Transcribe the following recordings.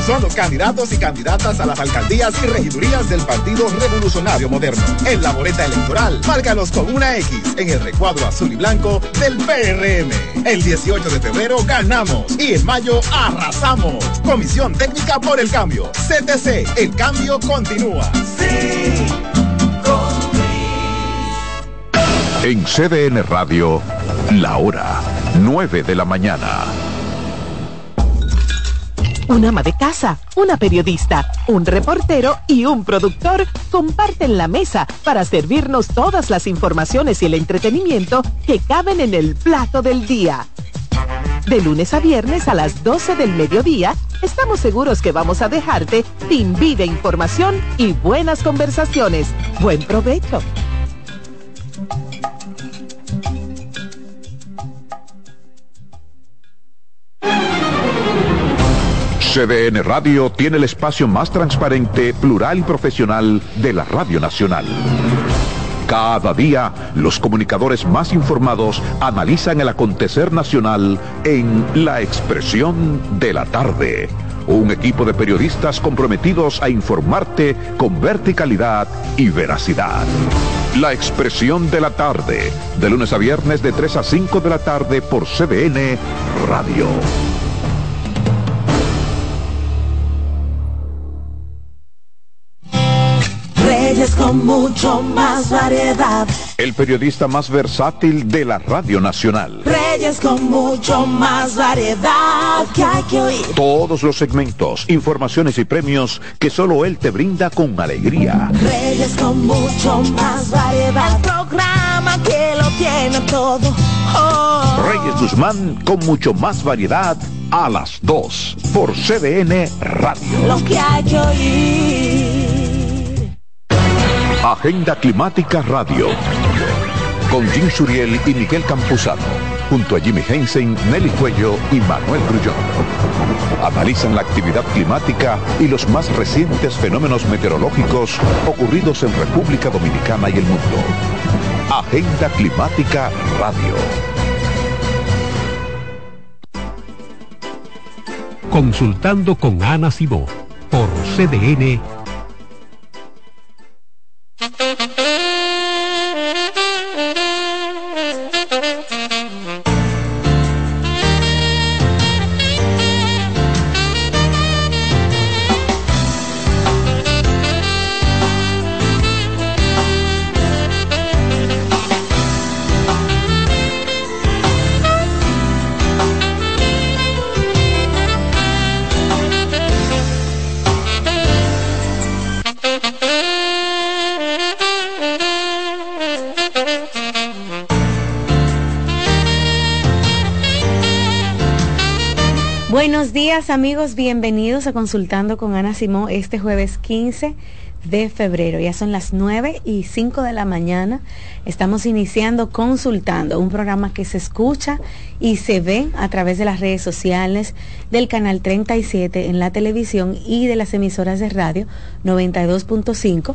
son los candidatos y candidatas a las alcaldías y regidurías del Partido Revolucionario Moderno. En la boleta electoral, márcalos con una X en el recuadro azul y blanco del PRM. El 18 de febrero ganamos y en mayo arrasamos. Comisión Técnica por el Cambio. CTC, el cambio continúa. Sí, en CDN Radio, la hora 9 de la mañana. Un ama de casa, una periodista, un reportero y un productor comparten la mesa para servirnos todas las informaciones y el entretenimiento que caben en el plato del día. De lunes a viernes a las 12 del mediodía, estamos seguros que vamos a dejarte sin vida, información y buenas conversaciones. ¡Buen provecho! CDN Radio tiene el espacio más transparente, plural y profesional de la Radio Nacional. Cada día, los comunicadores más informados analizan el acontecer nacional en La Expresión de la Tarde. Un equipo de periodistas comprometidos a informarte con verticalidad y veracidad. La Expresión de la Tarde, de lunes a viernes de 3 a 5 de la tarde por CDN Radio. Reyes con mucho más variedad. El periodista más versátil de la Radio Nacional. Reyes con mucho más variedad que hay que oír. Todos los segmentos, informaciones y premios que solo él te brinda con alegría. Reyes con mucho más variedad. El programa que lo tiene todo. Oh. Reyes Guzmán con mucho más variedad a las 2 por CDN Radio. Lo que hay que oír. Agenda Climática Radio, con Jim Suriel y Miguel Campuzano, junto a Jimmy Hensen, Nelly Cuello y Manuel Grullón. Analizan la actividad climática y los más recientes fenómenos meteorológicos ocurridos en República Dominicana y el mundo. Agenda Climática Radio. Consultando con Ana Simó, por CDN. Buenos días amigos, bienvenidos a Consultando con Ana Simó este jueves 15 de febrero. Ya son las 9:05 de la mañana. Estamos iniciando Consultando, un programa que se escucha y se ve a través de las redes sociales, del canal 37 en la televisión y de las emisoras de radio 92.5,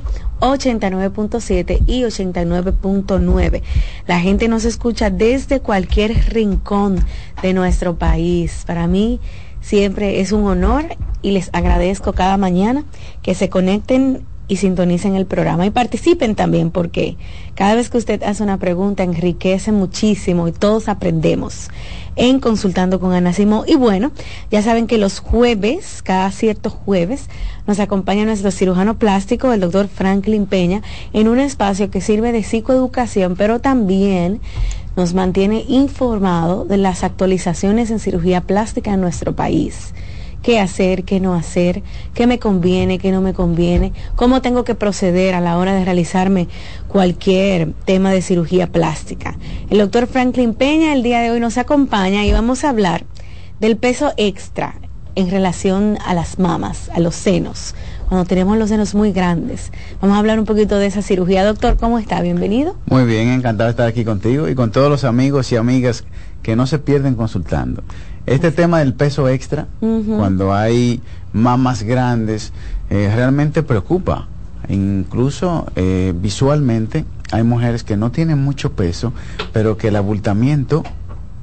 89.7 y 89.9. La gente nos escucha desde cualquier rincón de nuestro país. Para mí siempre es un honor y les agradezco cada mañana que se conecten y sintonicen el programa y participen también, porque cada vez que usted hace una pregunta enriquece muchísimo y todos aprendemos en Consultando con Ana Simó. Y bueno, ya saben que los jueves, cada cierto jueves, nos acompaña nuestro cirujano plástico, el doctor Franklin Peña, en un espacio que sirve de psicoeducación, pero también nos mantiene informado de las actualizaciones en cirugía plástica en nuestro país. Qué hacer, qué no hacer, qué me conviene, qué no me conviene, cómo tengo que proceder a la hora de realizarme cualquier tema de cirugía plástica. El doctor Franklin Peña el día de hoy nos acompaña y vamos a hablar del peso extra en relación a las mamas, a los senos, cuando tenemos los senos muy grandes. Vamos a hablar un poquito de esa cirugía. Doctor, ¿cómo está? Bienvenido. Muy bien, encantado de estar aquí contigo y con todos los amigos y amigas que no se pierden consultando. Este tema del peso extra, cuando hay mamas grandes, realmente preocupa. Incluso visualmente hay mujeres que no tienen mucho peso, pero que el abultamiento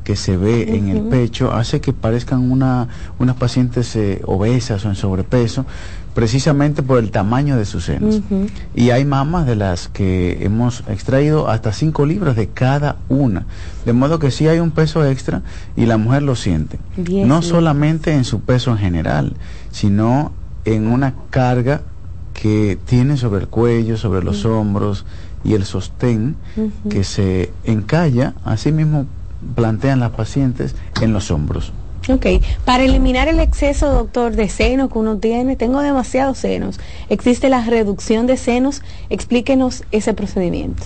que se ve en el pecho hace que parezcan unas pacientes obesas o en sobrepeso, precisamente por el tamaño de sus senos. Y hay mamas de las que hemos extraído hasta 5 libras de cada una, de modo que sí hay un peso extra y la mujer lo siente, no solamente en su peso en general, sino en una carga que tiene sobre el cuello, sobre los hombros y el sostén que se encalla, así mismo plantean las pacientes, en los hombros. Ok, para eliminar el exceso, doctor, de senos que uno tiene, tengo demasiados senos, existe la reducción de senos, explíquenos ese procedimiento.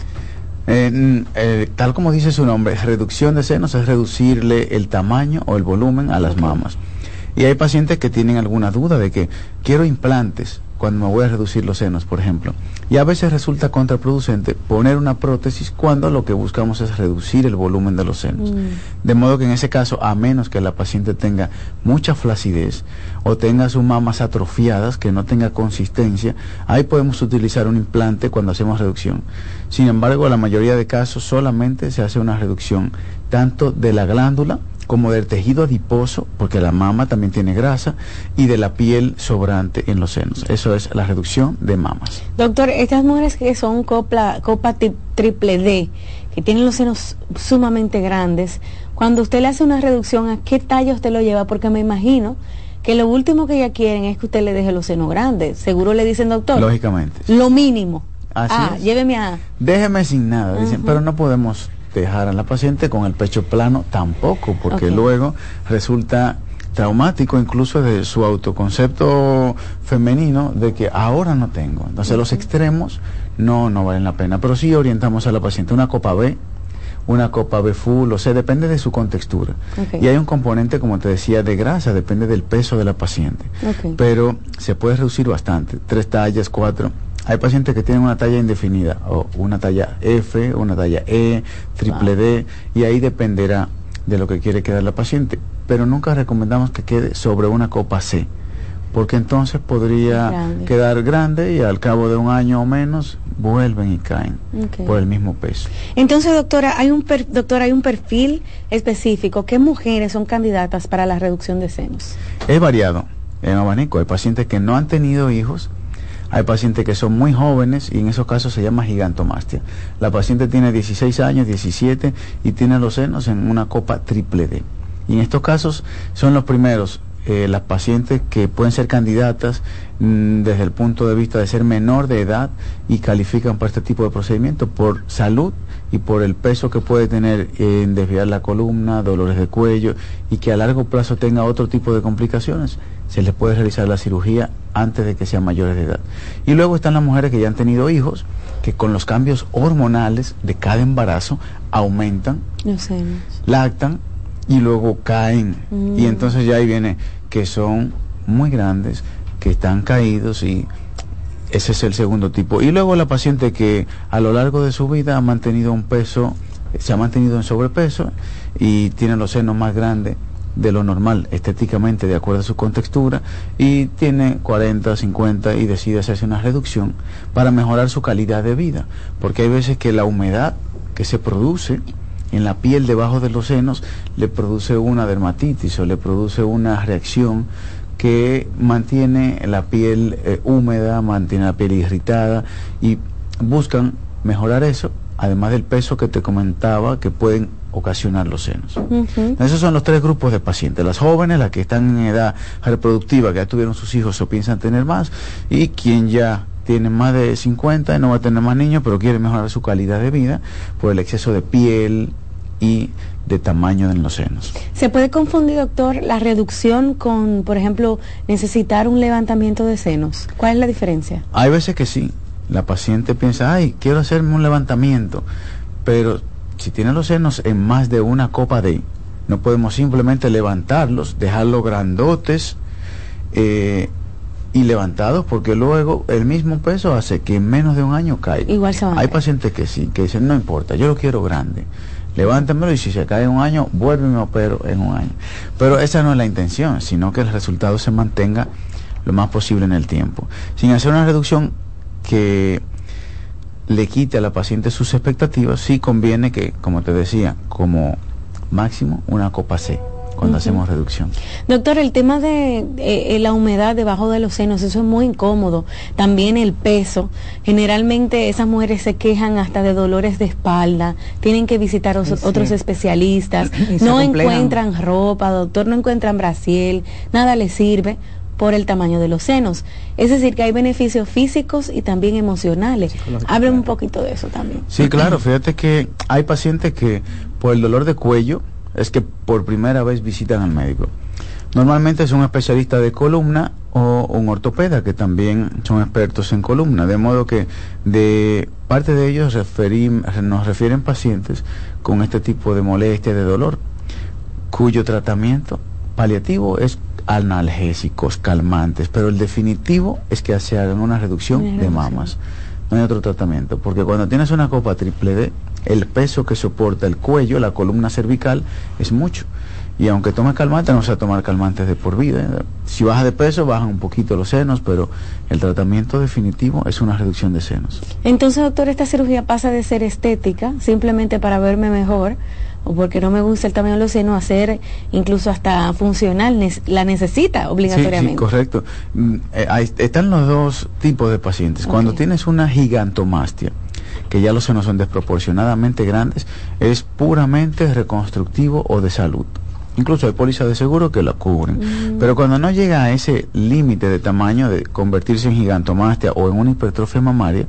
Tal como dice su nombre, reducción de senos es reducirle el tamaño o el volumen a las mamas. Y hay pacientes que tienen alguna duda de que quiero implantes cuando me voy a reducir los senos, por ejemplo. Y a veces resulta contraproducente poner una prótesis cuando lo que buscamos es reducir el volumen de los senos. De modo que en ese caso, a menos que la paciente tenga mucha flacidez o tenga sus mamas atrofiadas, que no tenga consistencia, ahí podemos utilizar un implante cuando hacemos reducción. Sin embargo, en la mayoría de casos solamente se hace una reducción tanto de la glándula como del tejido adiposo, porque la mama también tiene grasa, y de la piel sobrante en los senos. Eso es la reducción de mamas. Doctor, estas mujeres que son copa triple D, que tienen los senos sumamente grandes, cuando usted le hace una reducción, ¿a qué talla usted lo lleva? Porque me imagino que lo último que ellas quieren es que usted le deje los senos grandes. Seguro le dicen, doctor. Lógicamente. Lo mínimo. Así es. Lléveme a... Déjeme sin nada, dicen, pero no podemos dejar a la paciente con el pecho plano tampoco, porque luego resulta traumático incluso de su autoconcepto femenino de que ahora no tengo. Entonces los extremos no valen la pena, pero sí orientamos a la paciente una copa B, una copa B full, o sea, depende de su contextura. Y hay un componente, como te decía, de grasa, depende del peso de la paciente. Pero se puede reducir bastante, 3 tallas, 4. Hay pacientes que tienen una talla indefinida, o una talla F, una talla E, triple D, y ahí dependerá de lo que quiere quedar la paciente. Pero nunca recomendamos que quede sobre una copa C, porque entonces podría quedar grande y al cabo de un año o menos vuelven y caen por el mismo peso. Entonces, doctora, hay un perfil específico. ¿Qué mujeres son candidatas para la reducción de senos? Es variado, en abanico. Hay pacientes que no han tenido hijos, hay pacientes que son muy jóvenes y en esos casos se llama gigantomastia. La paciente tiene 16 años, 17 y tiene los senos en una copa triple D. Y en estos casos son los primeros, las pacientes que pueden ser candidatas desde el punto de vista de ser menor de edad y califican para este tipo de procedimiento por salud y por el peso que puede tener en desviar la columna, dolores de cuello y que a largo plazo tenga otro tipo de complicaciones. Se les puede realizar la cirugía antes de que sean mayores de edad. Y luego están las mujeres que ya han tenido hijos, que con los cambios hormonales de cada embarazo aumentan, lactan y luego caen. Y entonces ya ahí viene que son muy grandes, que están caídos, y ese es el segundo tipo. Y luego la paciente que a lo largo de su vida ha mantenido un peso, se ha mantenido en sobrepeso y tiene los senos más grandes de lo normal estéticamente de acuerdo a su contextura y tiene 40, 50 y decide hacerse una reducción para mejorar su calidad de vida, porque hay veces que la humedad que se produce en la piel debajo de los senos le produce una dermatitis o le produce una reacción que mantiene la piel húmeda, mantiene la piel irritada y buscan mejorar eso, además del peso que te comentaba que pueden ocasionar los senos. Esos son los 3 grupos de pacientes: las jóvenes, las que están en edad reproductiva, que ya tuvieron sus hijos o piensan tener más, y quien ya tiene más de 50 y no va a tener más niños, pero quiere mejorar su calidad de vida por el exceso de piel y de tamaño en los senos. ¿Se puede confundir, doctor, la reducción con, por ejemplo, necesitar un levantamiento de senos? ¿Cuál es la diferencia? Hay veces que sí. La paciente piensa, quiero hacerme un levantamiento, pero si tiene los senos en más de una copa D, no podemos simplemente levantarlos, dejarlos grandotes y levantados, porque luego el mismo peso hace que en menos de un año caiga. Igual se van. Hay pacientes que sí, que dicen, no importa, yo lo quiero grande, levántamelo y si se cae en un año, vuelve y me opero en un año. Pero esa no es la intención, sino que el resultado se mantenga lo más posible en el tiempo, sin hacer una reducción que le quite a la paciente sus expectativas. Sí conviene que, como te decía, como máximo una copa C cuando hacemos reducción. Doctor, el tema de la humedad debajo de los senos, eso es muy incómodo. También el peso. Generalmente esas mujeres se quejan hasta de dolores de espalda, tienen que visitar otros especialistas, no encuentran ropa, doctor, no encuentran brasiel, nada les sirve por el tamaño de los senos. Es decir, que hay beneficios físicos y también emocionales. Hablen un poquito de eso también. Sí, claro, fíjate que hay pacientes que por el dolor de cuello es que por primera vez visitan al médico. Normalmente es un especialista de columna o un ortopeda que también son expertos en columna, de modo que de parte de ellos nos refieren pacientes con este tipo de molestia, de dolor, cuyo tratamiento paliativo es analgésicos, calmantes, pero el definitivo es que se hagan una reducción de mamas. No hay otro tratamiento, porque cuando tienes una copa triple D, el peso que soporta el cuello, la columna cervical, es mucho. Y aunque tomes calmantes, no se va a tomar calmantes de por vida. Si baja de peso, bajan un poquito los senos, pero el tratamiento definitivo es una reducción de senos. Entonces, doctor, esta cirugía pasa de ser estética, simplemente para verme mejor, o porque no me gusta el tamaño de los senos, a ser incluso hasta funcional, la necesita obligatoriamente. Sí, correcto. Están los dos tipos de pacientes. Cuando tienes una gigantomastia, que ya los senos son desproporcionadamente grandes, es puramente reconstructivo o de salud. Incluso hay pólizas de seguro que la cubren. Pero cuando no llega a ese límite de tamaño de convertirse en gigantomastia o en una hipertrofia mamaria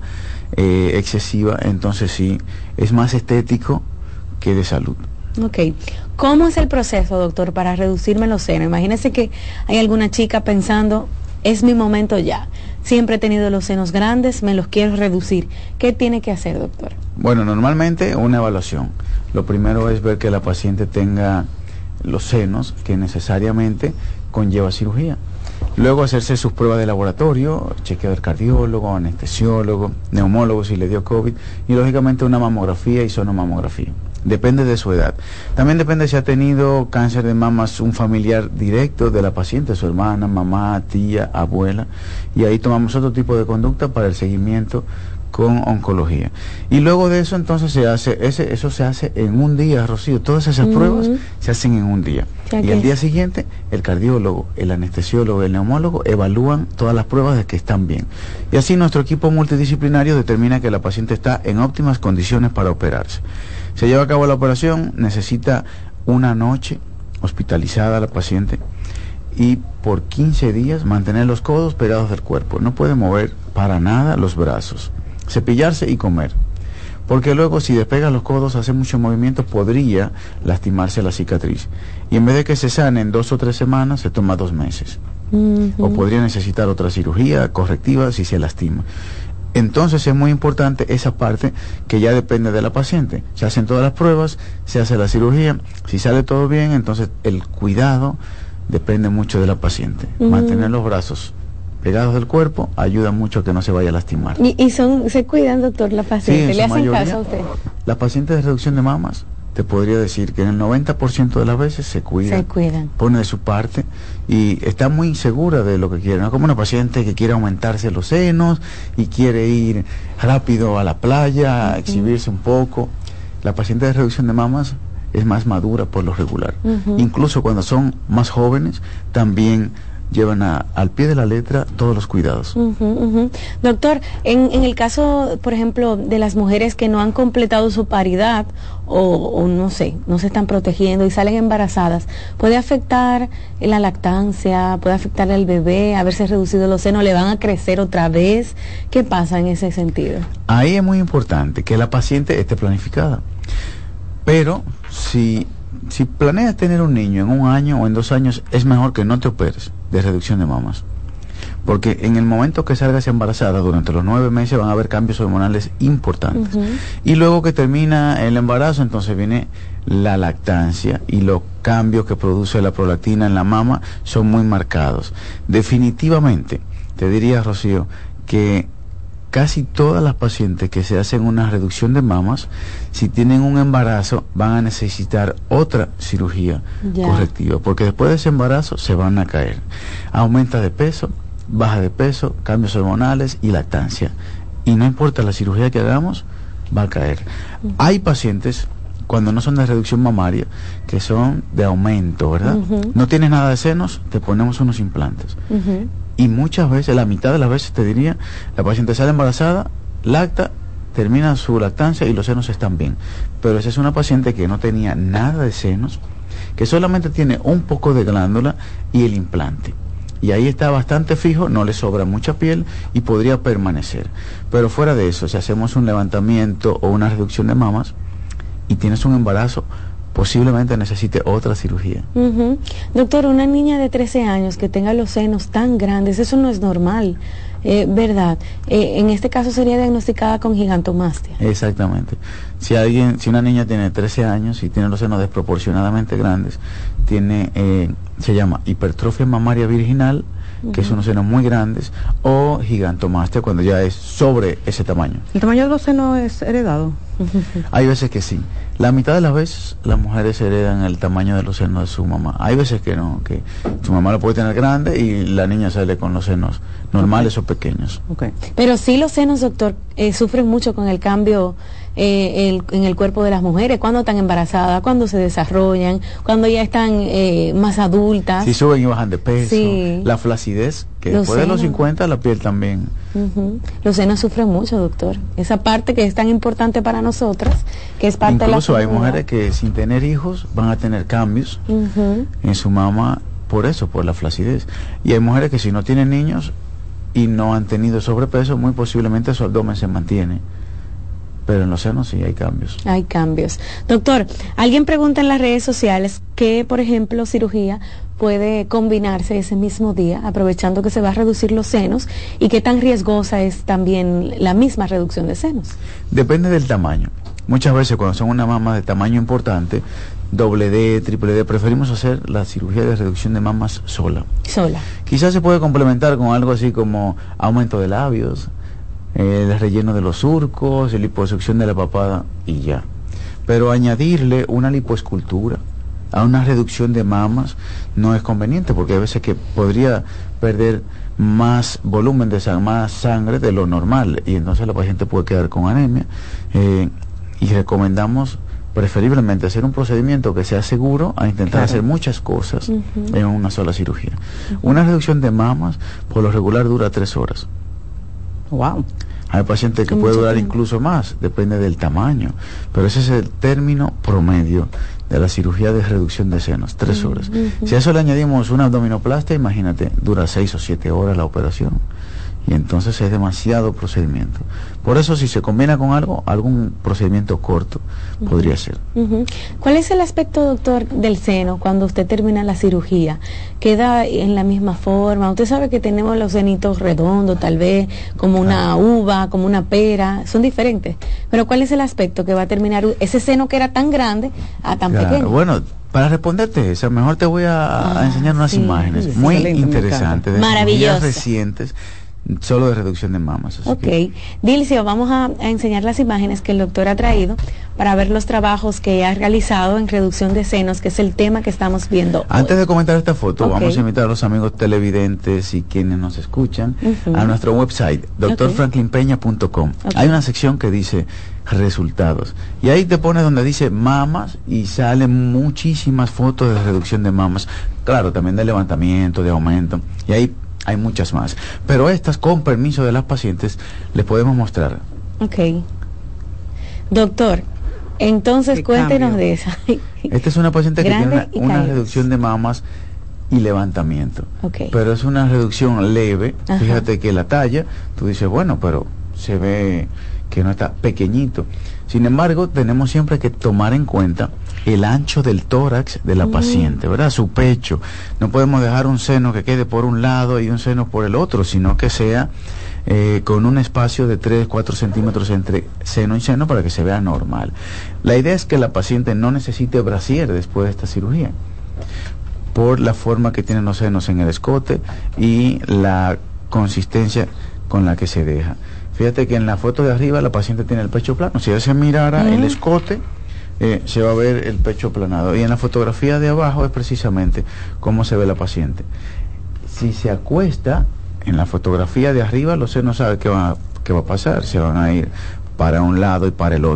excesiva, entonces sí, es más estético que de salud. Ok. ¿Cómo es el proceso, doctor, para reducirme los senos? Imagínese que hay alguna chica pensando, es mi momento ya. Siempre he tenido los senos grandes, me los quiero reducir. ¿Qué tiene que hacer, doctor? Bueno, normalmente una evaluación. Lo primero es ver que la paciente tenga los senos que necesariamente conlleva cirugía. Luego hacerse sus pruebas de laboratorio, chequeo del cardiólogo, anestesiólogo, neumólogo si le dio COVID, y lógicamente una mamografía y sonomamografía. Depende de su edad. También depende si ha tenido cáncer de mamas un familiar directo de la paciente, su hermana, mamá, tía, abuela, y ahí tomamos otro tipo de conducta para el seguimiento con oncología. Y luego de eso entonces eso se hace en un día, Rocío. Todas esas pruebas se hacen en un día. Y al día siguiente el cardiólogo, el anestesiólogo, el neumólogo evalúan todas las pruebas de que están bien. Y así nuestro equipo multidisciplinario determina que la paciente está en óptimas condiciones para operarse. Se lleva a cabo la operación, necesita una noche hospitalizada la paciente y por 15 días mantener los codos pegados del cuerpo. No puede mover para nada los brazos. Cepillarse y comer, porque luego si despega los codos, hace mucho movimiento, podría lastimarse la cicatriz, y en vez de que se sane en 2 o 3 semanas, se toma 2 meses, o podría necesitar otra cirugía correctiva si se lastima. Entonces es muy importante esa parte que ya depende de la paciente. Se hacen todas las pruebas, se hace la cirugía, si sale todo bien, entonces el cuidado depende mucho de la paciente. Mantener los brazos pegados del cuerpo ayuda mucho a que no se vaya a lastimar. ¿Y se cuidan, doctor, la paciente? Sí, ¿Le hacen caso a usted? Las pacientes de reducción de mamas, te podría decir que en el 90% de las veces se cuidan. Pone de su parte y está muy segura de lo que quiere. No es como una paciente que quiere aumentarse los senos y quiere ir rápido a la playa, a exhibirse un poco. La paciente de reducción de mamas es más madura por lo regular. Incluso cuando son más jóvenes, también llevan al pie de la letra todos los cuidados. Doctor, en el caso, por ejemplo, de las mujeres que no han completado su paridad o no sé, no se están protegiendo y salen embarazadas, ¿puede afectar la lactancia? ¿Puede afectar al bebé? ¿Haberse reducido los senos? ¿Le van a crecer otra vez? ¿Qué pasa en ese sentido? Ahí es muy importante que la paciente esté planificada. Pero si planeas tener un niño en 1 año o en 2 años, es mejor que no te operes de reducción de mamas. Porque en el momento que salgas embarazada, durante los 9 meses van a haber cambios hormonales importantes. Y luego que termina el embarazo, entonces viene la lactancia y los cambios que produce la prolactina en la mama son muy marcados. Definitivamente, te diría, Rocío, que casi todas las pacientes que se hacen una reducción de mamas, si tienen un embarazo, van a necesitar otra cirugía correctiva, porque después de ese embarazo se van a caer. Aumenta de peso, baja de peso, cambios hormonales y lactancia. Y no importa la cirugía que hagamos, va a caer. Hay pacientes cuando no son de reducción mamaria, que son de aumento, ¿verdad? No tienes nada de senos, te ponemos unos implantes. Y muchas veces, la mitad de las veces te diría, la paciente sale embarazada, lacta, termina su lactancia y los senos están bien. Pero esa es una paciente que no tenía nada de senos, que solamente tiene un poco de glándula y el implante. Y ahí está bastante fijo, no le sobra mucha piel y podría permanecer. Pero fuera de eso, si hacemos un levantamiento o una reducción de mamas y tienes un embarazo, posiblemente necesite otra cirugía. Doctor, una niña de 13 años que tenga los senos tan grandes, eso no es normal, ¿verdad? En este caso sería diagnosticada con gigantomastia. Exactamente. Si una niña tiene 13 años y tiene los senos desproporcionadamente grandes, se llama hipertrofia mamaria virginal, que son unos senos muy grandes, o gigantomastia, cuando ya es sobre ese tamaño. ¿El tamaño de los senos es heredado? Hay veces que sí. La mitad de las veces las mujeres heredan el tamaño de los senos de su mamá. Hay veces que no, que su mamá lo puede tener grande y la niña sale con los senos normales o pequeños. Pero sí, los senos, doctor, sufren mucho con el cambio en el cuerpo de las mujeres, cuando están embarazadas, cuando se desarrollan, cuando ya están más adultas. Si suben y bajan de peso, la flacidez, que después de los 50 la piel también. Los senos sufren mucho, doctor. Esa parte que es tan importante para nosotras, que es parte Incluso de la hay mujeres que sin tener hijos van a tener cambios en su mama por eso, por la flacidez. Y hay mujeres que si no tienen niños y no han tenido sobrepeso, muy posiblemente su abdomen se mantiene. Pero en los senos sí hay cambios. Hay cambios. Doctor, alguien pregunta en las redes sociales que, por ejemplo, cirugía puede combinarse ese mismo día, aprovechando que se va a reducir los senos, y qué tan riesgosa es también la misma reducción de senos. Depende del tamaño. Muchas veces cuando son una mama de tamaño importante, doble D, triple D, preferimos hacer la cirugía de reducción de mamas sola. Quizás se puede complementar con algo así como aumento de labios, el relleno de los surcos, la liposucción de la papada y ya. Pero añadirle una lipoescultura a una reducción de mamas no es conveniente, porque hay veces que podría perder más volumen de sangre, más sangre de lo normal, y entonces la paciente puede quedar con anemia. Y recomendamos preferiblemente hacer un procedimiento que sea seguro a intentar hacer muchas cosas en una sola cirugía. Una reducción de mamas por lo regular dura 3 horas. Wow. Hay pacientes que puede durar incluso más, depende del tamaño, pero ese es el término promedio de la cirugía de reducción de senos, 3 horas. Si a eso le añadimos una abdominoplastia, imagínate, dura 6 o 7 horas la operación, y entonces es demasiado procedimiento. Por eso, si se combina con algún procedimiento corto podría ser. ¿Cuál es el aspecto, doctor, del seno cuando usted termina la cirugía? ¿Queda en la misma forma? Usted sabe que tenemos los senitos redondos, tal vez como una uva, como una pera, son diferentes, pero ¿cuál es el aspecto que va a terminar ese seno que era tan grande a tan pequeño? Bueno, para responderte eso, mejor te voy a enseñar unas imágenes muy interesantes de maravillosas, recientes, solo de reducción de mamas. Dilcio, vamos a enseñar las imágenes que el doctor ha traído para ver los trabajos que ha realizado en reducción de senos, que es el tema que estamos viendo Antes hoy. De comentar esta foto, vamos a invitar a los amigos televidentes y quienes nos escuchan a nuestro website, drfranklinpeña.com. Hay una sección que dice resultados, y ahí te pones donde dice mamas y salen muchísimas fotos de reducción de mamas, claro, también de levantamiento, de aumento, y ahí hay muchas más, pero estas, con permiso de las pacientes, les podemos mostrar. Doctor, entonces cuéntenos de esa. Esta es una paciente que tiene una reducción de mamas y levantamiento, pero es una reducción leve. Fíjate que la talla, tú dices, bueno, pero se ve que no está pequeñito. Sin embargo, tenemos siempre que tomar en cuenta el ancho del tórax de la paciente, ¿verdad? Su pecho. No podemos dejar un seno que quede por un lado y un seno por el otro, sino que sea con un espacio de 3-4 centímetros entre seno y seno para que se vea normal. La idea es que la paciente no necesite brasier después de esta cirugía, por la forma que tienen los senos en el escote y la consistencia con la que se deja. Fíjate que en la foto de arriba la paciente tiene el pecho plano. Si ella se mirara el escote, se va a ver el pecho aplanado. Y en la fotografía de abajo es precisamente cómo se ve la paciente. Si se acuesta, en la fotografía de arriba los senos saben qué va a pasar. Se van a ir para un lado y para el otro.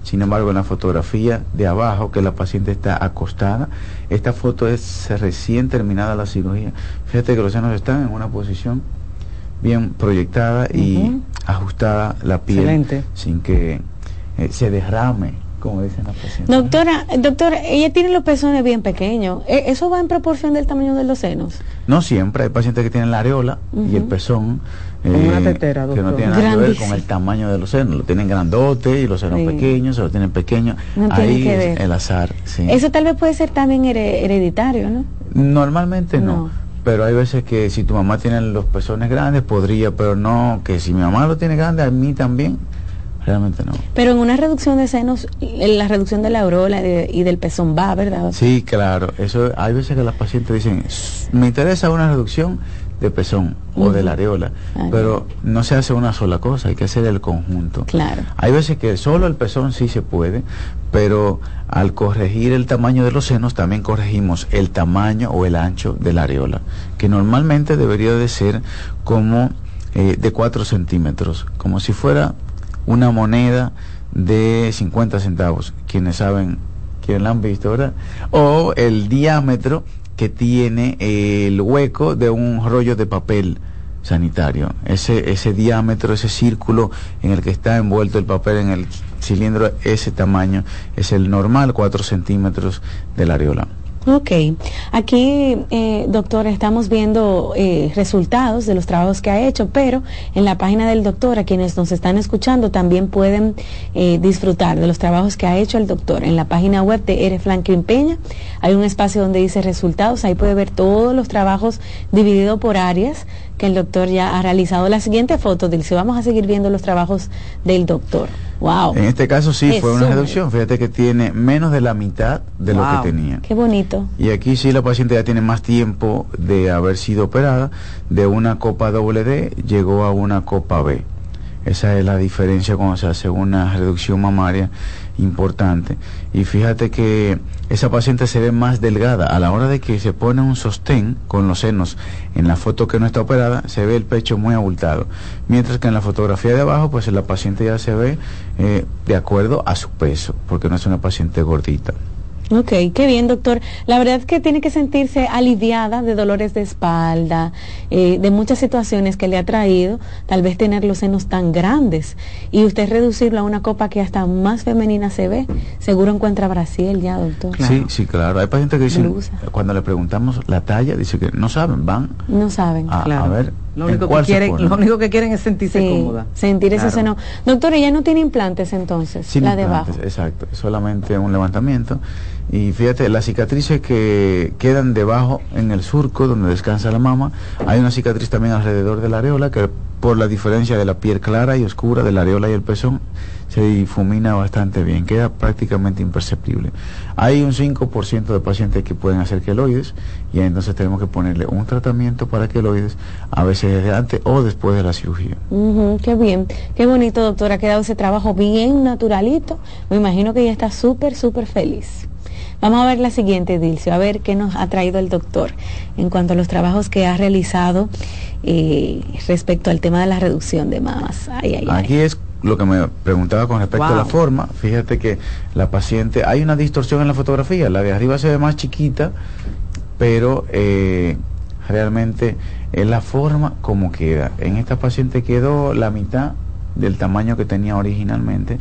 Sin embargo, en la fotografía de abajo, que la paciente está acostada, esta foto es recién terminada la cirugía. Fíjate que los senos están en una posición bien proyectada y ajustada la piel. Excelente. Sin que se derrame, como dicen las pacientes. Doctora, ella tiene los pezones bien pequeños. ¿Eso va en proporción del tamaño de los senos? No siempre, hay pacientes que tienen la areola y el pezón una tetera, que no tiene nada que ver con el tamaño de los senos. Lo tienen grandote y los senos pequeños, se lo tienen pequeños. No ahí es el azar. Sí. Eso tal vez puede ser también hereditario, ¿no? Normalmente no. Pero hay veces que si tu mamá tiene los pezones grandes, podría, pero no, que si mi mamá lo tiene grande, a mí también, realmente no. Pero en una reducción de senos, la reducción de la areola y del pezón va, ¿verdad? Sí, claro. Eso hay veces que las pacientes dicen, me interesa una reducción de pezón o de la areola, pero no se hace una sola cosa, hay que hacer el conjunto. Claro. Hay veces que solo el pezón sí se puede, pero al corregir el tamaño de los senos también corregimos el tamaño o el ancho de la areola, que normalmente debería de ser como de 4 centímetros, como si fuera una moneda de 50 centavos, quienes saben, quienes la han visto, ¿verdad? O el diámetro que tiene el hueco de un rollo de papel sanitario. Ese diámetro, ese círculo en el que está envuelto el papel en el cilindro, ese tamaño es el normal, 4 centímetros de la areola. Ok, aquí, doctor, estamos viendo resultados de los trabajos que ha hecho, pero en la página del doctor, a quienes nos están escuchando, también pueden disfrutar de los trabajos que ha hecho el doctor. En la página web de R. Franklin Peña hay un espacio donde dice resultados, ahí puede ver todos los trabajos divididos por áreas que el doctor ya ha realizado. La siguiente foto, Dilce, vamos a seguir viendo los trabajos del doctor. Wow. En este caso sí fue una reducción, fíjate que tiene menos de la mitad de lo que tenía. Qué bonito. Y aquí sí la paciente ya tiene más tiempo de haber sido operada, de una copa WD llegó a una copa B. Esa es la diferencia cuando se hace una reducción mamaria importante. Y fíjate que esa paciente se ve más delgada. A la hora de que se pone un sostén con los senos, en la foto que no está operada, se ve el pecho muy abultado. Mientras que en la fotografía de abajo, pues la paciente ya se ve de acuerdo a su peso, porque no es una paciente gordita. Ok, qué bien, doctor. La verdad es que tiene que sentirse aliviada de dolores de espalda, de muchas situaciones que le ha traído, tal vez tener los senos tan grandes y usted reducirlo a una copa que hasta más femenina se ve. Seguro encuentra Brasil ya, doctor. Claro. Sí, claro. Hay pacientes que dicen, cuando le preguntamos la talla, dice que no saben, no saben. A ver. Lo único que quieren es sentirse cómoda. Sentir ese seno. Doctor, ella no tiene implantes entonces, sin la implantes, de abajo. Exacto, solamente un levantamiento. Y fíjate, las cicatrices que quedan debajo en el surco donde descansa la mama, hay una cicatriz también alrededor de la areola que por la diferencia de la piel clara y oscura de la areola y el pezón se difumina bastante bien, queda prácticamente imperceptible. Hay un 5% de pacientes que pueden hacer queloides y entonces tenemos que ponerle un tratamiento para queloides, a veces desde antes o después de la cirugía. Qué bien, qué bonito, doctor, ha quedado ese trabajo bien naturalito. Me imagino que ella está súper feliz. Vamos a ver la siguiente, Dilcio, a ver qué nos ha traído el doctor en cuanto a los trabajos que ha realizado respecto al tema de la reducción de mamas. Aquí es lo que me preguntaba con respecto a la forma. Fíjate que la paciente, hay una distorsión en la fotografía, la de arriba se ve más chiquita, pero realmente es la forma como queda. En esta paciente quedó la mitad del tamaño que tenía originalmente.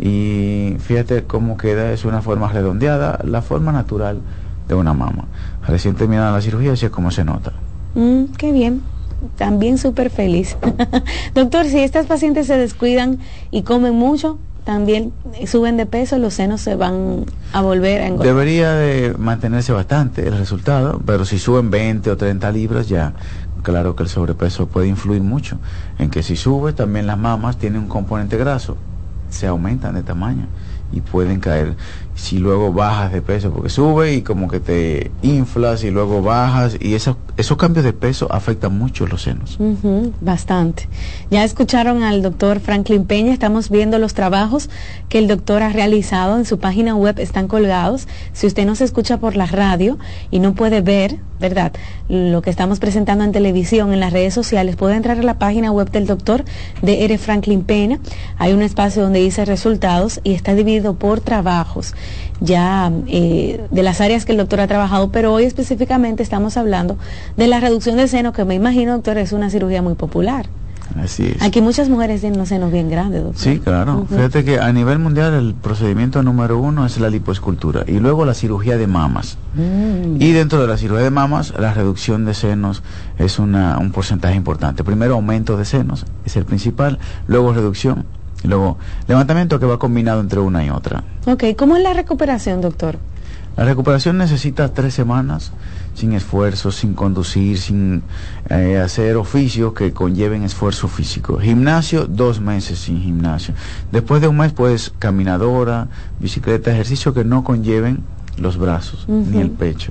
Y fíjate cómo queda, es una forma redondeada, la forma natural de una mama. Recién terminada la cirugía, así es como se nota. Qué bien, también súper feliz. Doctor, si estas pacientes se descuidan y comen mucho, también suben de peso, los senos se van a volver a engordar. Debería de mantenerse bastante el resultado, pero si suben 20 o 30 libras ya, claro que el sobrepeso puede influir mucho, en que si sube también las mamas tienen un componente graso, se aumentan de tamaño y pueden caer. si luego bajas de peso, porque sube y como que te inflas y luego bajas, y esos cambios de peso afectan mucho los senos. Bastante. Ya escucharon al doctor Franklin Peña, estamos viendo los trabajos que el doctor ha realizado en su página web, están colgados. Si usted nos escucha por la radio y no puede ver, ¿verdad?, lo que estamos presentando en televisión, en las redes sociales, puede entrar a la página web del doctor D.R. Franklin Peña. Hay un espacio donde dice resultados y está dividido por trabajos ya de las áreas que el doctor ha trabajado, pero hoy específicamente estamos hablando de la reducción de seno, que me imagino, doctor, es una cirugía muy popular. Así es. Aquí muchas mujeres tienen los senos bien grandes, doctor. Sí, claro. Fíjate que a nivel mundial el procedimiento número 1 es la lipoescultura y luego la cirugía de mamas. Y dentro de la cirugía de mamas, la reducción de senos es un porcentaje importante. Primero, aumento de senos, es el principal, luego reducción, y luego levantamiento, que va combinado entre una y otra. Ok, ¿cómo es la recuperación, doctor? La recuperación necesita 3 semanas sin esfuerzo, sin conducir, sin hacer oficios que conlleven esfuerzo físico. Gimnasio, 2 meses sin gimnasio. Después de un mes, pues, caminadora, bicicleta, ejercicio que no conlleven los brazos ni el pecho.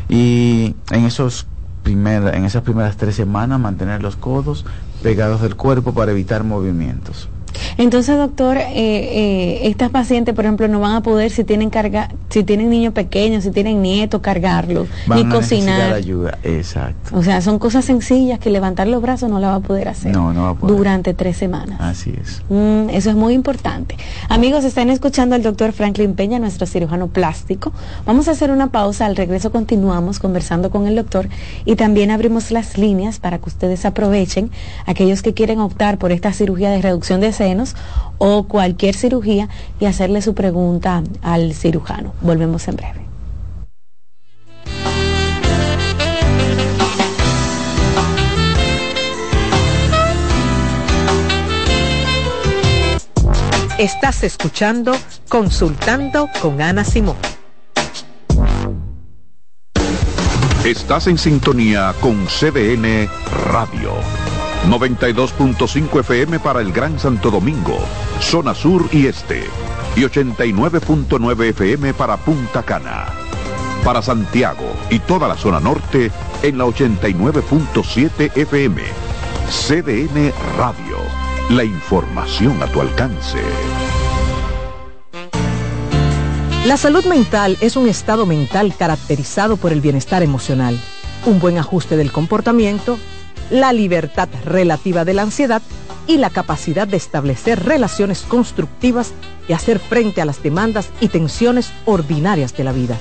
Y en esas primeras 3 semanas, mantener los codos pegados del cuerpo para evitar movimientos. Entonces, doctor, estas pacientes, por ejemplo, no van a poder, si tienen niños pequeños, si tienen nietos, cargarlos, ni cocinar. Van a ayuda, exacto. O sea, son cosas sencillas que levantar los brazos no la va a poder hacer. No va a poder. Durante 3 semanas. Así es. Eso es muy importante. Amigos, están escuchando al doctor Franklin Peña, nuestro cirujano plástico. Vamos a hacer una pausa, al regreso continuamos conversando con el doctor y también abrimos las líneas para que ustedes aprovechen, aquellos que quieren optar por esta cirugía de reducción de senos o cualquier cirugía, y hacerle su pregunta al cirujano. Volvemos en breve. Estás escuchando Consultando con Ana Simón. Estás en sintonía con CDN Radio. 92.5 FM para el Gran Santo Domingo, zona sur y este, y 89.9 FM para Punta Cana. Para Santiago y toda la zona norte en la 89.7 FM. CDN Radio, la información a tu alcance. La salud mental es un estado mental caracterizado por el bienestar emocional, un buen ajuste del comportamiento, la libertad relativa de la ansiedad y la capacidad de establecer relaciones constructivas y hacer frente a las demandas y tensiones ordinarias de la vida.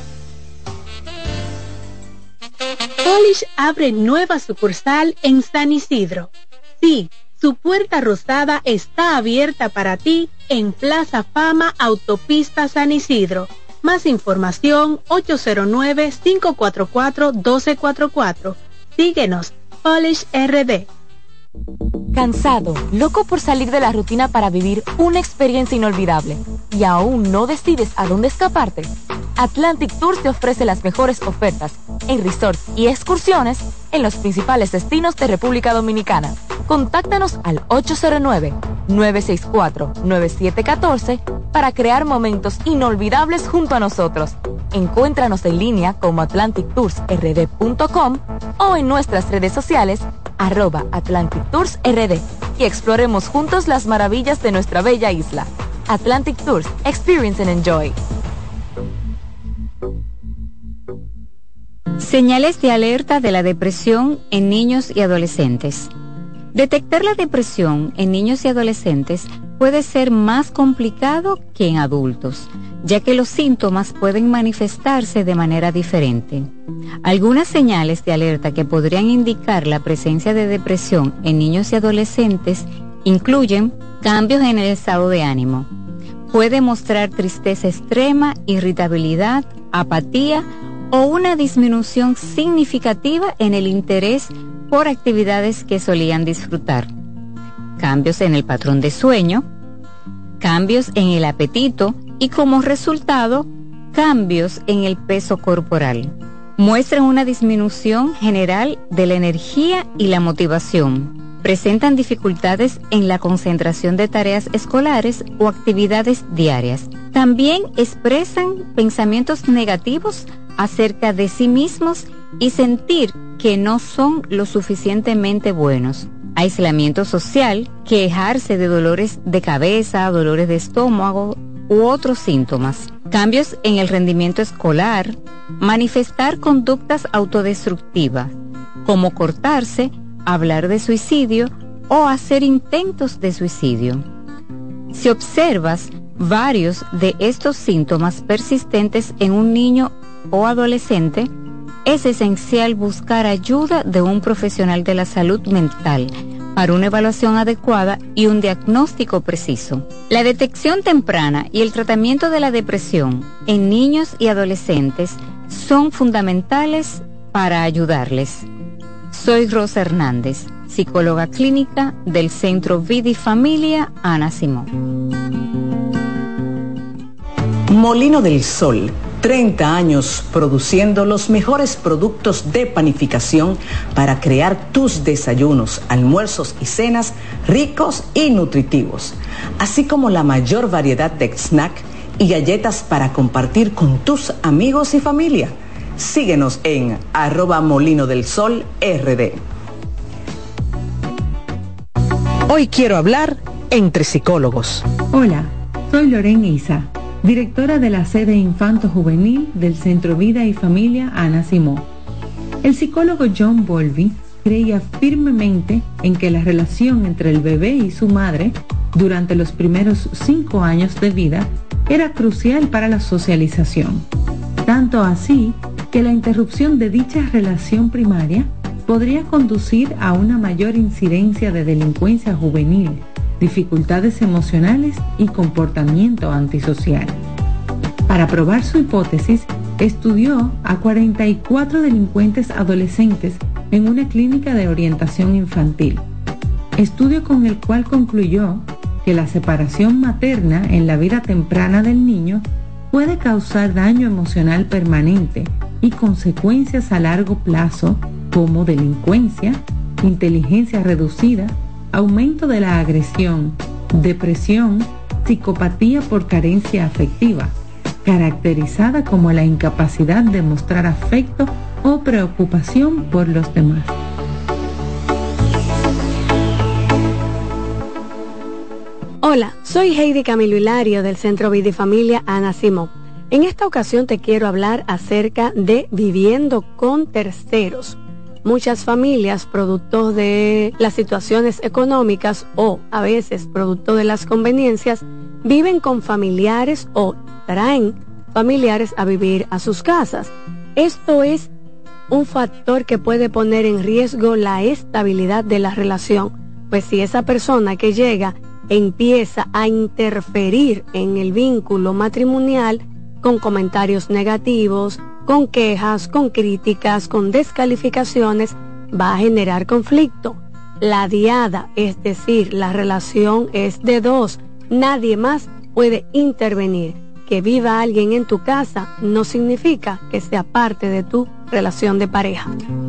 Polish abre nueva sucursal en San Isidro. Sí, su puerta rosada está abierta para ti en Plaza Fama, Autopista San Isidro. Más información 809-544-1244. Síguenos, Polish RD. ¿Cansado, loco por salir de la rutina para vivir una experiencia inolvidable y aún no decides a dónde escaparte? Atlantic Tours te ofrece las mejores ofertas en resorts y excursiones en los principales destinos de República Dominicana. Contáctanos al 809-964-9714 para crear momentos inolvidables junto a nosotros. Encuéntranos en línea como atlantictoursrd.com o en nuestras redes sociales @AtlanticToursRD y exploremos juntos las maravillas de nuestra bella isla. Atlantic Tours, experience and enjoy. Señales de alerta de la depresión en niños y adolescentes. Detectar la depresión en niños y adolescentes puede ser más complicado que en adultos, ya que los síntomas pueden manifestarse de manera diferente. Algunas señales de alerta que podrían indicar la presencia de depresión en niños y adolescentes incluyen cambios en el estado de ánimo. Puede mostrar tristeza extrema, irritabilidad, apatía o una disminución significativa en el interés por actividades que solían disfrutar. Cambios en el patrón de sueño, cambios en el apetito y como resultado, cambios en el peso corporal. Muestran una disminución general de la energía y la motivación. Presentan dificultades en la concentración de tareas escolares o actividades diarias. También expresan pensamientos negativos acerca de sí mismos y sentir que no son lo suficientemente buenos. Aislamiento social, quejarse de dolores de cabeza, dolores de estómago u otros síntomas. Cambios en el rendimiento escolar, manifestar conductas autodestructivas, como cortarse, hablar de suicidio o hacer intentos de suicidio. Si observas varios de estos síntomas persistentes en un niño o adolescente, es esencial buscar ayuda de un profesional de la salud mental para una evaluación adecuada y un diagnóstico preciso. La detección temprana y el tratamiento de la depresión en niños y adolescentes son fundamentales para ayudarles. Soy Rosa Hernández, psicóloga clínica del Centro Vida y Familia Ana Simón. Molino del Sol, 30 años produciendo los mejores productos de panificación para crear tus desayunos, almuerzos y cenas ricos y nutritivos, así como la mayor variedad de snacks y galletas para compartir con tus amigos y familia. Síguenos en @molinodelsol.rd. Hoy quiero hablar entre psicólogos. Hola, soy Lorena Isa, directora de la sede infanto-juvenil del Centro Vida y Familia Ana Simón. El psicólogo John Bowlby creía firmemente en que la relación entre el bebé y su madre durante los primeros 5 años de vida era crucial para la socialización. Tanto así que la interrupción de dicha relación primaria podría conducir a una mayor incidencia de delincuencia juvenil, dificultades emocionales y comportamiento antisocial. Para probar su hipótesis, estudió a 44 delincuentes adolescentes en una clínica de orientación infantil, estudio con el cual concluyó que la separación materna en la vida temprana del niño puede causar daño emocional permanente y consecuencias a largo plazo como delincuencia, inteligencia reducida, aumento de la agresión, depresión, psicopatía por carencia afectiva, caracterizada como la incapacidad de mostrar afecto o preocupación por los demás. Hola, soy Heidi Camilo Hilario del Centro Vida y Familia Ana Simón. En esta ocasión te quiero hablar acerca de viviendo con terceros. Muchas familias, producto de las situaciones económicas o a veces producto de las conveniencias, viven con familiares o traen familiares a vivir a sus casas. Esto es un factor que puede poner en riesgo la estabilidad de la relación, pues si esa persona que llega empieza a interferir en el vínculo matrimonial con comentarios negativos, con quejas, con críticas, con descalificaciones, va a generar conflicto. La diada, es decir, la relación es de dos, nadie más puede intervenir. Que viva alguien en tu casa no significa que sea parte de tu relación de pareja.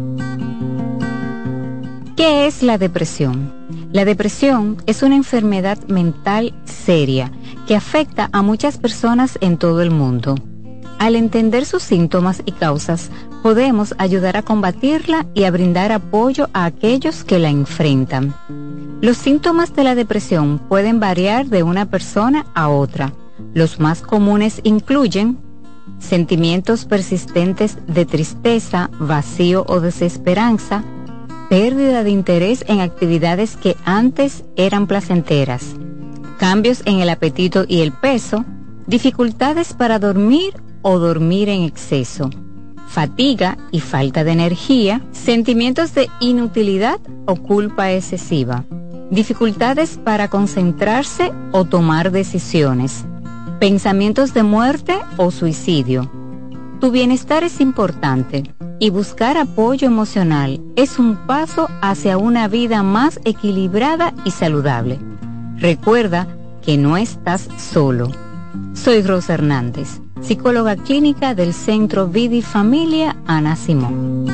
¿Qué es la depresión? La depresión es una enfermedad mental seria que afecta a muchas personas en todo el mundo. Al entender sus síntomas y causas, podemos ayudar a combatirla y a brindar apoyo a aquellos que la enfrentan. Los síntomas de la depresión pueden variar de una persona a otra. Los más comunes incluyen sentimientos persistentes de tristeza, vacío o desesperanza, pérdida de interés en actividades que antes eran placenteras, cambios en el apetito y el peso, dificultades para dormir o dormir en exceso, fatiga y falta de energía, sentimientos de inutilidad o culpa excesiva, dificultades para concentrarse o tomar decisiones, pensamientos de muerte o suicidio. Tu bienestar es importante y buscar apoyo emocional es un paso hacia una vida más equilibrada y saludable. Recuerda que no estás solo. Soy Rosa Hernández, psicóloga clínica del Centro Vida y Familia Ana Simón.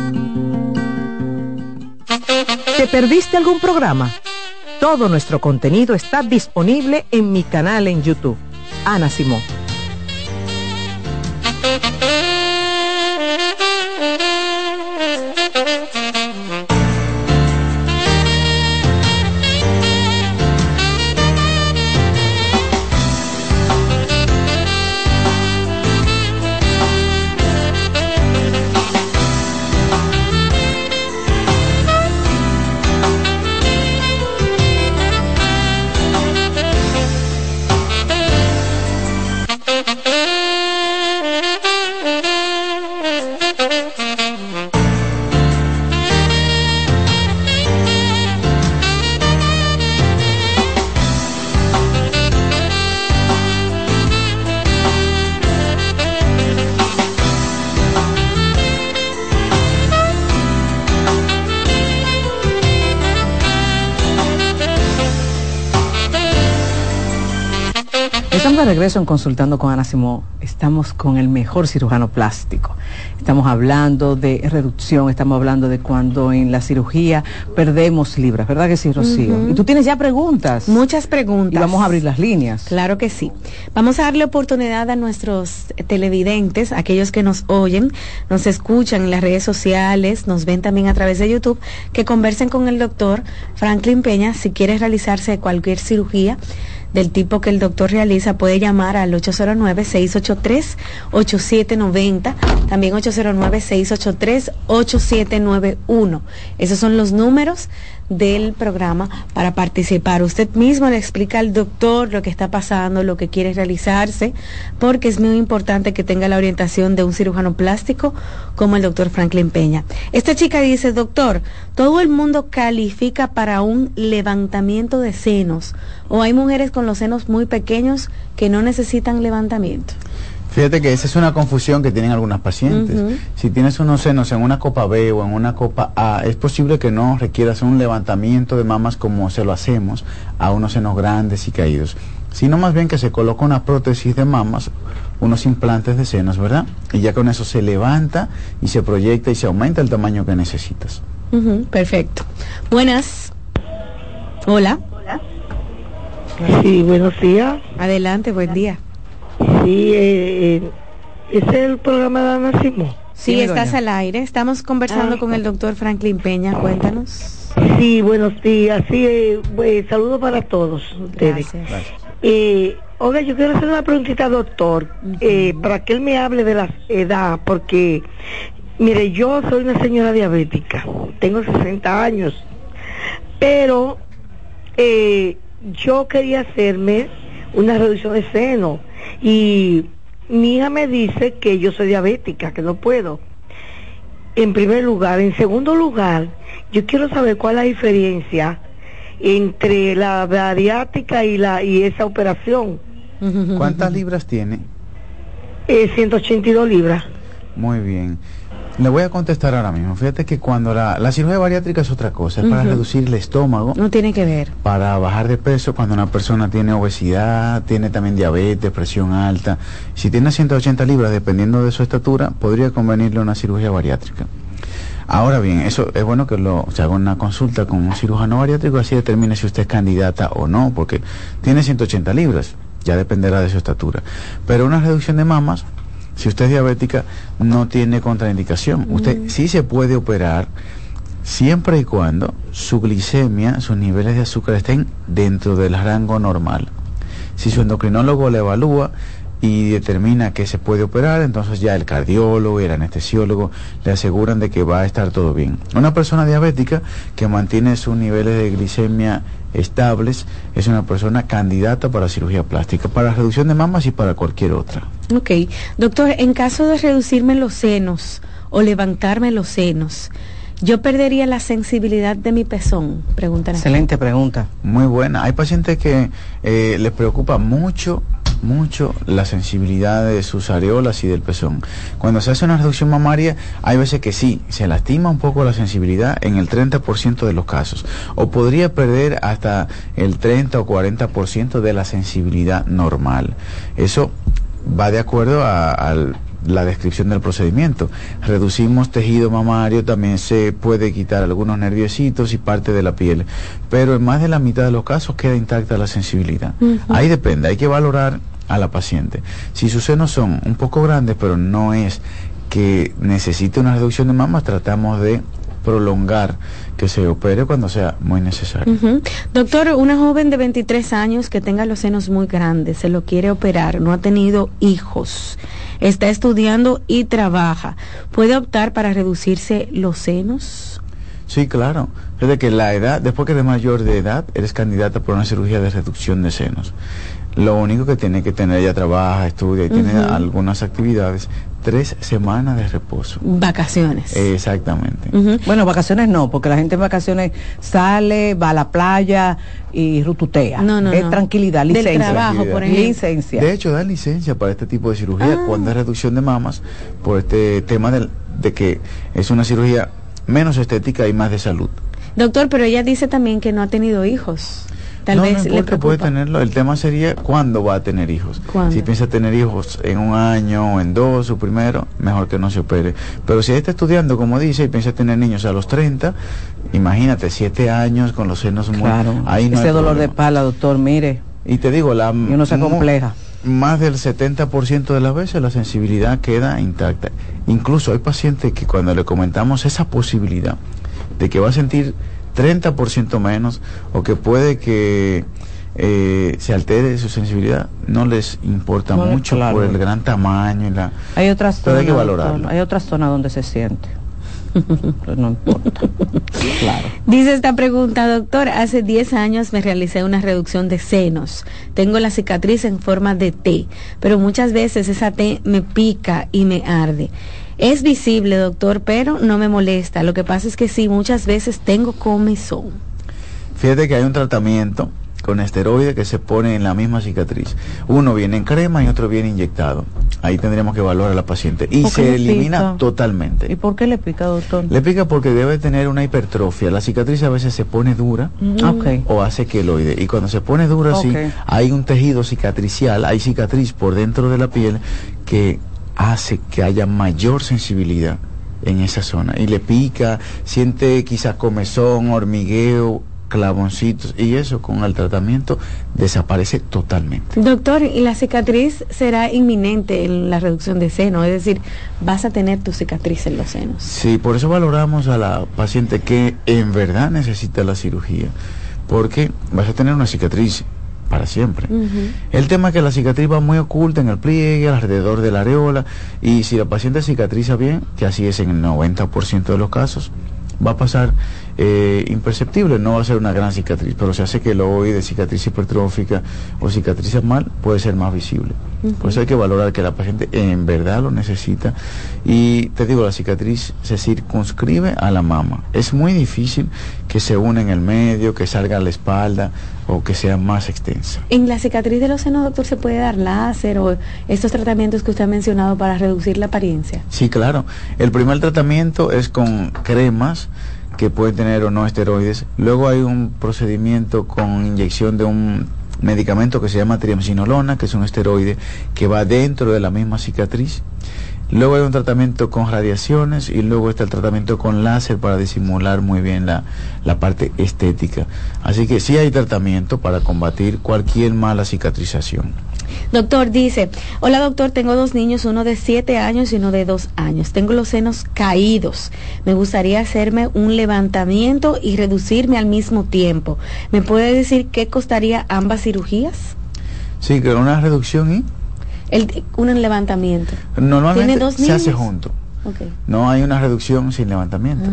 ¿Te perdiste algún programa? Todo nuestro contenido está disponible en mi canal en YouTube, Ana Simón. de regreso en Consultando con Ana Simó. Estamos con el mejor cirujano plástico. Estamos hablando de reducción, estamos hablando de cuando en la cirugía perdemos libras, ¿verdad que sí, Rocío? Y tú tienes ya preguntas. Muchas preguntas. Y vamos a abrir las líneas. Claro que sí. Vamos a darle oportunidad a nuestros televidentes, aquellos que nos oyen, nos escuchan en las redes sociales, nos ven también a través de YouTube, que conversen con el doctor Franklin Peña. Si quieres realizarse cualquier cirugía del tipo que el doctor realiza, puede llamar al 809-683-8790, también 809-683-8791. Esos son los números del programa para participar. Usted mismo le explica al doctor lo que está pasando, lo que quiere realizarse, porque es muy importante que tenga la orientación de un cirujano plástico como el doctor Franklin Peña. Esta chica dice: doctor, ¿todo el mundo califica para un levantamiento de senos? ¿O hay mujeres con los senos muy pequeños que no necesitan levantamiento? Fíjate que esa es una confusión que tienen algunas pacientes. Si tienes unos senos en una copa B o en una copa A, es posible que no requieras un levantamiento de mamas como se lo hacemos a unos senos grandes y caídos, sino más bien que se coloca una prótesis de mamas, unos implantes de senos, ¿verdad? Y ya con eso se levanta y se proyecta y se aumenta el tamaño que necesitas. Perfecto. Buenas. Hola. Sí, buenos días. Adelante, buen día. Sí, ¿es el programa de Ana Simó? Sí, estás al aire. Estamos conversando con el doctor Franklin Peña. Cuéntanos. Sí, buenos días. Sí, saludos para todos ustedes. Gracias. Oiga, yo quiero hacer una preguntita, doctor, para que él me hable de la edad, porque, mire, yo soy una señora diabética, tengo 60 años, pero yo quería hacerme una reducción de seno y mi hija me dice que yo soy diabética, que no puedo. En primer lugar. En segundo lugar, yo quiero saber cuál es la diferencia entre la bariátrica y esa operación. ¿Cuántas libras tiene? 182 libras. Muy bien. Le voy a contestar ahora mismo. Fíjate que cuando la cirugía bariátrica es otra cosa, es para reducir el estómago. No tiene que ver. Para bajar de peso cuando una persona tiene obesidad, tiene también diabetes, presión alta. Si tiene 180 libras, dependiendo de su estatura, podría convenirle una cirugía bariátrica. Ahora bien, eso es bueno que se haga una consulta con un cirujano bariátrico, así determine si usted es candidata o no, porque tiene 180 libras, ya dependerá de su estatura. Pero una reducción de mamas, si usted es diabética, no tiene contraindicación. Usted sí se puede operar siempre y cuando su glicemia, sus niveles de azúcar estén dentro del rango normal. Si su endocrinólogo le evalúa y determina que se puede operar, entonces ya el cardiólogo y el anestesiólogo le aseguran de que va a estar todo bien. Una persona diabética que mantiene sus niveles de glicemia estables es una persona candidata para cirugía plástica, para reducción de mamas y para cualquier otra. Ok, doctor, en caso de reducirme los senos o levantarme los senos, ¿yo perdería la sensibilidad de mi pezón? Preguntan. Excelente pregunta. Muy buena. Hay pacientes que les preocupa mucho la sensibilidad de sus areolas y del pezón. Cuando se hace una reducción mamaria, hay veces que sí, se lastima un poco la sensibilidad en el 30% de los casos, o podría perder hasta el 30 o 40% de la sensibilidad normal. Eso va de acuerdo a la descripción del procedimiento. Reducimos tejido mamario, también se puede quitar algunos nerviositos y parte de la piel, pero en más de la mitad de los casos queda intacta la sensibilidad. Ahí depende, hay que valorar a la paciente. Si sus senos son un poco grandes, pero no es que necesite una reducción de mamas, tratamos de prolongar que se opere cuando sea muy necesario. Doctor, una joven de 23 años que tenga los senos muy grandes, se lo quiere operar, no ha tenido hijos, está estudiando y trabaja, ¿puede optar para reducirse los senos? Sí, claro. Desde que la edad, después que eres mayor de edad, eres candidata por una cirugía de reducción de senos. Lo único que tiene que tener, ella trabaja, estudia y tiene algunas actividades, 3 semanas de reposo. Vacaciones. Exactamente. Bueno, vacaciones no, porque la gente en vacaciones sale, va a la playa y rututea. Es tranquilidad, licencia. Del trabajo, por ejemplo. Licencia. De hecho, dan licencia para este tipo de cirugía cuando es reducción de mamas, por este tema de que es una cirugía menos estética y más de salud. Doctor, pero ella dice también que no ha tenido hijos. tal vez le preocupa. Puede tenerlo. El tema sería cuándo va a tener hijos. ¿Cuándo? Si piensa tener hijos en 1 año o en 2, su primero, mejor que no se opere. Pero si está estudiando, como dice, y piensa tener niños a los 30, imagínate, 7 años con los senos muy... Ahí no ese dolor de pala, doctor, mire. Y te digo, y uno se compleja. Más del 70% de las veces la sensibilidad queda intacta. Incluso hay pacientes que cuando le comentamos esa posibilidad de que va a sentir 30% menos o que puede que se altere su sensibilidad, no les importa mucho por el gran tamaño y la... Hay otras zonas, pero hay que valorarlo. Hay otras zonas donde se siente. Pues no importa. Claro. Dice esta pregunta, doctor, hace 10 años me realicé una reducción de senos. Tengo la cicatriz en forma de T, pero muchas veces esa T me pica y me arde. Es visible, doctor, pero no me molesta. Lo que pasa es que sí, muchas veces tengo comezón. Fíjate que hay un tratamiento con esteroide que se pone en la misma cicatriz. Uno viene en crema y otro viene inyectado. Ahí tendríamos que evaluar a la paciente. Y se elimina totalmente. ¿Y por qué le pica, doctor? Le pica porque debe tener una hipertrofia. La cicatriz a veces se pone dura o hace queloide. Y cuando se pone dura, sí, hay un tejido cicatricial, hay cicatriz por dentro de la piel que hace que haya mayor sensibilidad en esa zona. Y le pica, siente quizás comezón, hormigueo, clavoncitos, y eso con el tratamiento desaparece totalmente. Doctor, ¿y la cicatriz será inminente en la reducción de seno? Es decir, ¿vas a tener tu cicatriz en los senos? Sí, por eso valoramos a la paciente que en verdad necesita la cirugía, porque vas a tener una cicatriz para siempre. El tema es que la cicatriz va muy oculta en el pliegue, alrededor de la areola, y si la paciente cicatriza bien, que así es en el 90% de los casos, va a pasar imperceptible, no va a ser una gran cicatriz, pero se hace que el ovoide, cicatriz hipertrófica o cicatriza mal, puede ser más visible. Por eso hay que valorar que la paciente en verdad lo necesita. Y te digo, la cicatriz se circunscribe a la mama. Es muy difícil que se una en el medio, que salga a la espalda o que sea más extensa. ¿En la cicatriz de los senos, doctor, se puede dar láser o estos tratamientos que usted ha mencionado para reducir la apariencia? Sí, claro. El primer tratamiento es con cremas que pueden tener o no esteroides. Luego hay un procedimiento con inyección de un medicamento que se llama triamcinolona, que es un esteroide que va dentro de la misma cicatriz. Luego hay un tratamiento con radiaciones y luego está el tratamiento con láser para disimular muy bien la parte estética. Así que sí hay tratamiento para combatir cualquier mala cicatrización. Doctor, dice, hola doctor, tengo 2 niños, uno de 7 años y uno de 2 años. Tengo los senos caídos. Me gustaría hacerme un levantamiento y reducirme al mismo tiempo. ¿Me puede decir qué costaría ambas cirugías? Sí, que una reducción y... un levantamiento. Normalmente se hace junto. No hay una reducción sin levantamiento.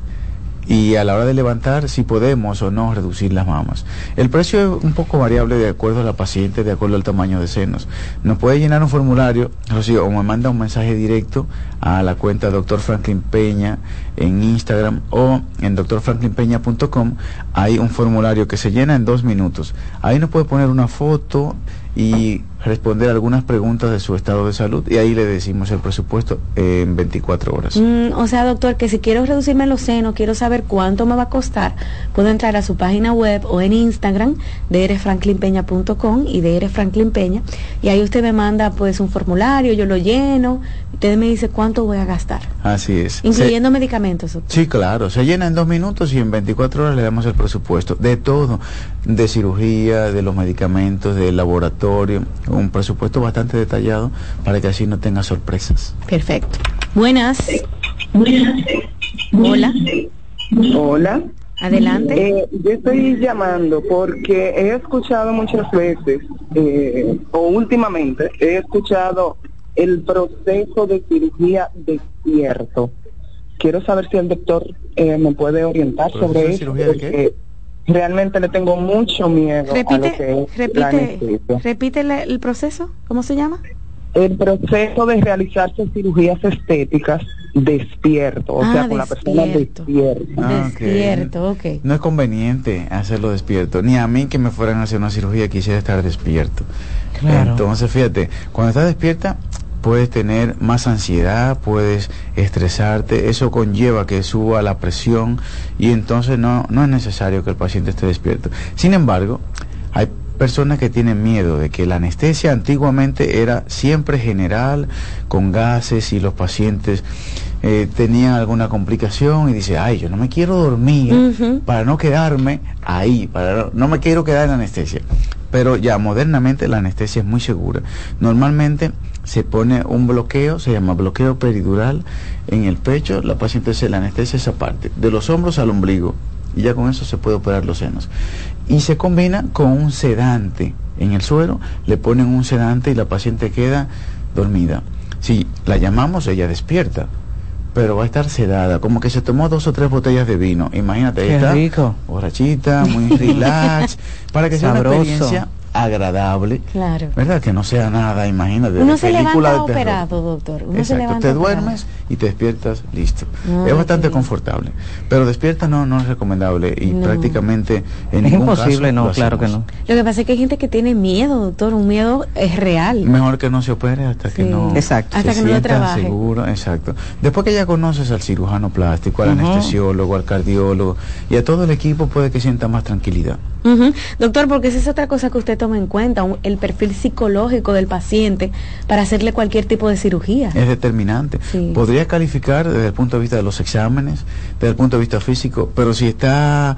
Y a la hora de levantar, si podemos o no reducir las mamas. El precio es un poco variable de acuerdo a la paciente, de acuerdo al tamaño de senos. Nos puede llenar un formulario, Rocío, o me manda un mensaje directo a la cuenta Dr. Franklin Peña en Instagram o en drfranklinpeña.com. Hay un formulario que se llena en 2 minutos. Ahí nos puede poner una foto y responder algunas preguntas de su estado de salud y ahí le decimos el presupuesto en 24 horas. O sea, doctor, que si quiero reducirme los senos, quiero saber cuánto me va a costar, puedo entrar a su página web o en Instagram, drfranklinpeña.com y drfranklinpeña, y ahí usted me manda pues un formulario, yo lo lleno, usted me dice cuánto voy a gastar. Así es. Incluyendo medicamentos, doctor. Sí, claro, se llena en 2 minutos y en 24 horas le damos el presupuesto de todo, de cirugía, de los medicamentos, del laboratorio, un presupuesto bastante detallado para que así no tenga sorpresas. Perfecto. Buenas. Hola. Hola. Adelante. Yo estoy llamando porque he escuchado muchas veces, o últimamente, he escuchado el proceso de cirugía despierto. Quiero saber si el doctor me puede orientar sobre eso, porque realmente le tengo mucho miedo a lo que es la anestesia. Repite el proceso, ¿cómo se llama? El proceso de realizarse cirugías estéticas despierto, o sea, con la persona despierta. Despierto, ok. No es conveniente hacerlo despierto, ni a mí que me fueran a hacer una cirugía quisiera estar despierto. Claro. Entonces, fíjate, cuando estás despierta, puedes tener más ansiedad, puedes estresarte, eso conlleva que suba la presión y entonces no es necesario que el paciente esté despierto. Sin embargo, hay personas que tienen miedo de que la anestesia antiguamente era siempre general, con gases, y los pacientes tenían alguna complicación y dice, ay, yo no me quiero dormir para no quedarme ahí, no me quiero quedar en la anestesia. Pero ya modernamente la anestesia es muy segura. Normalmente se pone un bloqueo, se llama bloqueo peridural en el pecho, la paciente se la anestesia esa parte, de los hombros al ombligo, y ya con eso se puede operar los senos. Y se combina con un sedante en el suero, le ponen un sedante y la paciente queda dormida. Si la llamamos, ella despierta, pero va a estar sedada, como que se tomó 2 o 3 botellas de vino. Imagínate, qué está rico, borrachita, muy relax, para que sea una experiencia agradable, claro, ¿verdad? Que no sea nada, imagínate, uno de se película levanta de terror. operado, doctor. Uno exacto, se levanta te operado. duermes y te despiertas, listo. Es bastante confortable, pero despierta no es recomendable y prácticamente en es ningún imposible, caso no, claro que no. Lo que pasa es que hay gente que tiene miedo, doctor, un miedo es real. Mejor que no se opere hasta que no, exacto, hasta que no lo trabaje. Seguro, exacto. Después que ya conoces al cirujano plástico, al anestesiólogo, al cardiólogo y a todo el equipo, puede que sienta más tranquilidad. Doctor, porque esa es otra cosa que usted toma en cuenta, el perfil psicológico del paciente para hacerle cualquier tipo de cirugía. Es determinante. Sí. Podría calificar desde el punto de vista de los exámenes, desde el punto de vista físico, pero si está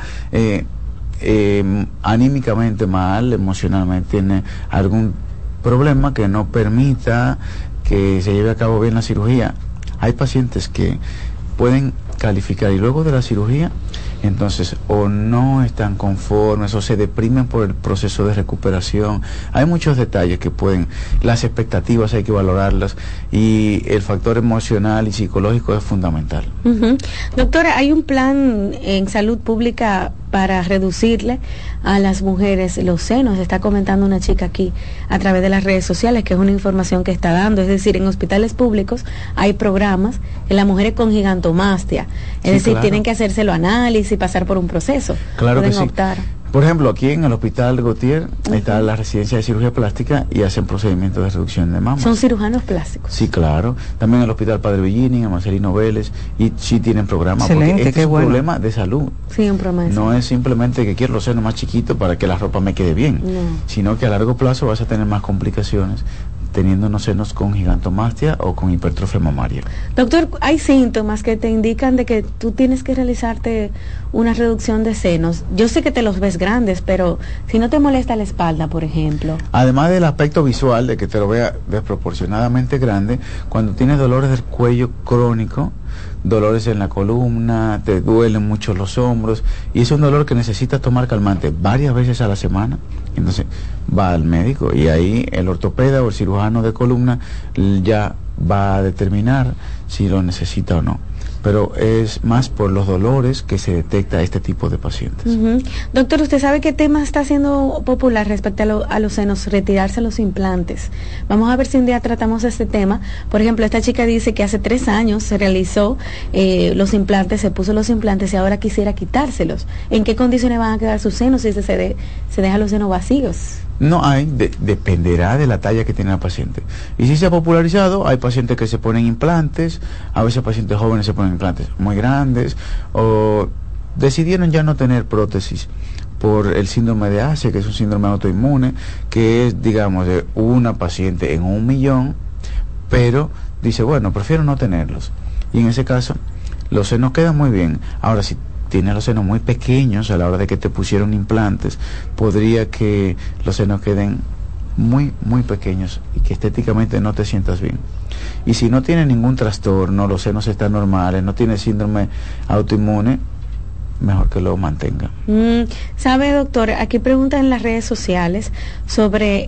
anímicamente mal, emocionalmente, tiene algún problema que no permita que se lleve a cabo bien la cirugía. Hay pacientes que pueden calificar y luego de la cirugía entonces o no están conformes o se deprimen por el proceso de recuperación. Hay muchos detalles que pueden, las expectativas hay que valorarlas y el factor emocional y psicológico es fundamental. Doctora, hay un plan en salud pública para reducirle a las mujeres los senos. Está comentando una chica aquí a través de las redes sociales que es una información que está dando, es decir, en hospitales públicos hay programas en las mujeres con gigantomastia, es decir, claro, tienen que hacérselo análisis y pasar por un proceso. Claro, pueden que sí. Optar. Por ejemplo, aquí en el Hospital Gautier está la residencia de cirugía plástica y hacen procedimientos de reducción de mamas. ¿Son cirujanos plásticos? Sí, claro. También en el Hospital Padre Villini, en Marcelino Vélez, y sí tienen programas. Excelente, porque este es un bueno. problema de salud. Sí, un problema de salud. No es simplemente que quiero los senos más chiquitos para que la ropa me quede bien, sino que a largo plazo vas a tener más complicaciones teniendo unos senos con gigantomastia o con hipertrofia mamaria. Doctor, hay síntomas que te indican de que tú tienes que realizarte una reducción de senos. Yo sé que te los ves grandes, pero si no te molesta la espalda, por ejemplo. Además del aspecto visual, de que te lo vea desproporcionadamente grande, cuando tienes dolores del cuello crónico, dolores en la columna, te duelen mucho los hombros, y es un dolor que necesitas tomar calmante varias veces a la semana, entonces va al médico y ahí el ortopeda o el cirujano de columna ya va a determinar si lo necesita o no. Pero es más por los dolores que se detecta este tipo de pacientes. Doctor, ¿usted sabe qué tema está siendo popular respecto a los senos? Retirarse los implantes. Vamos a ver si un día tratamos este tema. Por ejemplo, esta chica dice que hace 3 años se realizó los implantes, se puso los implantes y ahora quisiera quitárselos. ¿En qué condiciones van a quedar sus senos si se deja los senos vacíos? No hay, dependerá de la talla que tiene la paciente. Y si se ha popularizado, hay pacientes que se ponen implantes, a veces pacientes jóvenes se ponen implantes muy grandes, o decidieron ya no tener prótesis por el síndrome de Asia, que es un síndrome autoinmune, que es, digamos, de una paciente en 1 millón, pero dice, bueno, prefiero no tenerlos. Y en ese caso, los senos quedan muy bien. Ahora, si tiene los senos muy pequeños a la hora de que te pusieron implantes, podría que los senos queden muy, muy pequeños y que estéticamente no te sientas bien. Y si no tiene ningún trastorno, los senos están normales, no tiene síndrome autoinmune, mejor que lo mantenga. ¿Sabe, doctor? Aquí preguntan en las redes sociales sobre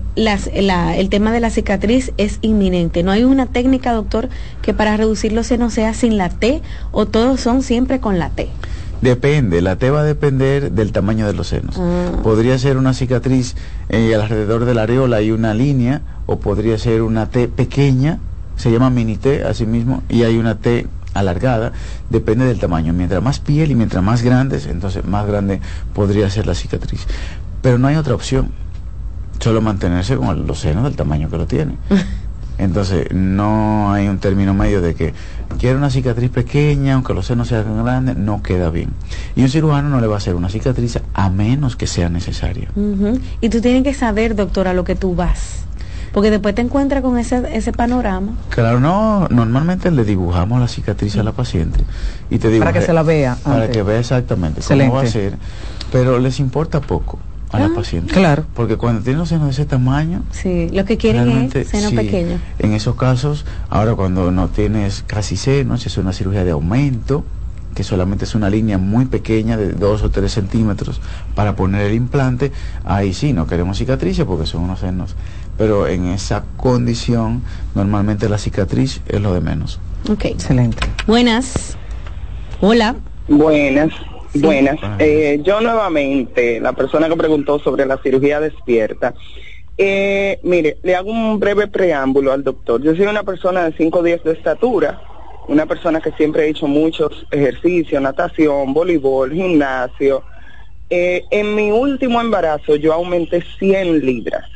el tema de la cicatriz es inminente. ¿No hay una técnica, doctor, que para reducir los senos sea sin la T o todos son siempre con la T? Depende, la T va a depender del tamaño de los senos. Podría ser una cicatriz alrededor de la areola y una línea, o podría ser una T pequeña, se llama mini T así mismo, y hay una T alargada, depende del tamaño. Mientras más piel y mientras más grandes, entonces más grande podría ser la cicatriz. Pero no hay otra opción, solo mantenerse con los senos del tamaño que lo tiene. Entonces, no hay un término medio de que quiere una cicatriz pequeña, aunque los senos sean grandes, no queda bien. Y un cirujano no le va a hacer una cicatriz a menos que sea necesaria. Y tú tienes que saber, doctor, a lo que tú vas. Porque después te encuentras con ese panorama. Claro, no, normalmente le dibujamos la cicatriz a la paciente y te para que se la vea. Para que vea exactamente cómo va a ser. Pero les importa poco a la paciente. Claro. Porque cuando tienen los senos de ese tamaño, sí, lo que quieren es seno pequeño. En esos casos, ahora cuando no tienes casi senos, es una cirugía de aumento, que solamente es una línea muy pequeña de 2 o 3 centímetros para poner el implante. Ahí sí, no queremos cicatrices porque son unos senos. Pero en esa condición, normalmente la cicatriz es lo de menos. Ok. Excelente. Buenas. Hola. Buenas. Sí. Buenas. Yo nuevamente, la persona que preguntó sobre la cirugía despierta. Mire, le hago un breve preámbulo al doctor. Yo soy una persona de 5'10" de estatura, una persona que siempre ha hecho muchos ejercicios, natación, voleibol, gimnasio. En mi último embarazo yo aumenté 100 libras.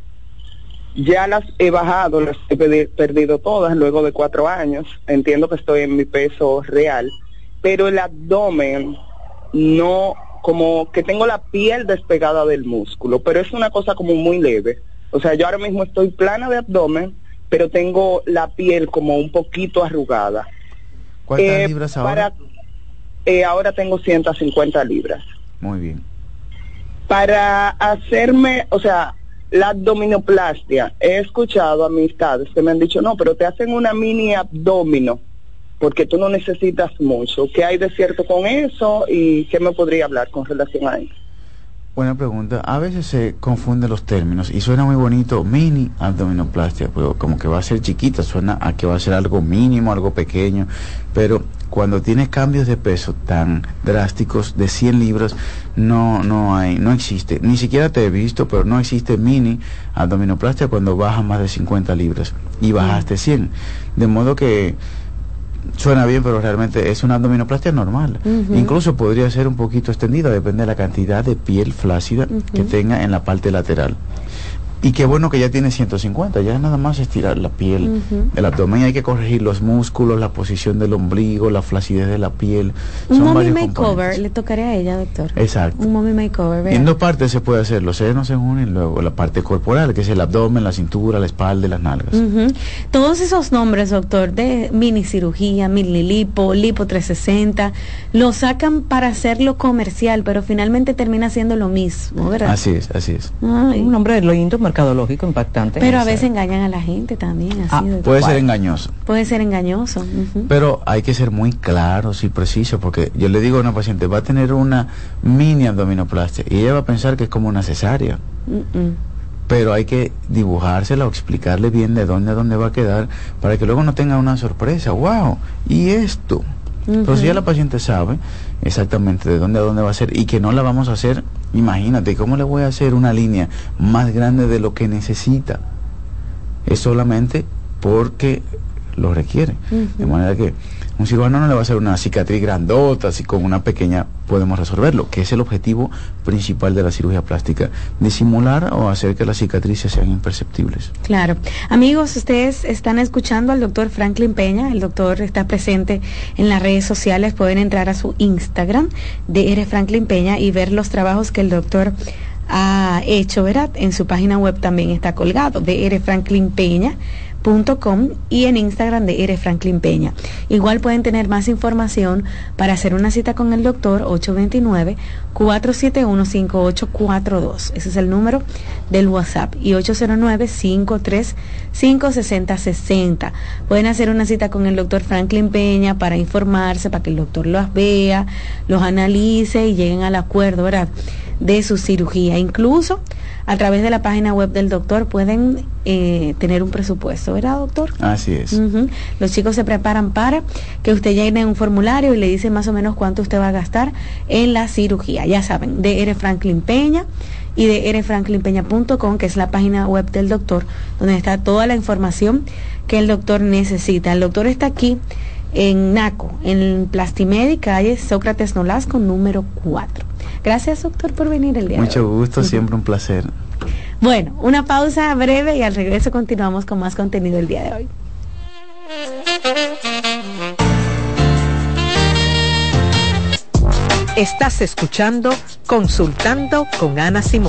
Ya las he bajado, las he perdido todas luego de 4 años. Entiendo que estoy en mi peso real, pero el abdomen no, como que tengo la piel despegada del músculo, pero es una cosa como muy leve. O sea, yo ahora mismo estoy plana de abdomen, pero tengo la piel como un poquito arrugada. ¿Cuántas libras ahora? Ahora tengo 150 libras. Muy bien. Para hacerme, o sea, la abdominoplastia, he escuchado amistades que me han dicho, no, pero te hacen una mini abdomino, porque tú no necesitas mucho. ¿Qué hay de cierto con eso y qué me podría hablar con relación a eso? Buena pregunta. A veces se confunden los términos y suena muy bonito mini abdominoplastia, pero como que va a ser chiquita, suena a que va a ser algo mínimo, algo pequeño, pero cuando tienes cambios de peso tan drásticos de 100 libras, no existe, ni siquiera te he visto, pero no existe mini abdominoplastia cuando bajas más de 50 libras y bajaste 100, de modo que suena bien, pero realmente es una abdominoplastia normal. Incluso podría ser un poquito extendida, depende de la cantidad de piel flácida que tenga en la parte lateral. Y qué bueno que ya tiene 150, ya es nada más estirar la piel del abdomen. Hay que corregir los músculos, la posición del ombligo, la flacidez de la piel. Un mommy makeover le tocaría a ella, doctor. Exacto. Un mommy makeover. En 2 partes se puede hacer, los senos en una y luego la parte corporal, que es el abdomen, la cintura, la espalda y las nalgas. Todos esos nombres, doctor, de mini cirugía, mini lipo, lipo 360, lo sacan para hacerlo comercial, pero finalmente termina siendo lo mismo, ¿verdad? Así es, así es. Ay. Un nombre lindo, mercadológico, impactante. Pero a veces engañan a la gente también. Así puede ser engañoso. Puede ser engañoso. Pero hay que ser muy claros y precisos, porque yo le digo a una paciente, va a tener una mini abdominoplastia y ella va a pensar que es como una cesárea. Pero hay que dibujársela o explicarle bien de dónde va a quedar para que luego no tenga una sorpresa. ¡Wow! ¿Y esto? Entonces ya la paciente sabe exactamente de dónde a dónde va a ser y que no la vamos a hacer. Imagínate, ¿cómo le voy a hacer una línea más grande de lo que necesita? Es solamente porque lo requiere. De manera que un cirujano no le va a hacer una cicatriz grandota, así con una pequeña podemos resolverlo, que es el objetivo principal de la cirugía plástica, disimular o hacer que las cicatrices sean imperceptibles. Claro. Amigos, ustedes están escuchando al doctor Franklin Peña, el doctor está presente en las redes sociales, pueden entrar a su Instagram de R. Franklin Peña y ver los trabajos que el doctor ha hecho, ¿verdad? En su página web también está colgado, de rfranklinpeña.com y en Instagram de R. Franklin Peña. Igual pueden tener más información para hacer una cita con el doctor 829-471-5842. Ese es el número del WhatsApp y 809-535-6060. Pueden hacer una cita con el doctor Franklin Peña para informarse, para que el doctor los vea, los analice y lleguen al acuerdo, ¿verdad?, de su cirugía. Incluso a través de la página web del doctor pueden tener un presupuesto, ¿verdad, doctor? Así es. Los chicos se preparan para que usted llene un formulario y le dice más o menos cuánto usted va a gastar en la cirugía. Ya saben, de R. Franklin Peña y de rfranklinpeña.com, que es la página web del doctor, donde está toda la información que el doctor necesita. El doctor está aquí en Naco, en Plastimedi, calle Sócrates Nolasco, número 4. Gracias, doctor, por venir el día de hoy. Mucho gusto, siempre un placer. Bueno, una pausa breve y al regreso continuamos con más contenido el día de hoy. Estás escuchando Consultando con Ana Simón.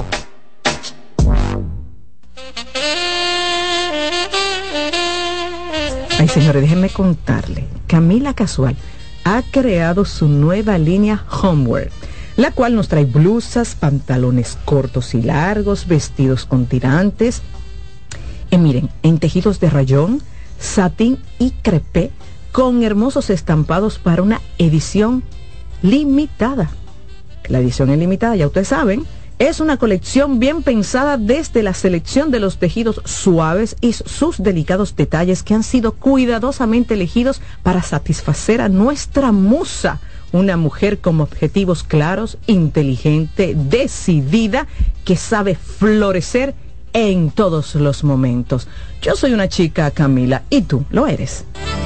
Ay, señores, déjenme contarle. Camila Casual ha creado su nueva línea Homewear, la cual nos trae blusas, pantalones cortos y largos, vestidos con tirantes. Miren, en tejidos de rayón, satín y crepé, con hermosos estampados para una edición limitada. La edición es limitada, ya ustedes saben, es una colección bien pensada desde la selección de los tejidos suaves y sus delicados detalles que han sido cuidadosamente elegidos para satisfacer a nuestra musa, una mujer con objetivos claros, inteligente, decidida, que sabe florecer en todos los momentos. Yo soy una chica, Camila, y tú lo eres.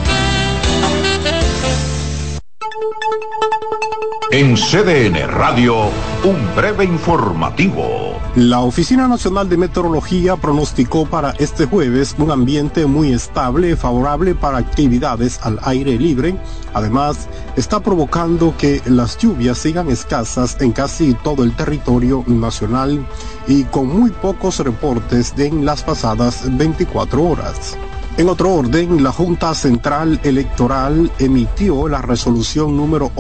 En CDN Radio, un breve informativo. La Oficina Nacional de Meteorología pronosticó para este jueves un ambiente muy estable, favorable para actividades al aire libre. Además, está provocando que las lluvias sigan escasas en casi todo el territorio nacional y con muy pocos reportes en las pasadas 24 horas. En otro orden, la Junta Central Electoral emitió la resolución número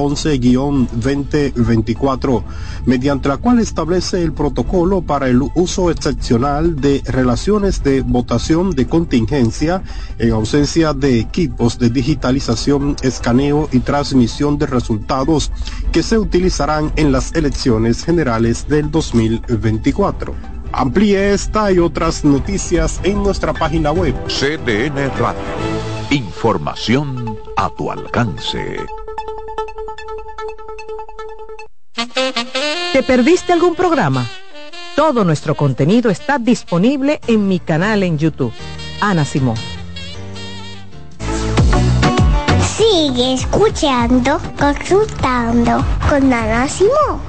11-2024, mediante la cual establece el protocolo para el uso excepcional de relaciones de votación de contingencia en ausencia de equipos de digitalización, escaneo y transmisión de resultados que se utilizarán en las elecciones generales del 2024. Amplíe esta y otras noticias en nuestra página web. CDN Radio. Información a tu alcance. ¿Te perdiste algún programa? Todo nuestro contenido está disponible en mi canal en YouTube, Ana Simón. Sigue escuchando, consultando con Ana Simón.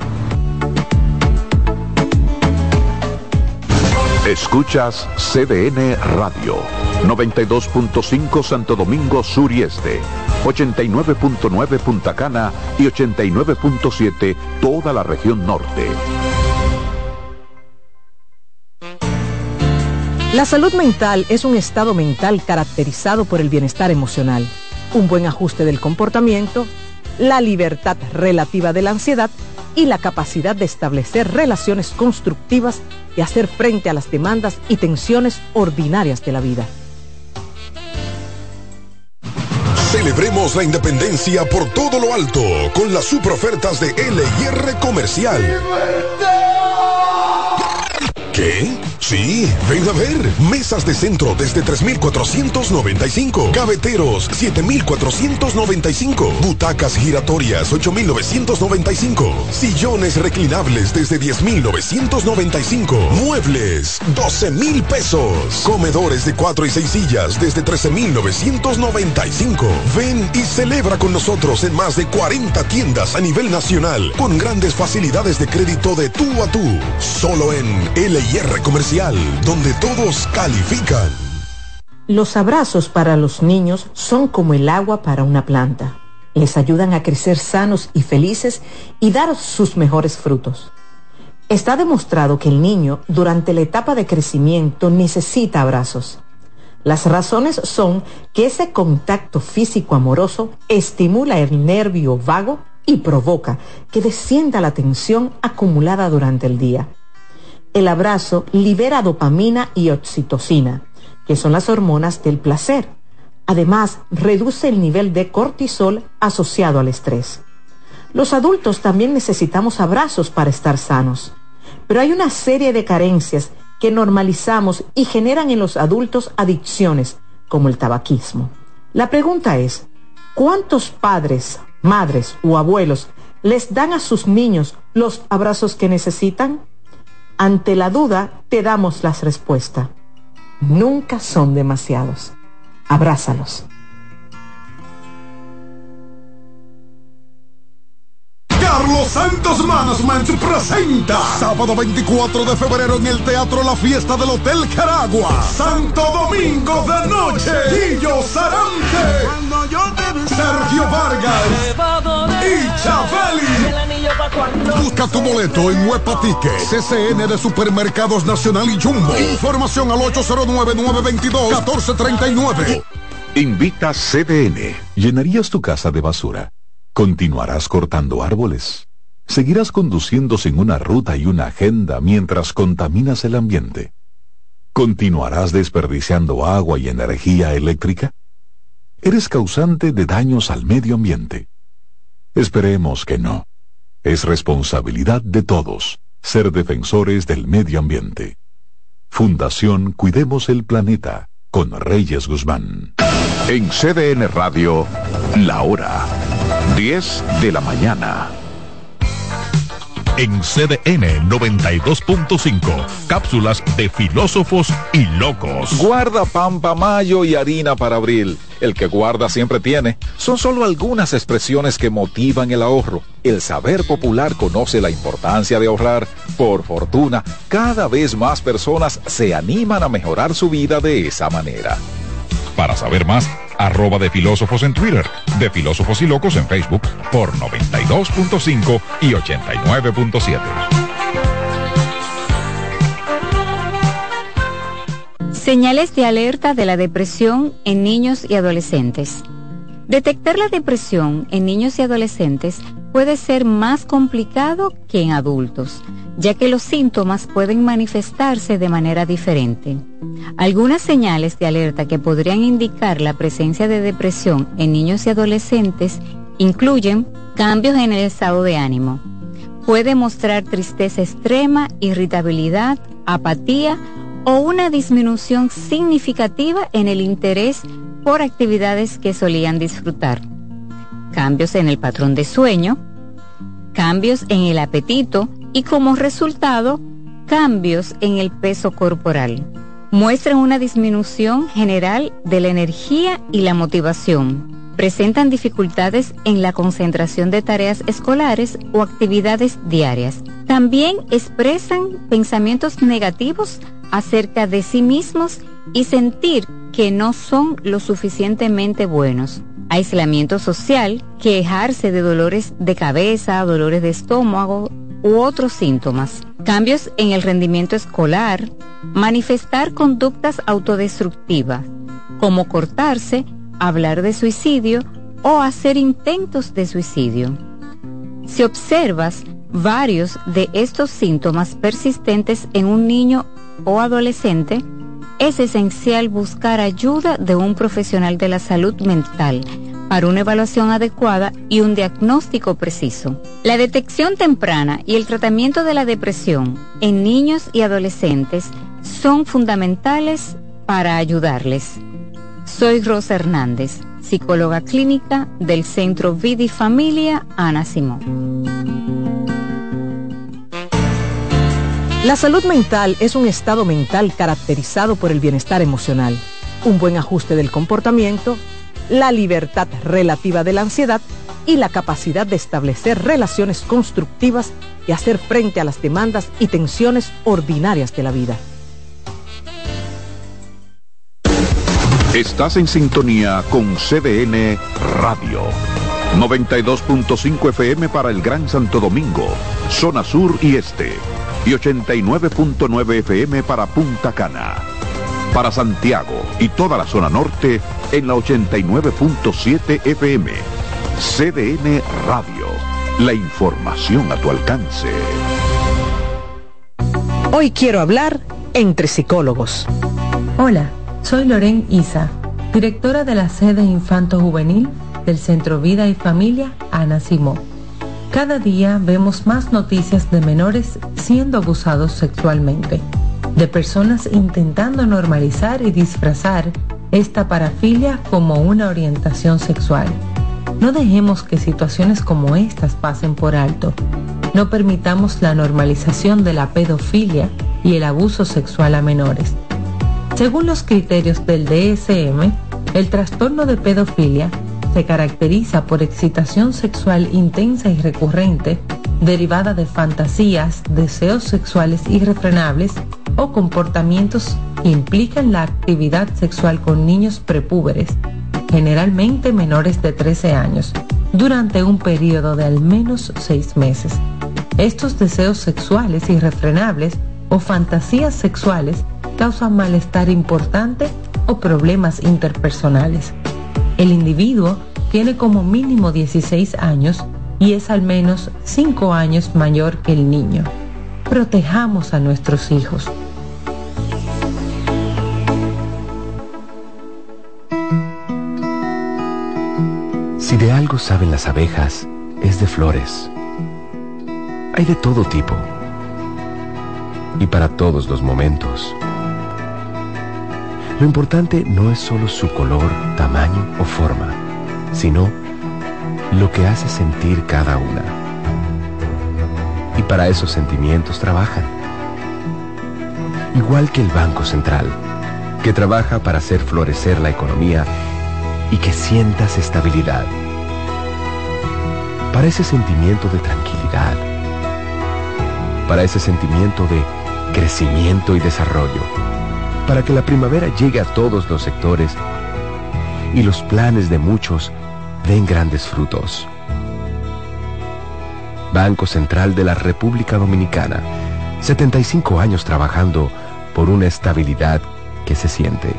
Escuchas CDN Radio, 92.5 Santo Domingo Sur y Este, 89.9 Punta Cana y 89.7 toda la región norte. La salud mental es un estado mental caracterizado por el bienestar emocional, un buen ajuste del comportamiento, la libertad relativa de la ansiedad y la capacidad de establecer relaciones constructivas y hacer frente a las demandas y tensiones ordinarias de la vida. Celebremos la independencia por todo lo alto con las superofertas de LIR Comercial. ¿Qué? Sí, ven a ver. Mesas de centro desde 3,495. Gaveteros, 7,495. Butacas giratorias, 8,995. Sillones reclinables desde 10,995. Muebles, 12,000 pesos. Comedores de 4 y 6 sillas desde 13,995. Ven y celebra con nosotros en más de 40 tiendas a nivel nacional, con grandes facilidades de crédito de tú a tú. Solo en LIR Comercial, donde todos califican. Los abrazos para los niños son como el agua para una planta. Les ayudan a crecer sanos y felices y dar sus mejores frutos. Está demostrado que el niño, durante la etapa de crecimiento, necesita abrazos. Las razones son que ese contacto físico amoroso estimula el nervio vago y provoca que descienda la tensión acumulada durante el día. El abrazo libera dopamina y oxitocina, que son las hormonas del placer. Además, reduce el nivel de cortisol asociado al estrés. Los adultos también necesitamos abrazos para estar sanos, pero hay una serie de carencias que normalizamos y generan en los adultos adicciones, como el tabaquismo. La pregunta es, ¿cuántos padres, madres o abuelos les dan a sus niños los abrazos que necesitan? Ante la duda, te damos las respuestas. Nunca son demasiados. Abrázalos. Los Santos Management presenta sábado 24 de febrero en el Teatro La Fiesta del Hotel Caragua, Santo Domingo de Noche, Guillo Sarante, Sergio Vargas y Chabeli. Busca tu boleto en Huepa Ticket, CCN de Supermercados Nacional y Jumbo. Información al 809-922-1439. Invita CDN. ¿Llenarías tu casa de basura? ¿Continuarás cortando árboles? ¿Seguirás conduciendo sin una ruta y una agenda mientras contaminas el ambiente? ¿Continuarás desperdiciando agua y energía eléctrica? ¿Eres causante de daños al medio ambiente? Esperemos que no. Es responsabilidad de todos ser defensores del medio ambiente. Fundación Cuidemos el Planeta, con Reyes Guzmán. En CDN Radio, la hora 10 de la mañana. En CDN 92.5, cápsulas de filósofos y locos. Guarda pan pa' mayo y harina para abril. El que guarda siempre tiene. Son solo algunas expresiones que motivan el ahorro. El saber popular conoce la importancia de ahorrar. Por fortuna, cada vez más personas se animan a mejorar su vida de esa manera. Para saber más, @de filósofos en Twitter, de Filósofos y Locos en Facebook, por 92.5 y 89.7. Señales de alerta de la depresión en niños y adolescentes. Detectar la depresión en niños y adolescentes puede ser más complicado que en adultos, ya que los síntomas pueden manifestarse de manera diferente. Algunas señales de alerta que podrían indicar la presencia de depresión en niños y adolescentes incluyen cambios en el estado de ánimo. Puede mostrar tristeza extrema, irritabilidad, apatía o una disminución significativa en el interés por actividades que solían disfrutar. Cambios en el patrón de sueño, cambios en el apetito y como resultado, cambios en el peso corporal. Muestran una disminución general de la energía y la motivación. Presentan dificultades en la concentración de tareas escolares o actividades diarias. También expresan pensamientos negativos acerca de sí mismos y sentir que no son lo suficientemente buenos. Aislamiento social, quejarse de dolores de cabeza, dolores de estómago u otros síntomas. Cambios en el rendimiento escolar, manifestar conductas autodestructivas, como cortarse, hablar de suicidio o hacer intentos de suicidio. Si observas varios de estos síntomas persistentes en un niño o adolescente, es esencial buscar ayuda de un profesional de la salud mental para una evaluación adecuada y un diagnóstico preciso. La detección temprana y el tratamiento de la depresión en niños y adolescentes son fundamentales para ayudarles. Soy Rosa Hernández, psicóloga clínica del Centro Vida y Familia Ana Simón. La salud mental es un estado mental caracterizado por el bienestar emocional, un buen ajuste del comportamiento, la libertad relativa de la ansiedad y la capacidad de establecer relaciones constructivas y hacer frente a las demandas y tensiones ordinarias de la vida. Estás en sintonía con CDN Radio. 92.5 FM para el Gran Santo Domingo, zona sur y este. Y 89.9 FM para Punta Cana. Para Santiago y toda la zona norte en la 89.7 FM. CDN Radio. La información a tu alcance. Hoy quiero hablar entre psicólogos. Hola, soy Loren Isa, directora de la sede Infanto Juvenil del Centro Vida y Familia Ana Simón. Cada día vemos más noticias de menores siendo abusados sexualmente, de personas intentando normalizar y disfrazar esta parafilia como una orientación sexual. No dejemos que situaciones como estas pasen por alto. No permitamos la normalización de la pedofilia y el abuso sexual a menores. Según los criterios del DSM, el trastorno de pedofilia se caracteriza por excitación sexual intensa y recurrente derivada de fantasías, deseos sexuales irrefrenables o comportamientos que implican la actividad sexual con niños prepúberes, generalmente menores de 13 años, durante un periodo de al menos 6 meses. Estos deseos sexuales irrefrenables o fantasías sexuales causan malestar importante o problemas interpersonales. El individuo tiene como mínimo 16 años y es al menos 5 años mayor que el niño. Protejamos a nuestros hijos. Si de algo saben las abejas, es de flores. Hay de todo tipo y para todos los momentos. Lo importante no es solo su color, tamaño o forma, sino lo que hace sentir cada una. Y para esos sentimientos trabajan. Igual que el Banco Central, que trabaja para hacer florecer la economía y que sientas estabilidad. Para ese sentimiento de tranquilidad. Para ese sentimiento de crecimiento y desarrollo. Para que la primavera llegue a todos los sectores y los planes de muchos den grandes frutos. Banco Central de la República Dominicana, 75 años trabajando por una estabilidad que se siente.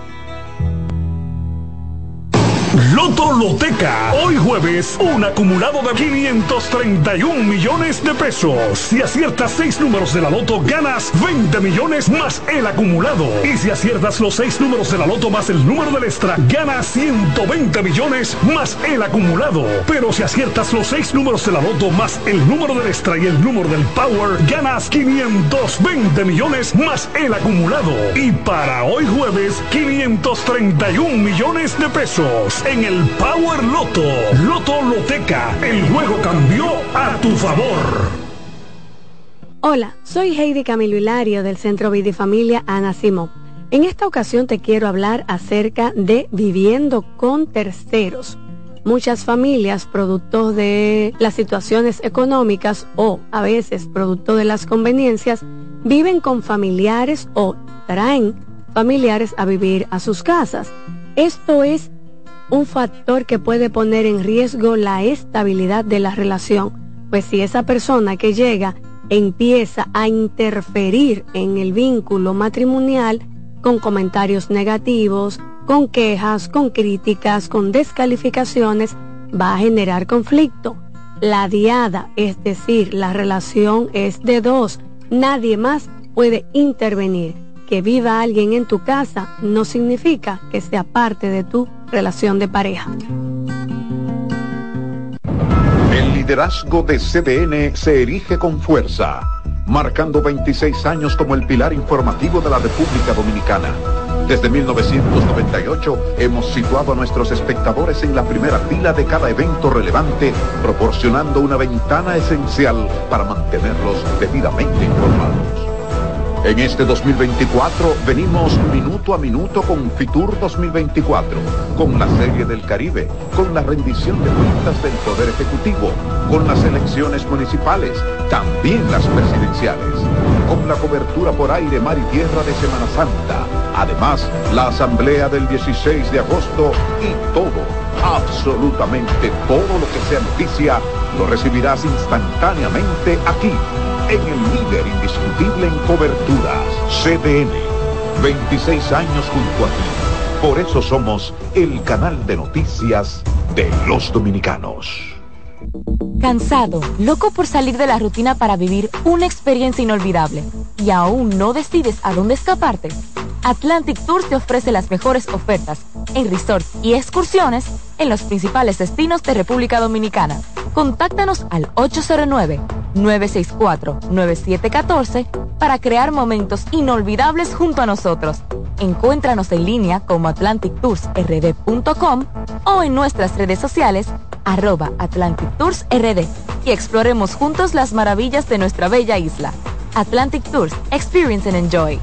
Loto Loteca. Hoy jueves, un acumulado de 531 millones de pesos. Si aciertas 6 números de la Loto, ganas 20 millones más el acumulado. Y si aciertas los 6 números de la Loto más el número del extra, ganas 120 millones más el acumulado. Pero si aciertas los 6 números de la Loto más el número del extra y el número del Power, ganas 520 millones más el acumulado. Y para hoy jueves, 531 millones de pesos. En el Power Loto. Loto Loteca. El juego cambió a tu favor. Hola, soy Heidi Camilo Hilario del Centro Vidifamilia Ana Simó. En esta ocasión te quiero hablar acerca de viviendo con terceros. Muchas familias, producto de las situaciones económicas o a veces producto de las conveniencias, viven con familiares o traen familiares a vivir a sus casas. Esto es un factor que puede poner en riesgo la estabilidad de la relación, pues si esa persona que llega empieza a interferir en el vínculo matrimonial con comentarios negativos, con quejas, con críticas, con descalificaciones, va a generar conflicto. La diada, es decir, la relación es de dos, nadie más puede intervenir. Que viva alguien en tu casa no significa que sea parte de tu relación de pareja. El liderazgo de CDN se erige con fuerza, marcando 26 años como el pilar informativo de la República Dominicana. Desde 1998 hemos situado a nuestros espectadores en la primera fila de cada evento relevante, proporcionando una ventana esencial para mantenerlos debidamente informados. En este 2024 venimos minuto a minuto con Fitur 2024, con la Serie del Caribe, con la rendición de cuentas del Poder Ejecutivo, con las elecciones municipales, también las presidenciales, con la cobertura por aire, mar y tierra de Semana Santa, además la asamblea del 16 de agosto y todo, absolutamente todo lo que sea noticia, lo recibirás instantáneamente aquí, en el líder indiscutible en coberturas, CDN. 26 años junto a ti. Por eso somos el canal de noticias de los dominicanos. ¿Cansado, loco por salir de la rutina para vivir una experiencia inolvidable y aún no decides a dónde escaparte? Atlantic Tours te ofrece las mejores ofertas en resorts y excursiones en los principales destinos de República Dominicana. Contáctanos al 809-964-9714 para crear momentos inolvidables junto a nosotros. Encuéntranos en línea como atlantictoursrd.com o en nuestras redes sociales @AtlanticToursRD y exploremos juntos las maravillas de nuestra bella isla. Atlantic Tours, experience and enjoy.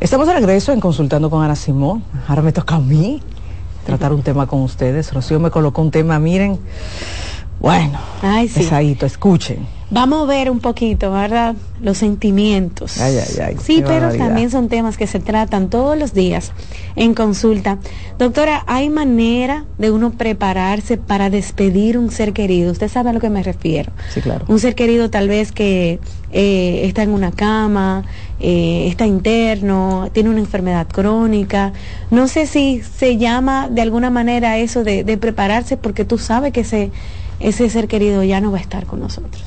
Estamos de regreso en Consultando con Ana Simón. Ahora me toca a mí tratar un tema con ustedes. Rocío me colocó un tema, miren, bueno, pesadito, escuchen. Vamos a ver un poquito, ¿verdad? Los sentimientos. Sí, pero también son temas que se tratan todos los días en consulta. Doctora, ¿hay manera de uno prepararse para despedir un ser querido? Usted sabe a lo que me refiero. Sí, claro. Un ser querido tal vez que está en una cama, está interno, tiene una enfermedad crónica. No sé si se llama de alguna manera eso de prepararse, porque tú sabes que ese ser querido ya no va a estar con nosotros.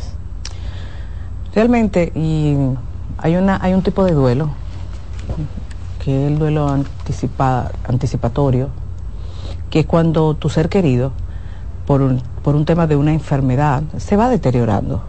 Realmente, y hay un tipo de duelo, que es el duelo anticipatorio, que es cuando tu ser querido, por un tema de una enfermedad, se va deteriorando,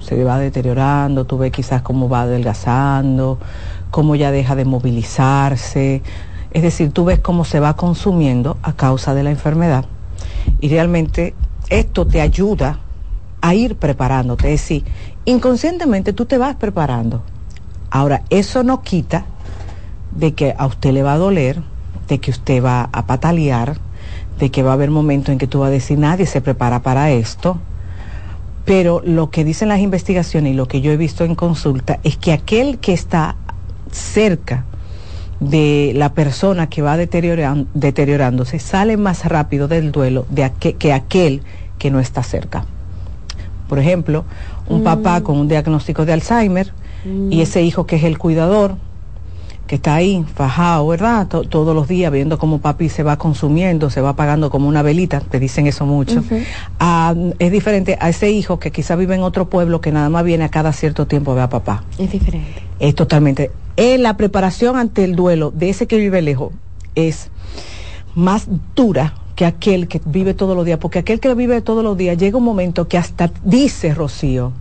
tú ves quizás cómo va adelgazando, cómo ya deja de movilizarse, es decir, tú ves cómo se va consumiendo a causa de la enfermedad, y realmente esto te ayuda a ir preparándote, es decir, inconscientemente tú te vas preparando. Ahora, eso no quita de que a usted le va a doler, de que usted va a patalear, de que va a haber momentos en que tú vas a decir, nadie se prepara para esto, pero lo que dicen las investigaciones y lo que yo he visto en consulta es que aquel que está cerca de la persona que va deteriorándose sale más rápido del duelo que aquel que no está cerca. Por ejemplo, un papá con un diagnóstico de Alzheimer y ese hijo que es el cuidador, que está ahí fajado, ¿verdad? Todos los días viendo cómo papi se va consumiendo, se va apagando como una velita, te dicen eso mucho. Es diferente a ese hijo que quizá vive en otro pueblo que nada más viene a cada cierto tiempo a ver a papá. Es diferente. Es totalmente. La preparación ante el duelo de ese que vive lejos es más dura que aquel que vive todos los días, porque aquel que vive todos los días llega un momento que hasta dice, Rocío,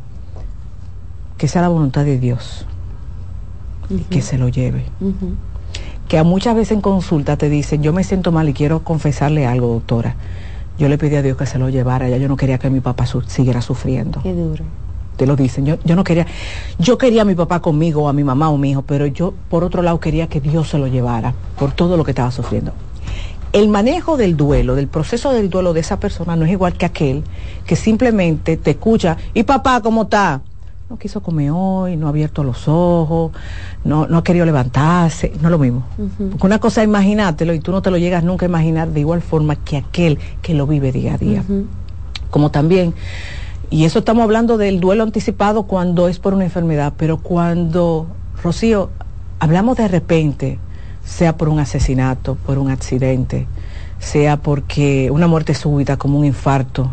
que sea la voluntad de Dios y que se lo lleve. Que a muchas veces en consulta te dicen, yo me siento mal y quiero confesarle algo, doctora. Yo le pedí a Dios que se lo llevara, ya yo no quería que mi papá siguiera sufriendo. Qué duro. Te lo dicen, yo no quería, yo quería a mi papá conmigo, o a mi mamá o mi hijo, pero yo por otro lado quería que Dios se lo llevara por todo lo que estaba sufriendo. El manejo del duelo, del proceso del duelo de esa persona no es igual que aquel que simplemente te escucha, ¿y papá cómo está? No quiso comer hoy, no ha abierto los ojos, no ha querido levantarse, no es lo mismo. Porque una cosa es imaginártelo y tú no te lo llegas nunca a imaginar de igual forma que aquel que lo vive día a día. Como también, y eso estamos hablando del duelo anticipado cuando es por una enfermedad, pero cuando, Rocío, hablamos de repente, sea por un asesinato, por un accidente, sea porque una muerte súbita como un infarto,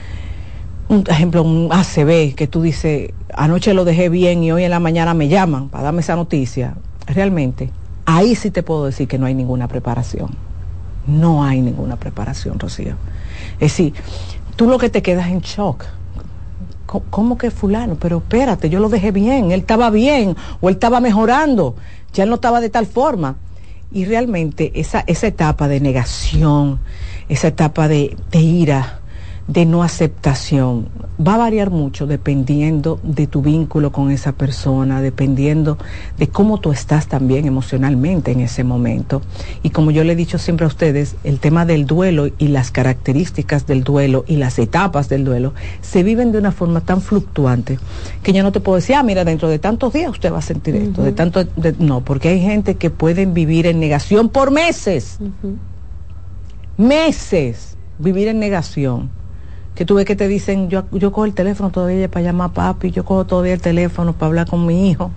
un ejemplo, un ACV, que tú dices, anoche lo dejé bien y hoy en la mañana me llaman para darme esa noticia, realmente, ahí sí te puedo decir que no hay ninguna preparación. No hay ninguna preparación, Rocío. Es decir, tú lo que te quedas en shock. ¿Cómo que fulano? Pero espérate, yo lo dejé bien, él estaba bien, o él estaba mejorando, ya él no estaba de tal forma. Y realmente esa etapa de negación, esa etapa de ira, de no aceptación, va a variar mucho dependiendo de tu vínculo con esa persona, dependiendo de cómo tú estás también emocionalmente en ese momento. Y como yo le he dicho siempre a ustedes, el tema del duelo y las características del duelo y las etapas del duelo se viven de una forma tan fluctuante que yo no te puedo decir, mira, dentro de tantos días usted va a sentir esto, no, porque hay gente que pueden vivir en negación por meses, meses, vivir en negación. Que tú ves que te dicen, yo cojo el teléfono todavía para llamar a papi, yo cojo todavía el teléfono para hablar con mi hijo.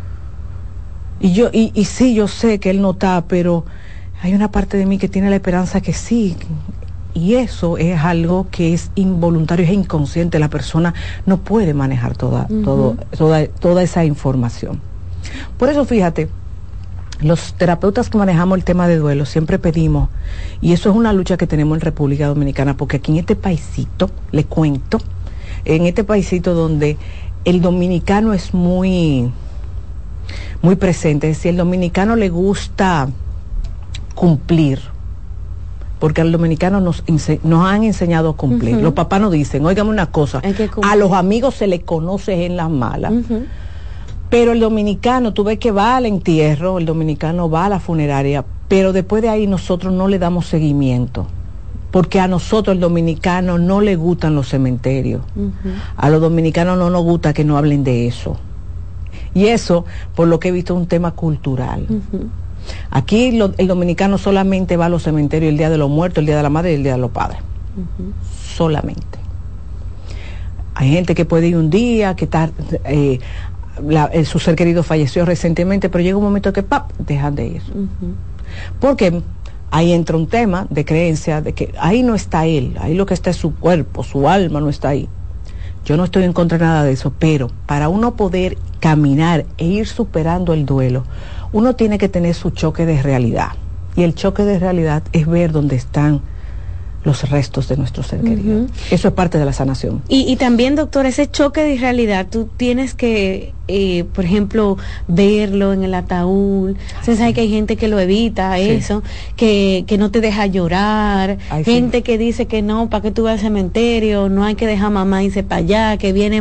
Y sí, yo sé que él no está, pero hay una parte de mí que tiene la esperanza que sí. Y eso es algo que es involuntario, es inconsciente. La persona no puede manejar toda esa información. Por eso, fíjate, los terapeutas que manejamos el tema de duelo siempre pedimos, y eso es una lucha que tenemos en República Dominicana, porque aquí en este paisito, le cuento, en este paisito donde el dominicano es muy presente, es decir, el dominicano le gusta cumplir, porque al dominicano nos han enseñado a cumplir. Los papás nos dicen, óigame una cosa, a los amigos se les conoce en las malas. Pero el dominicano, tú ves que va al entierro, el dominicano va a la funeraria, pero después de ahí nosotros no le damos seguimiento, porque a nosotros el dominicano no le gustan los cementerios. A los dominicanos no nos gusta que no hablen de eso. Y eso, por lo que he visto, es un tema cultural. Aquí el dominicano solamente va a los cementerios el día de los muertos, el día de la madre y el día de los padres. Solamente. Hay gente que puede ir un día, que está... su ser querido falleció recientemente, pero llega un momento que ¡pap!, dejan de ir. Porque ahí entra un tema de creencia, de que ahí no está él, ahí lo que está es su cuerpo, su alma no está ahí. Yo no estoy en contra de nada de eso, pero para uno poder caminar e ir superando el duelo, uno tiene que tener su choque de realidad. Y el choque de realidad es ver dónde están los restos de nuestro ser querido. Eso es parte de la sanación. Y también, doctor, ese choque de realidad, tú tienes que, por ejemplo, verlo en el ataúd. Se sabe que hay gente que lo evita, eso, que no te deja llorar, gente que dice que no, para que tú vas al cementerio, no hay que dejar mamá irse para allá, que viene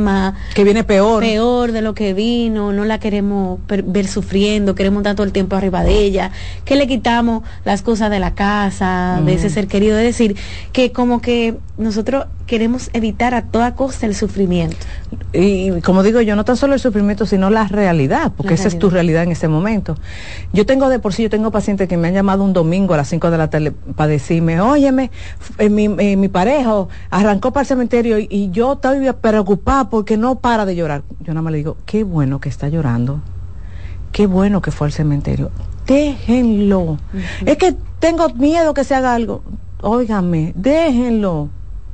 peor de lo que vino, no la queremos ver sufriendo, queremos estar todo el tiempo arriba de ella, que le quitamos las cosas de la casa, de ese ser querido. Es decir, que como que nosotros queremos evitar a toda costa el sufrimiento. Y como digo yo, no tan solo el sufrimiento, sino la realidad, porque esa es tu realidad en ese momento. Yo tengo pacientes que me han llamado un domingo a las 5 de la tarde para decirme, óyeme, mi pareja arrancó para el cementerio y yo estoy preocupada porque no para de llorar. Yo nada más le digo, qué bueno que está llorando, qué bueno que fue al cementerio, déjenlo. Es que tengo miedo que se haga algo. Óigame, déjenlo.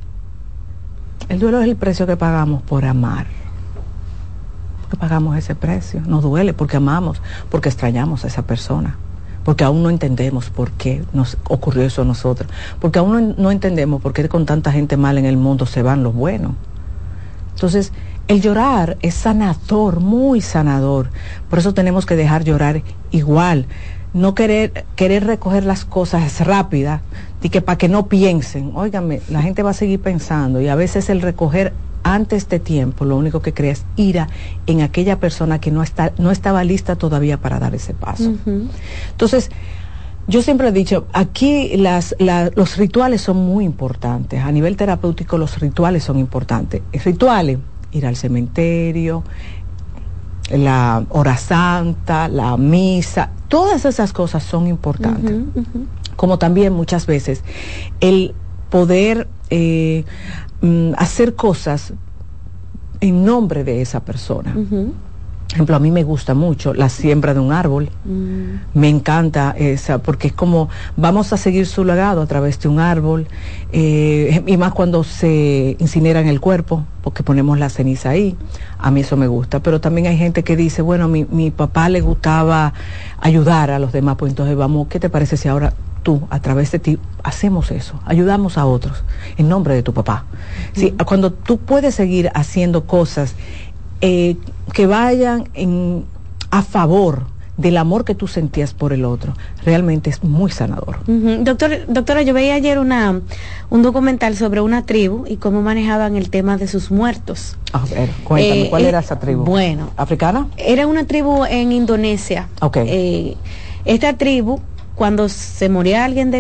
El duelo es el precio que pagamos por amar. Porque pagamos ese precio. Nos duele porque amamos, porque extrañamos a esa persona, porque aún no entendemos por qué nos ocurrió eso a nosotros, porque aún no entendemos por qué con tanta gente mala en el mundo se van los buenos. Entonces, el llorar es sanador, muy sanador. Por eso tenemos que dejar llorar igual. No querer recoger las cosas rápidas y que para que no piensen. Óigame, la gente va a seguir pensando, y a veces el recoger antes de tiempo lo único que crea es ira en aquella persona que no estaba lista todavía para dar ese paso. Entonces, yo siempre he dicho, aquí los rituales son muy importantes. A nivel terapéutico los rituales son importantes. Rituales, ir al cementerio, la hora santa, la misa, todas esas cosas son importantes. Como también muchas veces el poder hacer cosas en nombre de esa persona. Por ejemplo, a mí me gusta mucho la siembra de un árbol. Me encanta esa, porque es como vamos a seguir su legado a través de un árbol, y más cuando se incinera en el cuerpo, porque ponemos la ceniza ahí. A mí eso me gusta. Pero también hay gente que dice, bueno, mi papá le gustaba ayudar a los demás, pues entonces vamos, ¿qué te parece si ahora tú, a través de ti, hacemos eso, ayudamos a otros en nombre de tu papá? Sí, cuando tú puedes seguir haciendo cosas que vayan a favor del amor que tú sentías por el otro, realmente es muy sanador. Doctora, yo veía ayer un documental sobre una tribu y cómo manejaban el tema de sus muertos. A ver, cuéntame, ¿cuál era esa tribu? Bueno, ¿africana? Era una tribu en Indonesia. Esta tribu, cuando se moría alguien